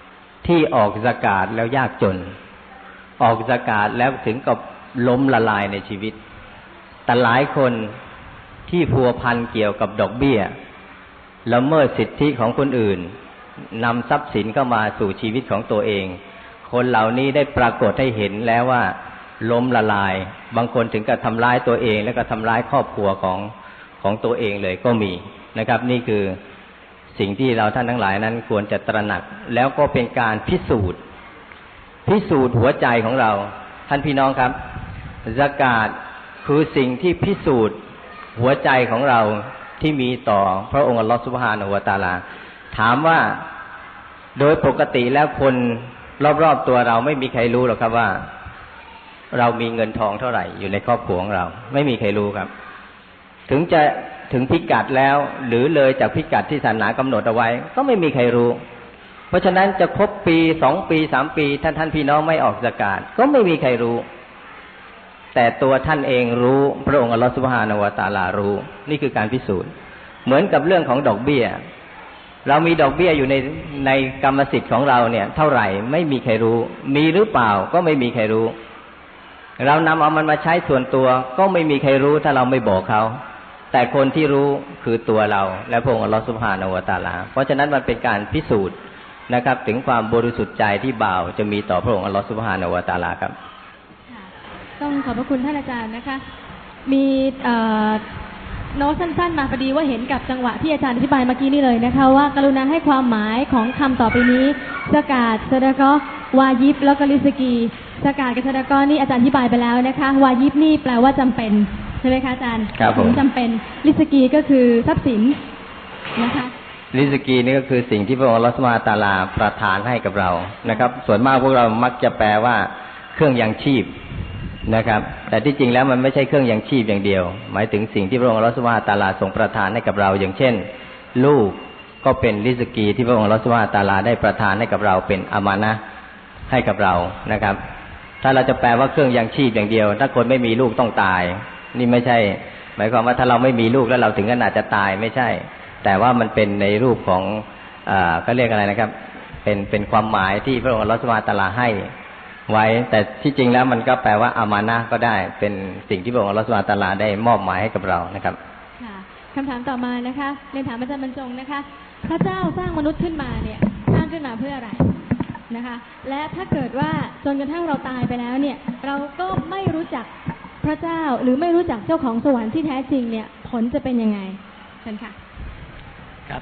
ที่ออกซะกาตแล้วยากจนออกซะกาตแล้วถึงกับล้มละลายในชีวิตแต่หลายคนที่พัวพันเกี่ยวกับดอกเบี้ยละเมิดสิทธิของคนอื่นนำทรัพย์สินเข้ามาสู่ชีวิตของตัวเองคนเหล่านี้ได้ปรากฏให้เห็นแล้วว่าล้มละลายบางคนถึงกับทำร้ายตัวเองแล้วก็ทำร้ายครอบครัวของของตัวเองเลยก็มีนะครับนี่คือสิ่งที่เราท่านทั้งหลายนั้นควรจะตระหนักแล้วก็เป็นการพิสูจน์พิสูจน์หัวใจของเราท่านพี่น้องครับซะกาตคือสิ่งที่พิสูจน์หัวใจของเราที่มีต่อพระองค์อัลเลาะห์ซุบฮานะฮูวะตะอาลาถามว่าโดยปกติแล้วคนรอบๆตัวเราไม่มีใครรู้หรอกครับว่าเรามีเงินทองเท่าไหร่อยู่ในครอบครัวของเราไม่มีใครรู้ครับถึงจะถึงพิกัดแล้วหรือเลยจากพิกัดที่ศาสนากำหนดเอาไว้ก็ไม่มีใครรู้เพราะฉะนั้นจะครบปีสองปีสามปีท่านท่านพี่น้องไม่ออกซะกาตก็ไม่มีใครรู้แต่ตัวท่านเองรู้พระองค์อัลเลาะห์ซุบฮานะฮูวะตะอาลารู้นี่คือการพิสูจน์เหมือนกับเรื่องของดอกเบี้ยเรามีดอกเบี้ยอยู่ในในกรรมสิทธิ์ของเราเนี่ยเท่าไหร่ไม่มีใครรู้มีหรือเปล่าก็ไม่มีใครรู้เรานำเอามันมาใช้ส่วนตัวก็ไม่มีใครรู้ถ้าเราไม่บอกเขาแต่คนที่รู้คือตัวเราและพระองค์อัลเลาะห์ซุบฮานะฮูวะตะอาลาเพราะฉะนั้นมันเป็นการพิสูจน์นะครับถึงความบริสุทธิ์ใจที่บ่าวจะมีต่อพระองค์อัลเลาะห์ซุบฮานะฮูวะตะอาลาครับต้องขอบพระคุณท่านอาจารย์นะคะมีโน้ตสั้นๆมาพอดีว่าเห็นกับจังหวะที่อาจารย์อธิบายเมื่อกี้นี่เลยนะคะว่ากรุณาให้ความหมายของคำต่อไปนี้ซะกาตซะดะกอฮ์วาญิบแล้วก็ริสกีซะกาตกับซะดะกอฮ์นี่อาจารย์อธิบายไปแล้วนะคะวาญิบนี่แปลว่าจำเป็นใช่ไหมคะอาจารย์ครับผมจำเป็นริสกีก็คือทรัพย์สินนะคะริสกีนี่ก็คือสิ่งที่พระองค์อัลเลาะห์ซุบฮานะฮูวะตะอาลาประทานให้กับเรานะครับส่วนมากพวกเรามักจะแปลว่าเครื่องยังชีพนะครับแต่ที่จริงแล้วมันไม่ใช่เครื่องยังชีพอย่างเดียวหมายถึงสิ่งที่พระองค์อัลเลาะห์ซุบฮานะฮูวะตะอาลาทรงประทานให้กับเราอย่างเช่นลูกก็เป็นริสกีที่พระองค์อัลเลาะห์ซุบฮานะฮูวะตะอาลาได้ประทานให้กับเราเป็นอามานะห์ให้กับเรานะครับถ้าเราจะแปลว่าเครื่องยังชีพอย่างเดียวถ้าคนไม่มีลูกต้องตายนี่ไม่ใช่หมายความว่าถ้าเราไม่มีลูกแล้วเราถึงขนาดจะตายไม่ใช่แต่ว่ามันเป็นในรูปของอ่าก็เรียกอะไรนะครับเป็นเป็นความหมายที่พระองค์อัลเลาะห์ซุบฮานะฮูวะตะอาลาให้ไว้แต่ที่จริงแล้วมันก็แปลว่าอามานะห์ก็ได้เป็นสิ่งที่พระองค์อัลเลาะห์ซุบฮานะฮูวะตะอาลาได้มอบหมายให้กับเรานะครับค่ะคำถามต่อมานะคะเรียนถามอาจารย์บรรจงนะคะพระเจ้าสร้างมนุษย์ขึ้นมาเนี่ยสร้างขึ้นมาเพื่ออะไรนะคะและถ้าเกิดว่าจนกระทั่งเราตายไปแล้วเนี่ยเราก็ไม่รู้จักพระเจ้าหรือไม่รู้จักเจ้าของสวรรค์ที่แท้จริงเนี่ยผลจะเป็นยังไงเชิญค่ะครับ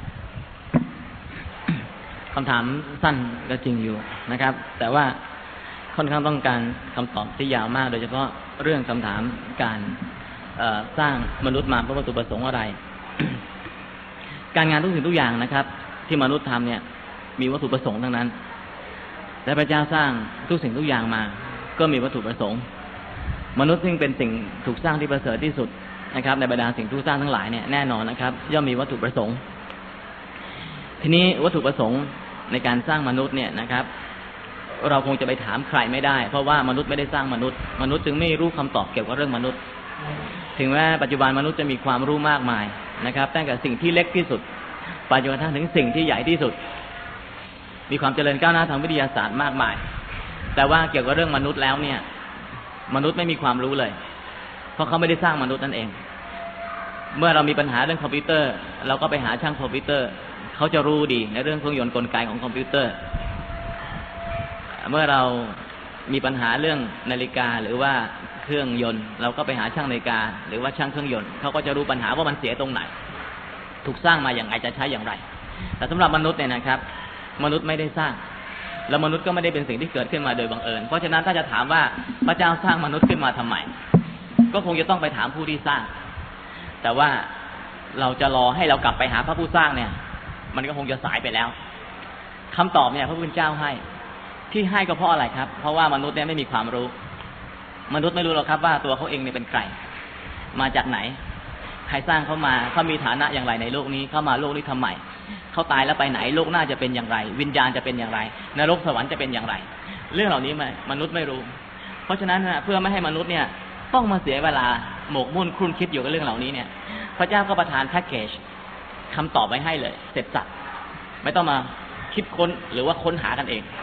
คำถามสั้นก็จริงอยู่นะครับแต่ว่าค่อนข้างต้องการคำตอบที่ยาวมากโดยเฉพาะเรื่องคำถามการสร้างมนุษย์มาเพื่อวัตถุประสงค์อะไร การงานทุกสิ่งทุกอย่างนะครับที่มนุษย์ทำเนี่ยมีวัตถุประสงค์ทั้งนั้นและพระเจ้าสร้างทุกสิ่งทุกอย่างมาก็มีวัตถุประสงค์มนุษย์ซึ่งเป็นสิ่งถูกสร้างที่ประเสริฐที่สุดนะครับในบรรดาสิ่งถูกสร้างทั้งหลายเนี่ยแน่นอนนะครับย่อมมีวัตถุประสงค์ทีนี้วัตถุประสงค์ในการสร้างมนุษย์เนี่ยนะครับเราคงจะไปถามใครไม่ได้เพราะว่ามนุษย์ไม่ได้สร้างมนุษย์มนุษย์จึงไม่รู้คำตอบเกี่ยวกับเรื่องมนุษย์ถึงแม้ปัจจุบันมนุษย์จะมีความรู้มากมายนะครับตั้งแต่สิ่งที่เล็กที่สุดไปจนกระทั่งถึงสิ่งที่ใหญ่ที่สุดมีความเจริญก้าวหน้าทางวิทยาศาสตร์มากมายแต่ว่าเกี่ยวกับเรื่องมนุษย์แล้วเนี่ยมนุษย์ไม่มีความรู้เลยเพราะเขาไม่ได้สร้างมนุษย์นั่นเองเมื่อเรามีปัญหาเรื่องคอมพิวเตอร์เราก็ไปหาช่างคอมพิวเตอร์เขาจะรู้ดีในเรื่องเครื่องยนต์กลไกของคอมพิวเตอร์เมื่อเรามีปัญหาเรื่องนาฬิกาหรือว่าเครื่องยนต์เราก็ไปหาช่างนาฬิกาหรือว่าช่างเครื่องยนต์เขาก็จะรู้ปัญหาว่ามันเสียตรงไหนถูกสร้างมาอย่างไรจะใช้อย่างไรแต่สำหรับมนุษย์เนี่ยนะครับมนุษย์ไม่ได้สร้างแล้วมนุษย์ก็ไม่ได้เป็นสิ่งที่เกิดขึ้นมาโดยบังเอิญเพราะฉะนั้นถ้าจะถามว่าพระเจ้าสร้างมนุษย์ขึ้นมาทำไมก็คงจะต้องไปถามผู้ที่สร้างแต่ว่าเราจะรอให้เรากลับไปหาพระผู้สร้างเนี่ยมันก็คงจะสายไปแล้วคำตอบเนี่ยพระผู้เป็นเจ้าให้ที่ให้ก็เพราะอะไรครับเพราะว่ามนุษย์เนี่ยไม่มีความรู้มนุษย์ไม่รู้หรอกครับว่าตัวเขาเองเนี่ยเป็นใครมาจากไหนใครสร้างเขามาเขามีฐานะอย่างไรในโลกนี้เข้ามาโลกนี้ทำไมเขาตายแล้วไปไหนโลกหน้าจะเป็นอย่างไรวิญญาณจะเป็นอย่างไรนรกสวรรค์จะเป็นอย่างไรเรื่องเหล่านี้มนุษย์ไม่รู้เพราะฉะนั้นเพื่อไม่ให้มนุษย์เนี่ยต้องมาเสียเวลาหมกมุ่นครุ่นคิดอยู่กับเรื่องเหล่านี้เนี่ยพระเจ้าก็ประทานแพ็กเกจคำตอบไว้ให้เลยเสร็จสับไม่ต้องมาคิดค้นหรือว่าค้นหากันเอง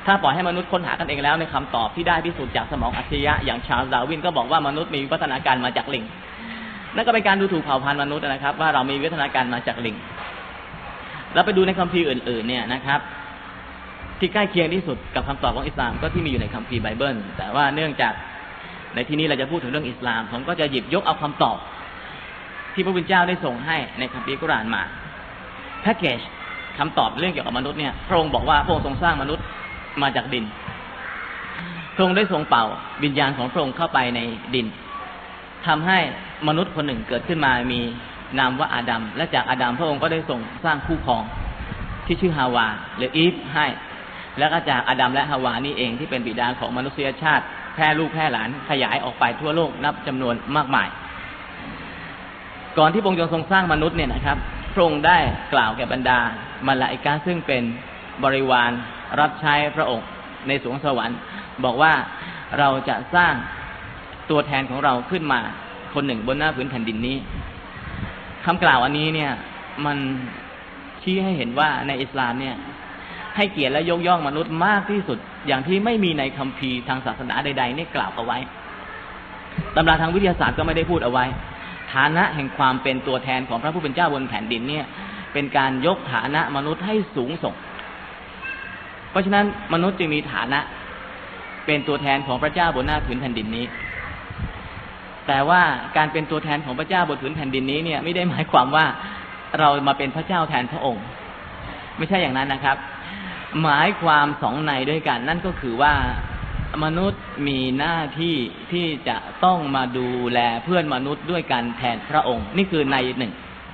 ถ้าปล่อยให้มนุษย์ค้นหากันเองแล้วในคำตอบที่ได้พิสูจน์จากสมองอัจฉริยะอย่างชาร์ลส์ ดาร์วินก็บอกว่ามนุษย์มีวิวัฒนาการมาจากลิงนั่นก็เป็นการดูถูกเผ่าพันธุ์มนุษย์นะครับว่าเรามีวิวัฒนาการมาจากลิงแล้วไปดูในคัมภีร์อื่นๆเนี่ยนะครับที่ใกล้เคียงที่สุดกับคำตอบของอิสลามก็ที่มีอยู่ในคัมภีร์ไบเบิลแต่ว่าเนื่องจากในที่นี้เราจะพูดถึงเรื่องอิสลามผมก็จะหยิบยกเอาคำตอบที่พระผู้เป็นเจ้าได้ส่งให้ในคัมภีร์กุรอานมาแพ็กเกจคำตอบเรื่องเกี่ยวกับมนุษย์เนี่ยพระองค์บอกว่าพระองค์ทรงสร้างมนุษย์มาจากดินพระองค์ได้ทรงเป่าวิญญาณของพระองค์เข้าไปในดินทำให้มนุษย์คนหนึ่งเกิดขึ้นมามีนามว่าอาดัมและจากอาดัมพระองค์ก็ได้ทรงสร้างคู่ครองที่ชื่อฮาวาหรืออีฟให้แล้วก็จากอาดัมและฮาวานี่เองที่เป็นบิดาของมนุษยชาติแพร่ลูกแพร่หลานขยายออกไปทั่วโลกนับจำนวนมากมายก่อนที่พระองค์จะทรงสร้างมนุษย์เนี่ยนะครับพระองค์ได้กล่าวแก่บรรดามาลาอิกะฮ์ซึ่งเป็นบริวารรับใช้พระองค์ในสวงสวรรค์บอกว่าเราจะสร้างตัวแทนของเราขึ้นมาคนหนึ่งบนหน้าพื้นแผ่นดินนี้คำกล่าวอันนี้เนี่ยมันชี้ให้เห็นว่าในอิสลามเนี่ยให้เกียรติและยกย่องมนุษย์มากที่สุดอย่างที่ไม่มีในคัมภีร์ทางศาสนาใดๆนี่กล่าวเอาไว้ตำราทางวิทยาศาสตร์ก็ไม่ได้พูดเอาไว้ฐานะแห่งความเป็นตัวแทนของพระผู้เป็นเจ้าบนแผ่นดินเนี่ยเป็นการยกฐานะมนุษย์ให้สูงส่งเพราะฉะนั้นมนุษย์จึงมีฐานะเป็นตัวแทนของพระเจ้าบนหน้าผืนแผ่นดินนี้แต่ว่าการเป็นตัวแทนของพระเจ้าบนผืนแผ่นดินนี้เนี่ยไม่ได้หมายความว่าเรามาเป็นพระเจ้าแทนพระองค์ไม่ใช่อย่างนั้นนะครับหมายความสองในด้วยกันนั่นก็คือว่ามนุษย์มีหน้าที่ที่จะต้องมาดูแลเพื่อนมนุษย์ด้วยกันแทนพระองค์นี่คือในหนึ่ง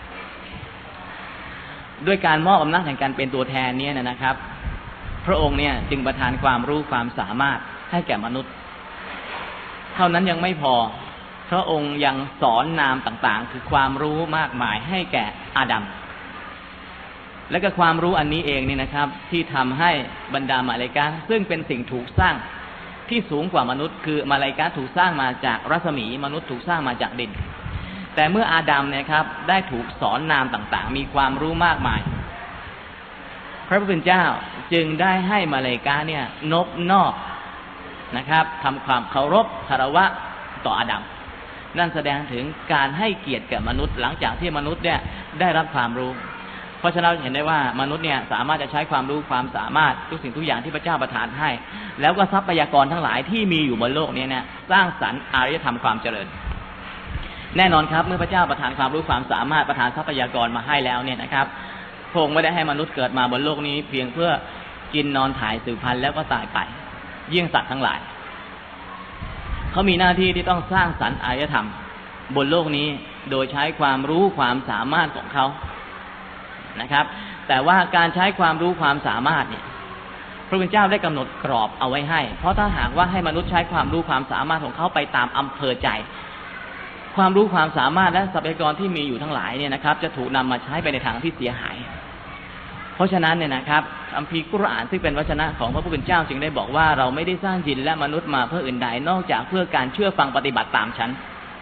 ด้วยการมอบอำนาจแห่งการเป็นตัวแทนนี้นะครับพระองค์เนี่ยจึงประทานความรู้ความสามารถให้แก่มนุษย์เท่านั้นยังไม่พอพระองค์ยังสอนนามต่างๆคือความรู้มากมายให้แก่อาดัมและก็ความรู้อันนี้เองนี่นะครับที่ทำให้บรรดามาลาอิกะฮ์ซึ่งเป็นสิ่งถูกสร้างที่สูงกว่ามนุษย์คือมาลาอิกะฮ์ถูกสร้างมาจากรัศมีมนุษย์ถูกสร้างมาจากดินแต่เมื่ออาดัมเนี่ยครับได้ถูกสอนนามต่างๆมีความรู้มากมายพระผู้เป็นเจ้าจึงได้ให้มาลาอิกะฮ์เนี่ยนบนอบนะครับทำความเคารพคารวะต่ออาดัมนั่นแสดงถึงการให้เกียรติแก่มนุษย์หลังจากที่มนุษย์เนี่ยได้รับความรู้เพราะฉะนั้นเห็นได้ว่ามนุษย์เนี่ยสามารถจะใช้ความรู้ความสามารถทุกสิ่งทุกอย่างที่พระเจ้าประทานให้แล้วก็ทรัพยากรทั้งหลายที่มีอยู่บนโลกนี้เนี่ยสร้างสรรค์อารยธรรมความเจริญแน่นอนครับเมื่อพระเจ้าประทานความรู้ความสามารถประทานทรัพยากรมาให้แล้วเนี่ยนะครับพระองค์ไม่ได้ให้มนุษย์เกิดมาบนโลกนี้เพียงเพื่อกินนอนถ่ายสืบพันธุ์แล้วก็ตายไปเยี่ยงสัตว์ทั้งหลายเขามีหน้าที่ที่ต้องสร้างสรรค์อารยธรรมบนโลกนี้โดยใช้ความรู้ความสามารถของเขานะครับแต่ว่าการใช้ความรู้ความสามารถเนี่ยพระผู้เป็นเจ้าได้กำหนดกรอบเอาไว้ให้เพราะถ้าหากว่าให้มนุษย์ใช้ความรู้ความสามารถของเขาไปตามอำเภอใจความรู้ความสามารถและทรัพยากรที่มีอยู่ทั้งหลายเนี่ยนะครับจะถูกนำมาใช้ไปในทางที่เสียหายเพราะฉะนั้นเนี่ยนะครับคัมภีร์กุรอานซึ่งเป็นวจนะของพระผู้เป็นเจ้าจึงได้บอกว่าเราไม่ได้สร้างยินและมนุษย์มาเพื่ออื่นใดนอกจากเพื่อการเชื่อฟังปฏิบัติตามฉัน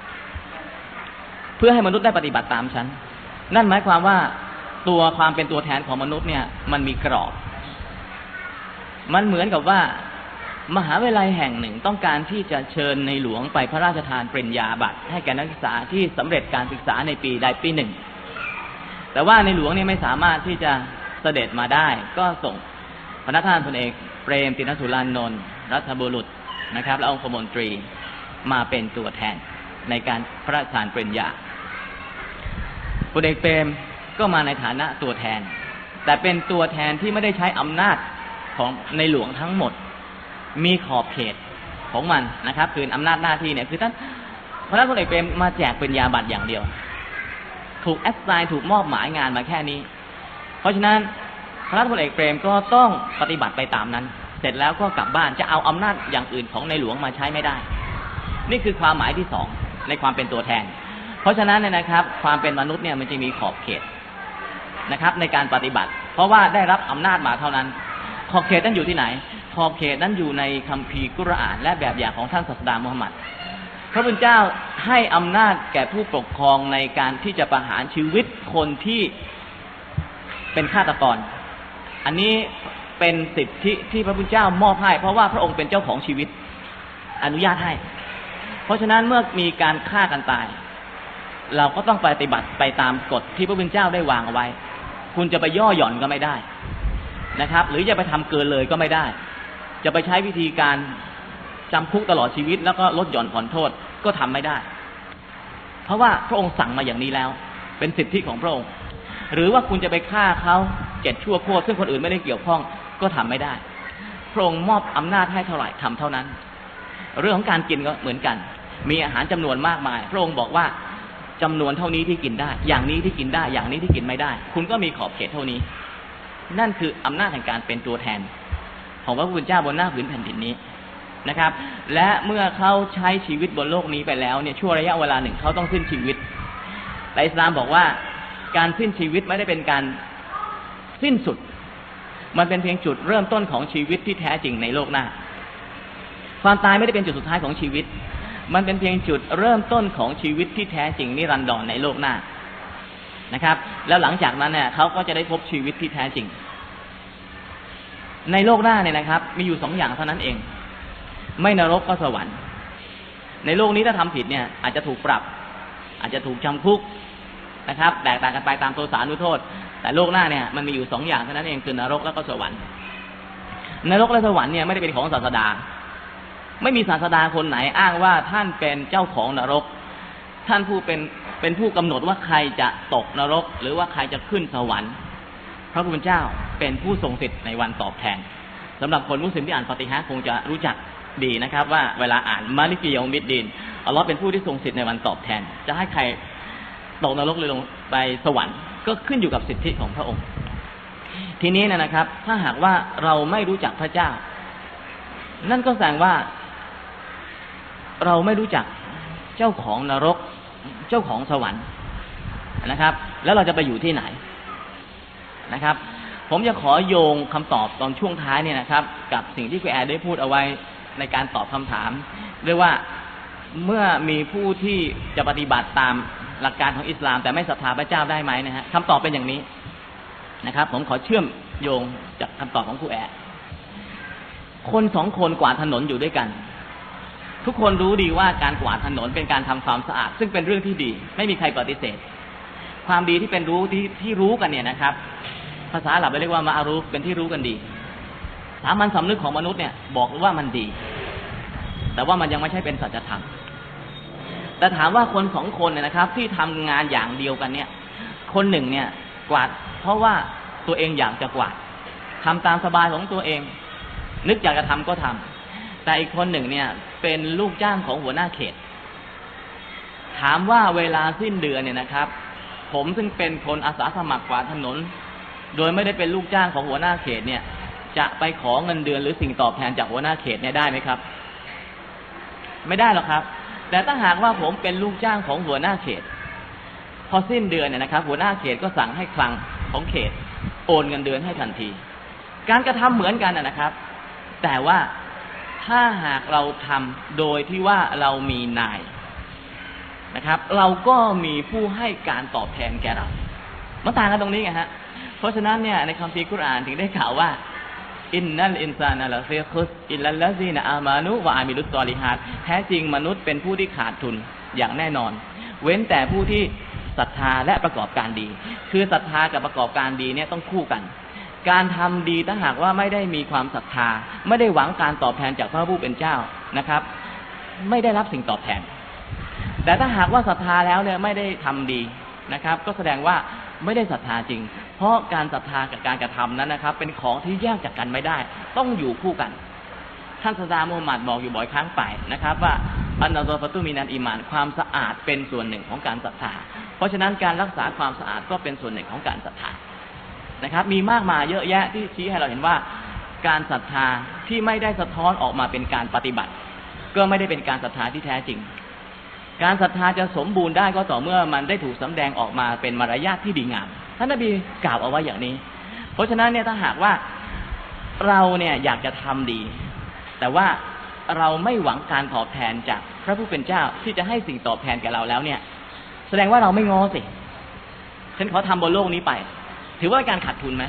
เพื่อให้มนุษย์ได้ปฏิบัติตามฉันนั่นหมายความว่าตัวความเป็นตัวแทนของมนุษย์เนี่ยมันมีกรอบมันเหมือนกับว่ามหาวิทยาลัยแห่งหนึ่งต้องการที่จะเชิญในหลวงไปพระราชทานปริญญาบัตรให้แก่นักศึกษาที่สำเร็จการศึกษาในปีใดปีหนึ่งแต่ว่าในหลวงนี่ไม่สามารถที่จะเสด็จมาได้ก็ส่งพระท่านพลเอกเปรมติณสุรานนท์รัฐบุรุษนะครับและองคมนตรีมาเป็นตัวแทนในการพระราชทานปริญญาพลเอกเปรมก็มาในฐานะตัวแทนแต่เป็นตัวแทนที่ไม่ได้ใช้อำนาจของในหลวงทั้งหมดมีขอบเขตของมันนะครับคืออำนาจหน้าที่เนี่ยคือท่านพระท่านพลเอกเปรมมาแจกปริญญาบัตรอย่างเดียวถูกแอสไซน์ถูกมอบหมายงานมาแค่นี้เพราะฉะนั้นพระท่านพลเอกเปรมก็ต้องปฏิบัติไปตามนั้นเสร็จแล้วก็กลับบ้านจะเอาอำนาจอย่างอื่นของในหลวงมาใช้ไม่ได้นี่คือความหมายที่สองในความเป็นตัวแทนเพราะฉะนั้นเนี่ยนะครับความเป็นมนุษย์เนี่ยมันจะมีขอบเขตนะครับในการปฏิบัติเพราะว่าได้รับอำนาจมาเท่านั้นขอบเขตนั้นอยู่ที่ไหนขอบเขตนั้นอยู่ในคัมภีร์กุรอานและแบบอย่างของท่านศาสดามุฮัมมัดพระผู้เป็นเจ้าให้อำนาจแก่ผู้ปกครองในการที่จะประหารชีวิตคนที่เป็นฆาตกรอันนี้เป็นสิทธิที่พระพุทธเจ้ามอบให้เพราะว่าพระองค์เป็นเจ้าของชีวิตอนุญาตให้เพราะฉะนั้นเมื่อมีการฆ่ากันตายเราก็ต้องปฏิบัติไปตามกฎที่พระพุทธเจ้าได้วางเอาไว้คุณจะไปย่อหย่อนก็ไม่ได้นะครับหรือจะไปทำเกินเลยก็ไม่ได้จะไปใช้วิธีการจำคุกตลอดชีวิตแล้วก็ลดหย่อนผ่อนโทษก็ทำไม่ได้เพราะว่าพระองค์สั่งมาอย่างนี้แล้วเป็นสิทธิของพระองค์หรือว่าคุณจะไปฆ่าเขาเจ็ดชั่วโคตรซึ่งคนอื่นไม่ได้เกี่ยวข้องก็ทำไม่ได้พระองค์มอบอำนาจให้เท่าไหร่ทำเท่านั้นเรื่องของการกินก็เหมือนกันมีอาหารจำนวนมากมายพระองค์บอกว่าจำนวนเท่านี้ที่กินได้อย่างนี้ที่กินได้อย่างนี้ที่กินไม่ได้คุณก็มีขอบเขตเท่านี้นั่นคืออำนาจแห่งการเป็นตัวแทนของพระผู้เป็นเจ้าบนหน้าผืนแผ่นดินนี้นะครับและเมื่อเขาใช้ชีวิตบนโลกนี้ไปแล้วเนี่ยชั่วระยะเวลาหนึ่งเขาต้องสิ้นชีวิตแต่อิสลามบอกว่าการสิ้นชีวิตไม่ได้เป็นการสิ้นสุดมันเป็นเพียงจุดเริ่มต้นของชีวิตที่แท้จริงในโลกหน้าความตายไม่ได้เป็นจุดสุดท้ายของชีวิตมันเป็นเพียงจุดเริ่มต้นของชีวิตที่แท้จริงนิรันดรในโลกหน้านะครับแล้วหลังจากนั้นเนี่ยเขาก็จะได้พบชีวิตที่แท้จริงในโลกหน้าเนี่ยนะครับมีอยู่สองอย่างเท่านั้นเองไม่นรกก็สวรรค์ในโลกนี้ถ้าทำผิดเนี่ยอาจจะถูกปรับอาจจะถูกจำคุกนะครับแตกต่างกันไปตามตัวสานุโทษแต่โลกหน้าเนี่ยมันมีอยู่สองอย่างเท่านั้นเองคือนรกแล้วก็สวรรค์นรกและสวรรค์เนี่ยไม่ได้เป็นของศาสดาไม่มีศาสดาคนไหนอ้างว่าท่านเป็นเจ้าของนรกท่านผู้เป็นเป็นผู้กำหนดว่าใครจะตกนรกหรือว่าใครจะขึ้นสวรรค์พระผู้เป็นเจ้าเป็นผู้ทรงสิทธิ์ในวันตอบแทนสำหรับคนมุสลิมที่อ่านฟาติฮะห์คงจะรู้จักดีนะครับว่าเวลาอ่านมาลิกิยอมิดดีนอัลเลาะห์เป็นผู้ที่ทรงสิทธิ์ในวันตอบแทนจะให้ใครตกนรกหรือลงไปสวรรค์ก็ขึ้นอยู่กับสิทธิของพระองค์ทีนี้นะครับถ้าหากว่าเราไม่รู้จักพระเจ้านั่นก็แสดงว่าเราไม่รู้จักเจ้าของนรกเจ้าของสวรรค์นะครับแล้วเราจะไปอยู่ที่ไหนนะครับผมจะขอโยงคำตอบตอนช่วงท้ายเนี่ยนะครับกับสิ่งที่คุณแอร์ได้พูดเอาไว้ในการตอบคำถามด้วยว่าเมื่อมีผู้ที่จะปฏิบัติตามหลักการของอิสลามแต่ไม่ศรัทธาพระเจ้าได้ไหมนะฮะคำตอบเป็นอย่างนี้นะครับผมขอเชื่อมโยงจากคำตอบของครูแอร์คนสองคนกวาดถนนอยู่ด้วยกันทุกคนรู้ดีว่าการกวาดถนนเป็นการทำความสะอาดซึ่งเป็นเรื่องที่ดีไม่มีใครปฏิเสธความดีที่เป็นรู้ที่ที่รู้กันเนี่ยนะครับภาษาอาหรับเรียกว่ามาอารูฟเป็นที่รู้กันดีสามัญสำนึกของมนุษย์เนี่ยบอกว่ามันดีแต่ว่ามันยังไม่ใช่เป็นสัจธรรมแต่ถามว่าคนสองคนเนี่ยนะครับที่ทำงานอย่างเดียวกันเนี่ยคนหนึ่งเนี่ยกวาดเพราะว่าตัวเองอยากจะกวาดทำตามสบายของตัวเองนึกอยากจะทำก็ทำแต่อีกคนหนึ่งเนี่ยเป็นลูกจ้างของหัวหน้าเขตถามว่าเวลาสิ้นเดือนเนี่ยนะครับผมซึ่งเป็นคนอาสาสมัครกวาดถนนโดยไม่ได้เป็นลูกจ้างของหัวหน้าเขตเนี่ยจะไปขอเงินเดือนหรือสิ่งตอบแทนจากหัวหน้าเขตเนี่ยได้ไหมครับไม่ได้หรอกครับแต่ถ้าหากว่าผมเป็นลูกจ้างของหัวหน้าเขตพอสิ้นเดือนเนี่ยนะครับหัวหน้าเขตก็สั่งให้คลังของเขตโอนเงินเดือนให้ทันทีการกระทำเหมือนกันนะครับแต่ว่าถ้าหากเราทำโดยที่ว่าเรามีนายนะครับเราก็มีผู้ให้การตอบแทนแก่เรามันต่างกันตรงนี้ไงฮะเพราะฉะนั้นเนี่ยในคัมภีร์กุรอานถึงได้กล่าวว่าอินนัลอินซานะลาฟีคุสอิลลัลลซีนะอามานุวะอามิลุสซอลิฮาตแท้จริงมนุษย์เป็นผู้ที่ขาดทุนอย่างแน่นอนเว้นแต่ผู้ที่ศรัทธาและประกอบการดีคือศรัทธากับประกอบการดีเนี่ยต้องคู่กันการทำดีถ้าหากว่าไม่ได้มีความศรัทธาไม่ได้หวังการตอบแทนจากพระผู้เป็นเจ้านะครับไม่ได้รับสิ่งตอบแทนแต่ถ้าหากว่าศรัทธาแล้วเนี่ยไม่ได้ทำดีนะครับก็แสดงว่าไม่ได้ศรัทธาจริงเพราะการศรัทธากับการกระทำนั้นนะครับเป็นของที่แยกจากกันไม่ได้ต้องอยู่คู่กันท่านศาสดามุฮัมมัดบอกอยู่บ่อยครั้งไปนะครับว่าอันนะซอฟะตุมินัลอีมานความสะอาดเป็นส่วนหนึ่งของการศรัทธาเพราะฉะนั้นการรักษาความสะอาดก็เป็นส่วนหนึ่งของการศรัทธานะครับมีมากมายเยอะแยะที่ชี้ให้เราเห็นว่าการศรัทธาที่ไม่ได้สะท้อนออกมาเป็นการปฏิบัติก็ไม่ได้เป็นการศรัทธาที่แท้จริงการศรัทธาจะสมบูรณ์ได้ก็ต่อเมื่อมันได้ถูกสำแดงออกมาเป็นมารยาทที่ดีงามท่านนบีกล่าวเอาไว้อย่างนี้เพราะฉะนั้นเนี่ยถ้าหากว่าเราเนี่ยอยากจะทำดีแต่ว่าเราไม่หวังการตอบแทนจากพระผู้เป็นเจ้าที่จะให้สิ่งตอบแทนแก่เราแล้วเนี่ยแสดงว่าเราไม่ง้อสิฉันขอทำบนโลกนี้ไปถือว่าการขาดทุนไหม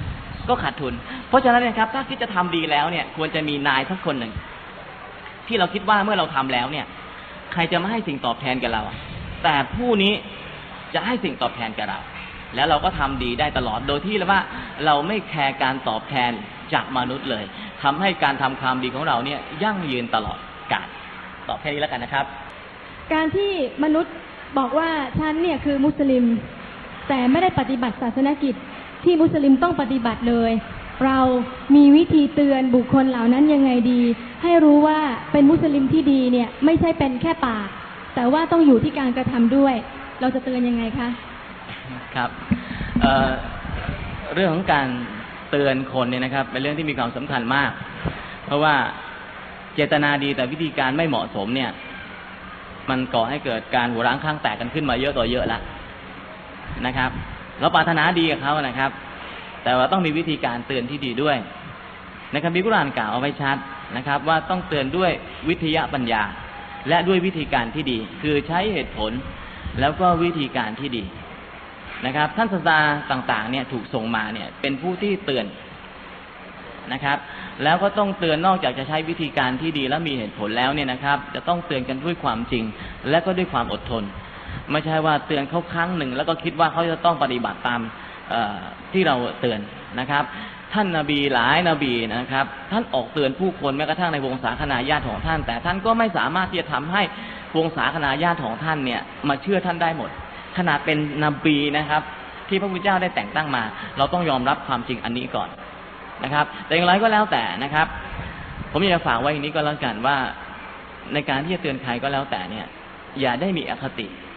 ก็ขาดทุนเพราะฉะนั้นนะครับถ้าคิดจะทำดีแล้วเนี่ยควรจะมีนายสักคนหนึ่งที่เราคิดว่าเมื่อเราทำแล้วเนี่ยใครจะมาให้สิ่งตอบแทนกับเราแต่ผู้นี้จะให้สิ่งตอบแทนกับเราแล้วเราก็ทำดีได้ตลอดโดยที่ว่าเราไม่แคร์การตอบแทนจากมนุษย์เลยทำให้การทำความดีของเราเนี่ยยั่งยืนตลอดกาลตอบแค่นี้แล้วกันนะครับการที่มนุษย์บอกว่าฉันเนี่ยคือมุสลิมแต่ไม่ได้ปฏิบัติศาสนกิจที่มุสลิมต้องปฏิบัติเลยเรามีวิธีเตือนบุคคลเหล่านั้นยังไงดีให้รู้ว่าเป็นมุสลิมที่ดีเนี่ยไม่ใช่เป็นแค่ปากแต่ว่าต้องอยู่ที่การกระทำด้วยเราจะเตือนยังไงคะครับเอ่อเรื่องของการเตือนคนเนี่ยนะครับเป็นเรื่องที่มีความสำคัญมากเพราะว่าเจตนาดีแต่วิธีการไม่เหมาะสมเนี่ยมันก่อให้เกิดการหัวร้างข้างแตกกันขึ้นมาเยอะต่อเยอะแล้วนะครับเราปรารถนาดีกับเขานะครับแต่ว่าต้องมีวิธีการเตือนที่ดีด้วยในคัมภีร์กุรอานกล่าวเอาไว้ชัดนะครับว่าต้องเตือนด้วยวิทยาปัญญาและด้วยวิธีการที่ดีคือใช้เหตุผลแล้วก็วิธีการที่ดีนะครับท่านศาสดาต่างๆเนี่ยถูกส่งมาเนี่ยเป็นผู้ที่เตือนนะครับแล้วก็ต้องเตือนนอกจากจะใช้วิธีการที่ดีและมีเหตุผลแล้วเนี่ยนะครับจะต้องเตือนกันด้วยความจริงและก็ด้วยความอดทนไม่ใช่ว่าเตือนเขาครั้งหนึ่งแล้วก็คิดว่าเขาจะต้องปฏิบัติตามที่เราเตือนนะครับท่านนบีหลายนบีนะครับท่านออกเตือนผู้คนแม้กระทั่งในวงศาคณาญาติของท่านแต่ท่านก็ไม่สามารถที่จะทำให้วงศาคณาญาติของท่านเนี่ยมาเชื่อท่านได้หมดขนาดเป็นนบีนะครับที่พระพุทธเจ้าได้แต่งตั้งมาเราต้องยอมรับความจริงอันนี้ก่อนนะครับแต่อย่างไรก็แล้วแต่นะครับผมอยากจะฝากไว้อย่างนี้ก็แล้วกันว่าในการที่จะเตือนใครก็แล้วแต่เนี่ยอย่าได้มีอคติ